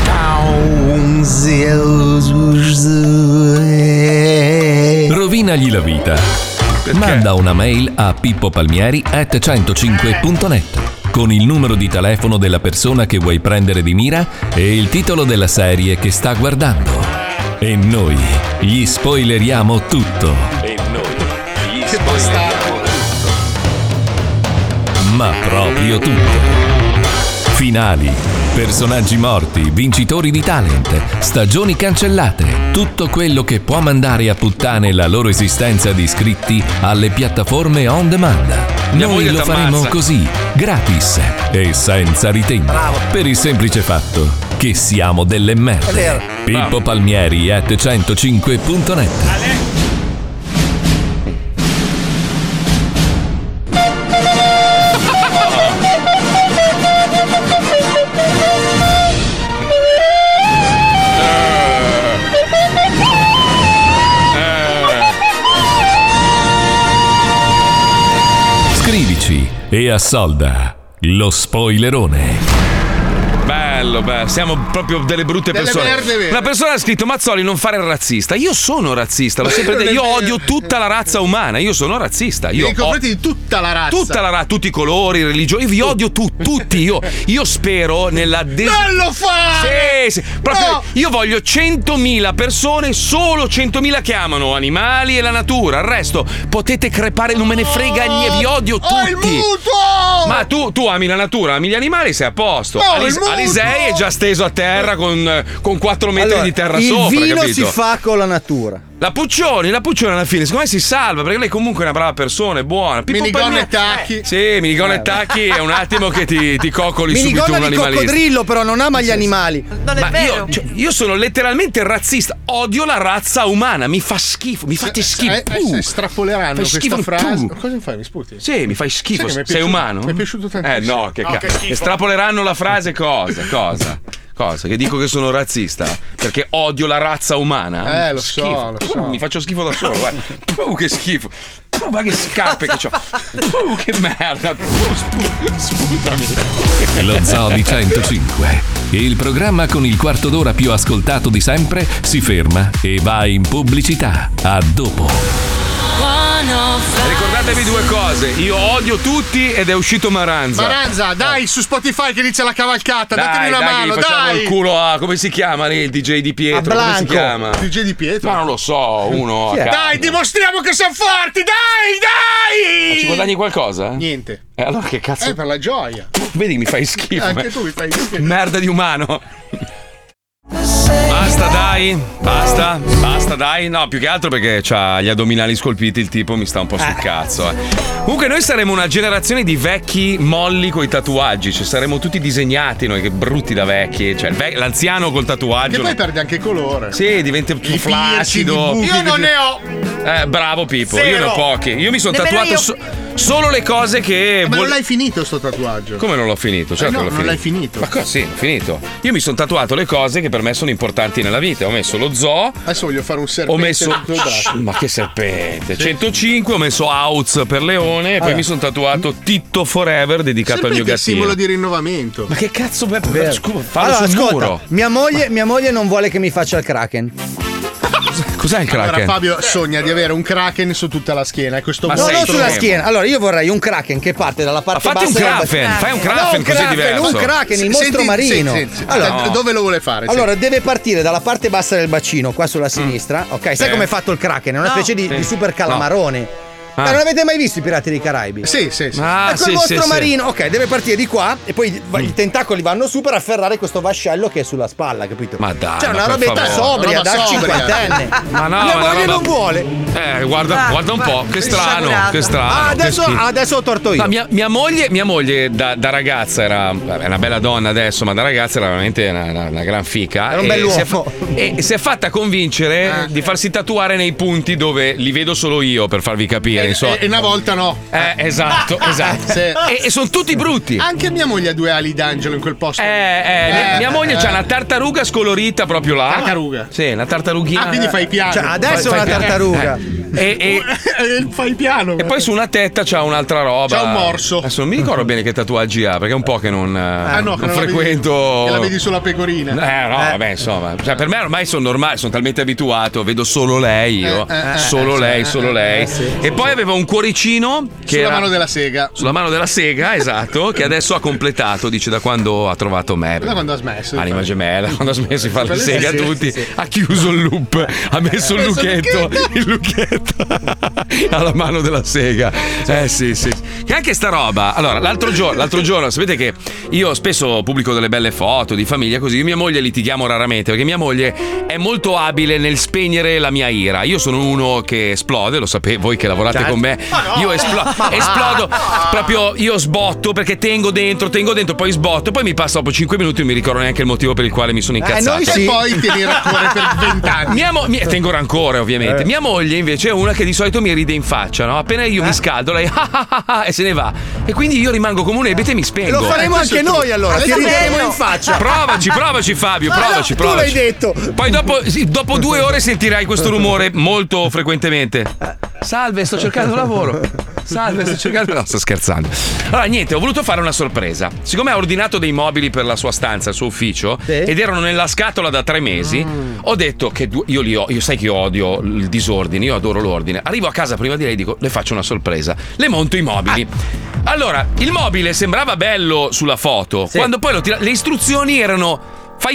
D: Rovinagli la vita. Manda una mail a pippopalmieri at centocinque punto net con il numero di telefono della persona che vuoi prendere di mira e il titolo della serie che sta guardando. E noi gli spoileriamo tutto.
A: E noi gli
C: spoileriamo
D: Ma proprio tutto. Finali, personaggi morti, vincitori di talent, stagioni cancellate, tutto quello che può mandare a puttane la loro esistenza di iscritti alle piattaforme on demand.
A: Mia
D: Noi
A: moglie
D: lo
A: t'ammazza.
D: faremo così, gratis e senza ritegno. Per il semplice fatto che siamo delle merde.
F: È vero.
D: Pippo Palmieri at centocinque punto net. Scrivici e assolda lo spoilerone.
A: Bello, bello, siamo proprio delle brutte
C: Delle
A: persone.
C: merde vere.
A: Una persona ha scritto: Mazzoli, non fare il razzista. Io sono razzista, l'ho
C: Ma
A: sempre
C: non
A: detto.
C: è
A: Io
C: vero.
A: odio tutta la razza umana. Io sono razzista. Io
C: Nei
A: ho-
C: confronti di tutta la razza.
A: tutta la razza, tutti i colori, religioni. Io vi odio tu- tutti. Io, io spero nella des-
C: Non lo fare!
A: Sì, sì. Proprio
C: No!
A: io voglio centomila persone, solo centomila che amano animali e la natura. Il resto potete crepare, non me ne frega niente. Vi odio
C: Ho il
A: tutti.
C: mutuo!
A: Ma tu, tu ami la natura, ami gli animali, sei a posto.
C: No,
A: Alis-
C: il mutuo!
A: Alisei lei è già steso a terra con, con quattro metri
I: Allora,
A: di terra
I: il
A: sopra.
I: vino
A: capito?
I: si fa con la natura.
A: La Puccioni, la Puccioni alla fine, secondo me si salva perché lei comunque è una brava persona, è buona. Pippo
C: Minigonna e
A: Palmieri-
C: tacchi.
A: Eh, Sì, minigonna e tacchi è un attimo che ti, ti coccoli subito
I: Minigonna
A: un
I: di
A: animalista.
I: coccodrillo, però non ama gli animali.
E: Non è
A: Ma
E: vero.
A: io, cioè, io sono letteralmente razzista, odio la razza umana, mi fa schifo, mi fate schifo.
C: Eh, eh, se strappoleranno
A: Fai
C: questa
A: schifo
C: frase.
A: tu.
C: Cosa fai? Mi sputi?
A: Sì, mi fai schifo.
C: Sai che mi è
A: Sei
C: piaciuto-
A: umano?
C: Mi è piaciuto tantissimo.
A: Eh no, che
C: No,
A: cazzo.
C: che schifo.
A: Estrapoleranno la frase cosa? Cosa? Cosa? Che dico che sono razzista? Perché odio la razza umana?
C: Eh, lo so,
A: Schifo.
C: lo so.
A: Mi faccio schifo da solo, guarda. Uh, che schifo. Uh, ma che scarpe che ho. Uh, che merda. Uh, spu- sputami.
D: Lo Zoo di centocinque, il programma con il quarto d'ora più ascoltato di sempre, si ferma e va in pubblicità. A dopo.
A: Ricordatevi due cose. Io odio tutti ed è uscito Maranza.
C: Maranza, dai, su Spotify che inizia la cavalcata,
A: Dai,
C: datemi una
A: dai,
C: mano,
A: gli facciamo
C: dai.
A: il culo a come si chiama lì, il D J di Pietro?
C: A
A: Come si
C: Blanco.
A: chiama?
C: D J di Pietro?
A: Ma non lo so, uno. a caso.
C: Dai, dimostriamo che siamo forti, dai, dai!
A: Ma ci guadagni qualcosa?
C: Niente.
A: Eh, allora che cazzo?
C: Eh, per la gioia.
A: Vedi, mi fai schifo.
C: Anche
A: eh.
C: tu mi fai schifo.
A: Merda di umano. Basta dai, basta, basta dai. No, più che altro perché c'ha gli addominali scolpiti, il tipo mi sta un po' sul cazzo. Eh. Comunque noi saremo una generazione di vecchi molli coi tatuaggi, cioè saremo tutti disegnati noi, che brutti da vecchi. Cioè il vec- l'anziano col tatuaggio.
C: Che poi perde anche colore.
A: Sì, diventa più
C: I
A: flaccido.
C: piercing, i buchi,
P: Io non ne ho.
A: Eh, bravo Pippo,
P: Zero.
A: io ne ho pochi. Io mi sono
C: Nemmeno
A: tatuato
C: io.
A: so- solo le cose che.
C: Ma
A: vuol-
C: non l'hai finito sto tatuaggio?
A: Come non l'ho finito? Certo
C: Eh no,
A: che l'ho
C: non
A: finito.
C: l'hai finito.
A: Ma cosa? Sì, ho finito. Io mi sono tatuato le cose che per me sono importanti nella vita. Ho messo lo zoo.
C: Adesso voglio fare un serpente.
A: Ho messo.
C: tutto il braccio.
A: Ma che serpente? centocinque, ho messo Outs per Leone e poi
C: Ah.
A: mi sono tatuato Titto Forever dedicato al mio
C: Serpente è
A: gattino.
C: simbolo di rinnovamento.
A: Ma che cazzo, Beppe?
I: Vero.
A: Scusa, fallo
I: Allora,
A: sul
I: ascolta,
A: muro.
I: mia moglie, mia moglie non vuole che mi faccia il Kraken.
A: Cos'è il Kraken?
C: Allora Fabio sogna di avere un Kraken su tutta la schiena. E questo
I: No,
C: mostro-
I: non sulla schiena. Allora, io vorrei un Kraken che parte dalla parte
A: Ma fatti
I: bassa
A: un
I: del
A: Kraken,
I: bacino.
A: fai un
I: No,
A: Kraken,
I: un
A: così
I: Kraken,
A: diverso.
I: un Kraken, il
C: S-
I: mostro
C: senti-
I: marino.
C: sì, sì, sì.
I: Allora,
C: Da- dove lo vuole fare?
I: Allora, deve partire dalla parte bassa del bacino, qua sulla sinistra. Ok, sai
C: Sì.
I: come è fatto il Kraken? È una
C: No.
I: specie di,
C: Sì.
I: di super calamarone.
A: Ah.
I: Ma non avete mai visto i Pirati dei Caraibi?
C: Sì, sì, sì.
A: Ah,
I: ecco
A: sì,
I: il mostro
A: sì, sì.
I: marino, ok, deve partire di qua e poi va- i tentacoli vanno su per afferrare questo vascello che è sulla spalla, capito?
A: Ma dai,
I: Cioè,
A: ma
I: una
A: per
I: robetta
A: favore.
I: sobria
C: Una roba
I: da
C: sobria.
I: cinquantenne.
A: Ma no,
I: Mia
A: ma
I: moglie
A: no,
I: non
A: ma-
I: vuole.
A: Eh, guarda,
E: Ah,
A: guarda un po', che
E: è
A: strano,
E: sciagurata.
A: che strano.
I: Ah,
A: che
I: adesso,
A: schifo.
I: adesso ho torto io.
A: No, mia, mia moglie, mia moglie da, da ragazza era è una bella donna adesso, ma da ragazza era veramente una, una- una gran fica.
I: Era un
A: e
I: bell'uomo.
A: si è fa- E si è fatta convincere di farsi tatuare nei punti dove li vedo solo io, per farvi capire.
C: E,
A: insomma.
C: e- e una volta no.
A: Eh, esatto, esatto.
C: Sì.
A: E, e sono tutti brutti.
C: Anche mia moglie ha due ali d'angelo in quel posto.
A: Eh, eh, mia, mia moglie
C: eh.
A: c'ha una tartaruga scolorita proprio là.
C: Tartaruga.
A: Sì, una tartarughina.
C: Ah, quindi fai piano.
I: Cioè, adesso
A: Fai-
I: è una
A: fai-
I: tartaruga.
A: E, e-
C: fai piano.
A: e poi su una tetta c'ha un'altra roba.
C: C'ha un morso.
A: Adesso non mi ricordo bene che tatuaggi ha, perché è un po' che non,
C: Ah no,
A: non
C: che non la vedi-
A: frequento.
C: che la vedi sulla pecorina.
A: Eh no, vabbè, insomma, cioè, per me ormai sono normale, sono talmente abituato, vedo solo lei io,
C: Eh, eh,
A: solo
C: eh,
A: lei,
C: sì,
A: solo
C: eh,
A: lei.
C: eh, sì,
A: e poi aveva un cuoricino che
C: Sulla
A: era
C: mano della sega.
A: sulla mano della sega, esatto, che adesso ha completato, dice da quando ha trovato me.
C: Da quando ha smesso di
A: Anima
C: fare-
A: gemella, quando ha smesso di fare le
C: Quelle
A: seghe a
C: sì,
A: tutti,
C: sì, sì.
A: ha chiuso il loop, ha messo il
C: Ha messo il
A: lucchetto, il lucchetto alla mano della sega. Eh sì, sì. Che anche sta roba. Allora, l'altro giorno, l'altro giorno, sapete che io spesso pubblico delle belle foto di famiglia così, io e mia moglie litighiamo raramente, perché mia moglie è molto abile nel spegnere la mia ira. Io sono uno che esplode, lo sapete voi che lavorate
I: Certo.
A: con me. Io esplo- esplodo, proprio io sbotto perché tengo dentro, tengo dentro, poi sbotto, poi mi passa dopo cinque minuti e non mi ricordo neanche il motivo per il quale mi sono incazzato.
I: noi sì.
C: E poi tieni rancore per vent'anni.
A: Mia mo- mia- tengo rancore ovviamente.
I: Eh.
A: Mia moglie invece è una che di solito mi ride in faccia, no? Appena io mi scaldo lei ah, ah, ah, ah, e se ne va. E quindi io rimango come un ebete e mi spengo.
I: Lo faremo
C: Eh,
I: anche
C: questo è
I: noi allora, ti
E: Questo è
I: rideremo
E: bello.
I: in faccia.
A: Provaci, provaci Fabio,
I: Ah, no,
A: provaci,
I: tu l'hai
A: provaci.
I: detto.
A: Poi dopo, sì, dopo due ore sentirai questo rumore molto frequentemente. Salve, sto cercando lavoro. Salve, sto cercando. No, sto scherzando. Allora, niente, ho voluto fare una sorpresa. Siccome ha ordinato dei mobili per la sua stanza, il suo ufficio,
I: Sì.
A: ed erano nella scatola da tre mesi, ho detto che du- io li ho, io sai che io odio il disordine, io adoro l'ordine. Arrivo a casa prima di lei e dico, le faccio una sorpresa. Le monto i mobili. Allora, il mobile sembrava bello sulla foto,
I: Sì.
A: quando poi lo tira- le istruzioni erano fai tu.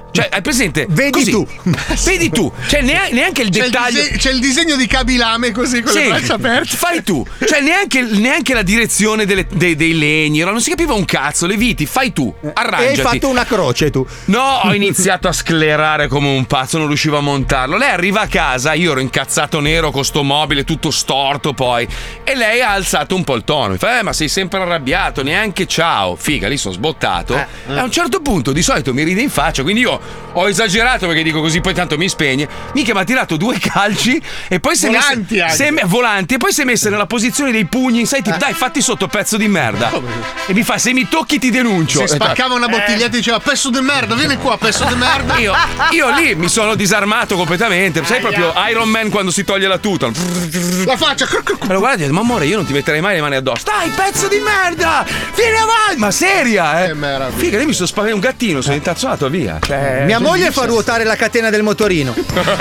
A: Cioè, hai presente?
I: Vedi
A: Così.
I: tu.
A: Vedi tu. Cioè, neanche, neanche il
C: C'è
A: dettaglio.
C: il, dise- c'è il disegno di Kabilame così con
A: Sì,
C: le braccia aperte.
A: fai tu. Cioè, neanche, neanche la direzione delle- dei, dei legni. Non si capiva un cazzo. Le viti, fai tu. Arrangiati.
I: E hai fatto una croce tu.
A: No, ho iniziato a sclerare come un pazzo, non riuscivo a montarlo. Lei arriva a casa, io ero incazzato nero con sto mobile tutto storto poi. E lei ha alzato un po' il tono. Mi fa, eh, ma sei sempre arrabbiato, neanche ciao. Figa, lì sono sbottato.
I: Eh,
A: E a un certo punto, di solito mi ride in faccia, quindi io ho esagerato perché dico così poi tanto mi spegne. Mica mi ha tirato due calci e poi si è messa
C: Volanti anche.
A: si è me- volanti e poi si è messa nella posizione dei pugni, sai, tipo, dai, fatti sotto, pezzo di merda. E mi fa, se mi tocchi ti denuncio.
C: Si spaccava una bottiglietta e diceva pezzo di merda, vieni qua, pezzo di merda.
A: Io, io lì mi sono disarmato completamente. Sai, proprio Iron Man quando si toglie la tuta.
C: La faccia.
A: Me lo guarda e dice, ma amore, io non ti metterei mai le mani addosso. Dai, pezzo di merda! Vieni avanti! Ma seria, eh? Figa, lei mi sono spaventato un gattino, sono intazzato via. Cioè,
I: Mia moglie fa ruotare la catena del motorino.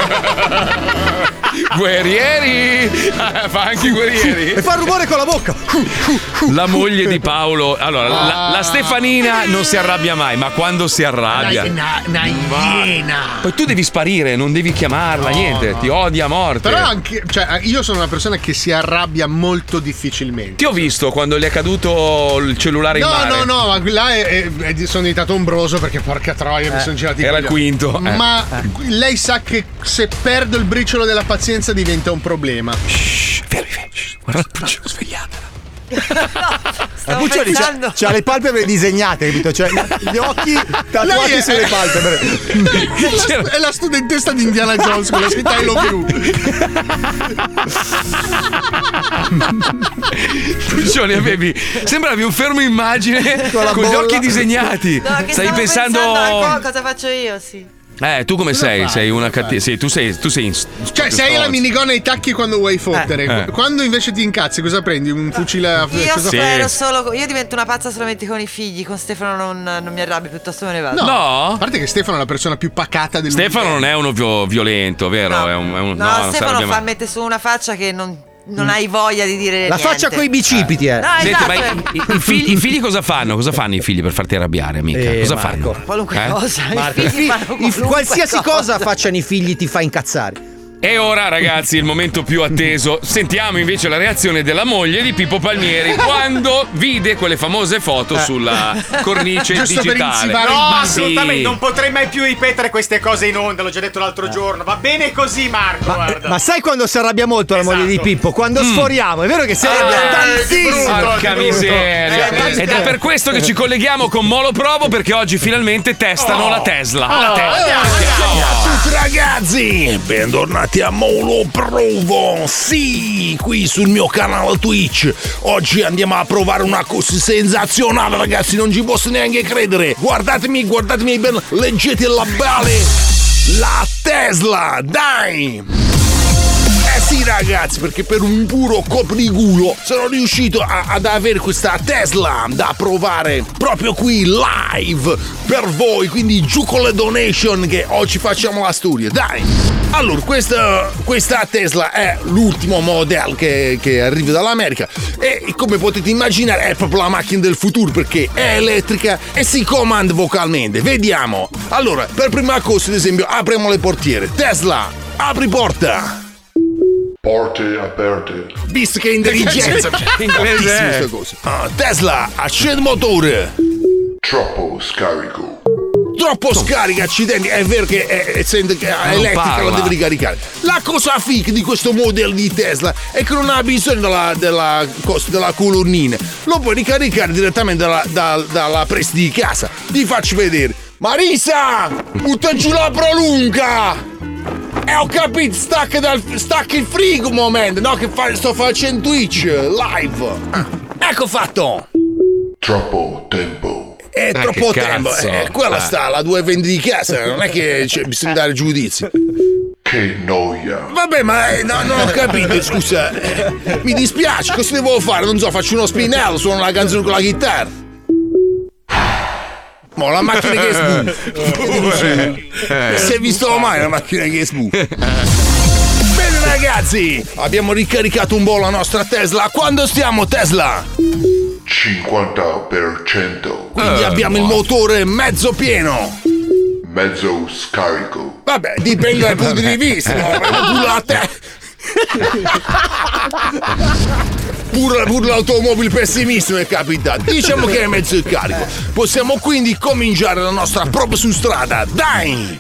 A: Guerrieri! Fa anche i guerrieri.
I: E fa il rumore con la bocca.
A: La moglie di Paolo. Allora, la, la Stefanina non si arrabbia mai, ma quando si arrabbia.
C: Una, una iena.
A: Poi tu devi sparire, non devi chiamarla,
C: No,
A: niente,
C: no.
A: ti odia a morte.
C: Però anche, cioè, io sono una persona che si arrabbia molto difficilmente.
A: Ti ho visto quando le è caduto il cellulare in
C: No,
A: mare.
C: no, no, ma là è, è- è- sono diventato ombroso perché porca troia, mi
A: Eh,
C: sono girati i
A: era il
C: coglioni.
A: quinto, eh.
C: Ma lei sa che se perdo il briciolo della pazienza diventa un problema.
A: Guarda il briciolo, svegliatela.
I: La Puccioli c'ha,
E: pensando.
I: c'ha le palpebre disegnate, capito? Cioè, gli occhi tatuati
C: Lei è-
I: sulle palpebre.
C: È la, è la studentessa di Indiana Jones con la scritta I love you.
A: Puccioli, avevi. Sembravi un fermo immagine
I: Con la
A: con, gli
I: bolla.
A: occhi disegnati.
E: No, che
A: Stai
E: stavo
A: pensando.
E: pensando a co- cosa faccio io, sì.
A: Eh, tu come sei?
C: fai?
A: Sei una cattiva. Sì, tu sei. Tu sei in...
C: Cioè, sei la minigonna ai tacchi quando vuoi fottere.
A: Eh.
C: Quando invece ti incazzi, cosa prendi? Un fucile a
E: Io
C: cosa fai?
E: spero solo. Io divento una pazza solamente con i figli. Con Stefano non, non mi arrabbio, piuttosto me ne vado.
A: No.
C: A parte che Stefano è la persona più pacata del
A: Stefano non è uno vio- violento, vero?
E: No.
A: È un, è un,
E: No,
A: non si
E: Stefano
A: arrabbia
E: fa
A: mai.
E: mette su una faccia che non, non hai voglia di dire
I: La
E: niente.
I: faccia coi bicipiti, eh.
E: No,
A: Senti,
E: esatto.
A: ma i, i- i figli, i figli cosa fanno? Cosa fanno i figli per farti arrabbiare, amica?
I: Eh,
A: cosa
I: Marco.
A: fanno?
E: Qualunque
A: Eh?
E: cosa.
I: Marco,
E: I
I: i
E: figli
I: fi-
E: fanno
I: i-
E: qualunque
I: qualsiasi cosa facciano i figli ti fa incazzare.
A: E ora, ragazzi, il momento più atteso. Sentiamo invece la reazione della moglie di Pippo Palmieri quando vide quelle famose foto sulla cornice
C: Giusto per
A: digitale.
C: insivare
P: No,
A: Ma
P: assolutamente,
A: sì.
P: non potrei mai più ripetere queste cose in onda, l'ho già detto l'altro giorno. Va bene così, Marco, guarda.
I: Ma sai quando si arrabbia molto la moglie di
P: Esatto.
I: Pippo? Quando sforiamo, è vero che si arrabbia
P: Eh,
I: tantissimo.
P: che
A: Porca
P: brutto.
A: miseria.
P: Eh,
A: Ed è per questo che ci colleghiamo con Molo Provo, perché oggi finalmente testano
P: Oh.
A: la Tesla.
P: Oh,
A: La Tesla.
L: Ciao a tutti ragazzi, bentornati a Molo Provo, sì, qui sul mio canale Twitch. Oggi andiamo a provare una cosa sensazionale ragazzi, non ci posso neanche credere. Guardatemi, guardatemi bene, leggete il labale, la Tesla, dai! Eh sì ragazzi, perché per un puro copriculo sono riuscito a- ad avere questa Tesla da provare proprio qui live per voi, quindi giù con le donation che oggi facciamo la storia, dai! Allora, questa, questa Tesla è l'ultimo modello che, che arriva dall'America e come potete immaginare è proprio la macchina del futuro perché è elettrica e si comanda vocalmente, vediamo! Allora, per prima cosa ad esempio apriamo le portiere, Tesla, apri porta!
V: Porte aperte.
L: Visto che intelligenza
A: Inglese.
L: questa cosa. Ah, Tesla, accendi motore.
V: Troppo scarico.
L: Troppo scarica, accidenti. È vero che è, essendo che è
A: Non
L: elettrica
A: parla.
L: la devi ricaricare. La cosa figa di questo modello di Tesla è che non ha bisogno della, della, cosa, della colonnina. Lo puoi ricaricare direttamente dalla, da- dalla presa di casa. Ti faccio vedere. Marisa, butta giù la prolunga. Eh, ho capito, stacca, dal, stacca il frigo un momento, no? Che fa, sto facendo Twitch live. Ah, ecco fatto.
V: Troppo tempo.
L: È
V: Eh,
L: troppo
V: che
L: tempo.
V: cazzo.
L: Eh, quella
V: Eh.
L: sta, la due vendi di casa. Non è che cioè, bisogna dare giudizio.
V: Che noia.
L: Vabbè, ma eh, no, non ho capito, scusa. Eh, mi dispiace, cosa devo fare? Non so, faccio uno spinello, suono la canzone con la chitarra. Mo, la macchina che sbuca. Si è visto mai la macchina che sbuca. Bene ragazzi, abbiamo ricaricato un po' la nostra Tesla. Quando stiamo Tesla?
V: cinquanta per cento.
L: Quindi
V: Eh,
L: abbiamo il
V: ma-
L: motore mezzo pieno.
V: mezzo scarico.
L: Vabbè, dipende dal punto di vista. Pure la te. Pure, pure l'automobile pessimista mi è capitato. Diciamo che è mezzo carico. Possiamo quindi cominciare la nostra prova su strada. Dai!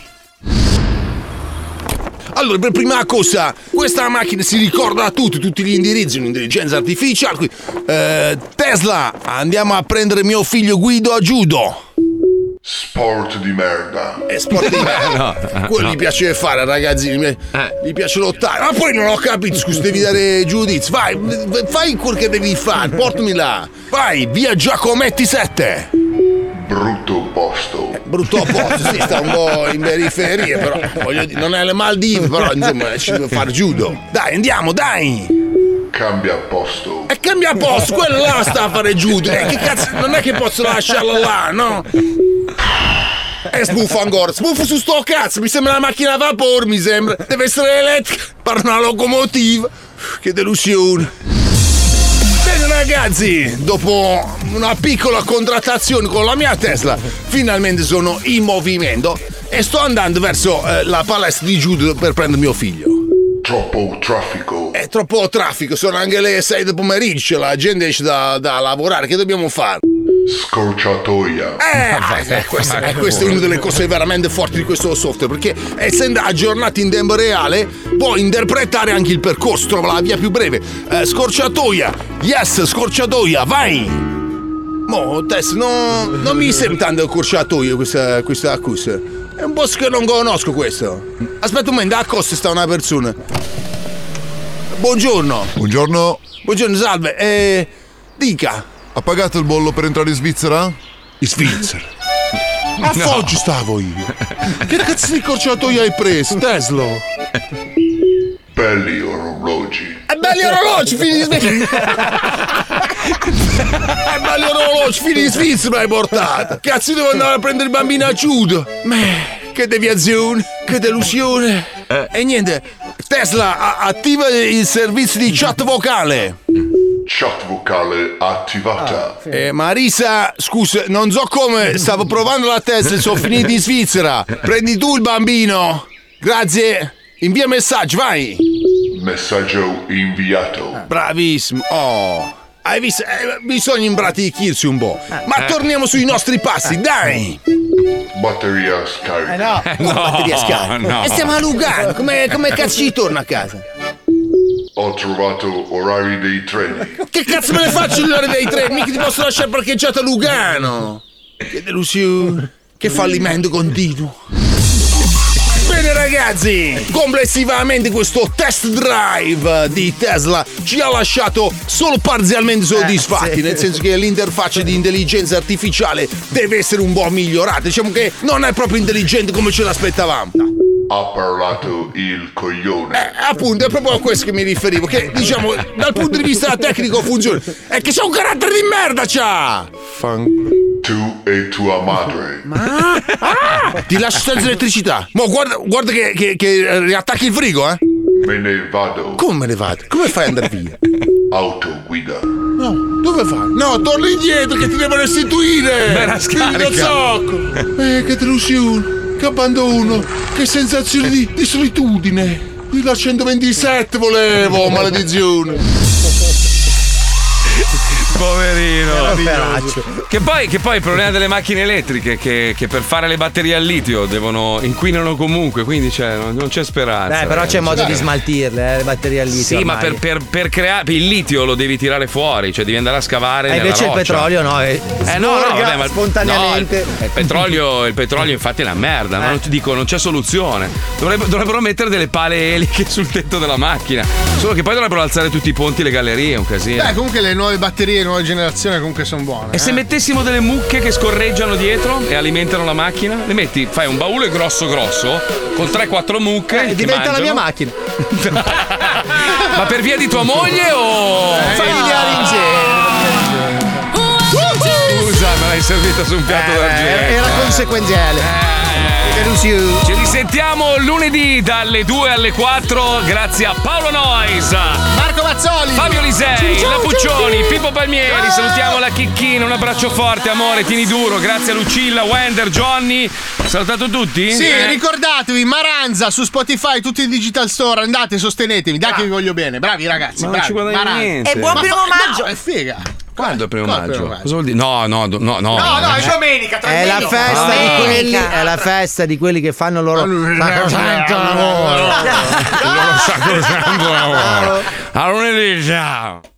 L: Allora, per prima cosa, questa macchina si ricorda a tutti, tutti gli indirizzi, un'intelligenza artificiale. Eh, Tesla, andiamo a prendere mio figlio Guido a judo.
V: Sport di merda.
L: È sport di merda. No, Quello no. Gli piace fare, ragazzini. Eh. Gli piace lottare. Ma poi non ho capito, scusa, devi dare giudizio. Vai, fai quel che devi fare, portami là. Vai, via Giacometti sette.
V: Brutto posto.
L: Eh, brutto posto, sì, sta un po' in periferia, però voglio dire, non è le Maldive, però insomma ci devo fare judo. Dai, andiamo, dai!
V: Cambia posto.
L: E cambia posto, quello là sta a fare judo. Eh, che cazzo, non è che posso lasciarlo là, no? E sbuffa ancora, sbuffa su sto cazzo, mi sembra una macchina a vapore, mi sembra. Deve essere elettrica, per una locomotiva. Che delusione. Bene ragazzi, dopo una piccola contrattazione con la mia Tesla, finalmente sono in movimento e sto andando verso eh, la palestra di judo per prendere mio figlio.
V: Troppo traffico.
L: È troppo traffico, sono anche le sei del pomeriggio, la gente esce da, da lavorare, che dobbiamo fare?
V: Scorciatoia.
L: Eh, eh questa, eh, questa è una delle cose veramente forti di questo software, perché essendo aggiornato in tempo reale può interpretare anche il percorso, trova la via più breve. Eh, scorciatoia, yes, scorciatoia, vai! Mo, Tess, no, non mi sembra tanto scorciatoia questa, questa accusa. È un posto che non conosco questo. Aspetta un momento, a costa sta una persona. Buongiorno.
K: Buongiorno.
L: Buongiorno, salve. Eh, dica.
K: Ha pagato il bollo per entrare in Svizzera?
L: In Svizzera? A no. Foggia stavo io. Che cazzo di corciatoia hai preso, Tesla?
V: Belli orologi.
L: E belli orologi, figli di Svizzera. E belli orologi, figli di Svizzera hai portato. Cazzo, devo andare a prendere il bambino a judo. Meh, che deviazione, che delusione. Eh. E niente, Tesla a- attiva il servizio di chat vocale.
V: Chat vocale attivata.
L: Ah, eh, Marisa, scusa, non so come, stavo provando la Tesla e sono finito in Svizzera. Prendi tu il bambino. Grazie. Invia messaggio, vai.
V: Messaggio inviato.
L: Bravissimo. Oh, hai visto? Eh, bisogna imbratichirsi un po'. Ma torniamo sui nostri passi, dai.
V: Batteria scarica.
F: Eh no,
L: eh, no batteria scarica.
F: No.
L: E stiamo a Lugano. Come, come cazzo ci torna a casa?
V: Ho trovato orari dei treni.
L: Che cazzo me ne faccio gli orari dei treni? Mica ti posso lasciare parcheggiato a Lugano. Che delusione. Che fallimento continuo. Bene ragazzi, complessivamente questo test drive di Tesla ci ha lasciato solo parzialmente soddisfatti, eh, sì. Nel senso che l'interfaccia di intelligenza artificiale deve essere un po' migliorata. Diciamo che non è proprio intelligente come ce l'aspettavamo.
V: Ha parlato il coglione.
L: Eh, appunto, è proprio a questo che mi riferivo. Che, diciamo, dal punto di vista tecnico funziona. È che c'ha un carattere di merda, c'ha!
V: Fan... Tu e tua madre.
L: Ma? Ah, ti lascio senza elettricità. Mo guarda, guarda che, che, che riattacchi il frigo, eh?
V: Me ne vado.
L: Come me ne vado? Come fai ad andare via?
V: Autoguida.
L: No, dove vai? No, torna indietro che ti devo restituire.
A: Bella scarica.
L: Zocco. Eh, che delusione. Che abbandono, che sensazione di, di solitudine. Io la centoventisette volevo, maledizione.
A: Poverino. Che poi, che poi il problema delle macchine elettriche che, che per fare le batterie al litio devono inquinano comunque, quindi cioè, non, non c'è speranza.
F: Beh, però c'è modo
A: cioè,
F: di smaltirle, eh, le batterie al litio.
A: Sì, ormai. ma per, per, per creare il litio lo devi tirare fuori, cioè devi andare a scavare.
F: E invece
A: roccia.
F: il petrolio no, è
A: eh no, no, vabbè, ma
F: spontaneamente.
A: No, il, il petrolio, il petrolio infatti è una merda, eh. ma non ti dico, non c'è soluzione. Dovrebbero, dovrebbero mettere delle pale eliche sul tetto della macchina. Solo che poi dovrebbero alzare tutti i ponti e le gallerie, è un casino.
C: Beh, comunque le nuove batterie, le nuove generazioni comunque sono buone.
A: E
C: eh?
A: se mettessimo delle mucche che scorreggiano dietro e alimentano la macchina? Le metti, fai un baule grosso grosso con tre quattro mucche.
F: Eh, diventa la mia macchina.
A: Ma per via di tua moglie o
F: eh, familiari in genere? Scusa,
A: me l'hai servita su un piatto
F: eh,
A: d'argento.
F: Era conseguenziale.
A: Eh,
F: you.
A: Ci risentiamo lunedì dalle due alle quattro grazie a Paolo Noyes,
C: Marco Mazzoli,
A: Fabio Lisei, La Puccioni, Pippo Palmieri. Salutiamo la Chicchina, un abbraccio forte, amore, tieni duro. Grazie a Lucilla, Wender, Johnny. Salutato tutti?
C: Sì,
A: Eh.
C: ricordatevi, Maranza su Spotify, tutti i digital store, andate, sostenetemi, dai che vi voglio bene. Bravi ragazzi,
A: Ma non
C: bravi.
A: ci guadagni
C: Maranza.
A: niente.
E: E buon
C: Ma
E: primo
C: fa-
E: maggio.
C: No, è figa.
A: Quando è il primo
C: Quando è il
A: maggio?
C: primo maggio?
A: Cosa vuol dire? No, no, do- no, no.
P: No, no, è
A: Eh.
P: domenica, tra
F: È la
P: domenica.
F: festa di
A: Ah.
F: quelli, è la festa di quelli che fanno loro sacrosanto lavoro.
A: Loro sacrosanto lavoro. A lunedì, ciao.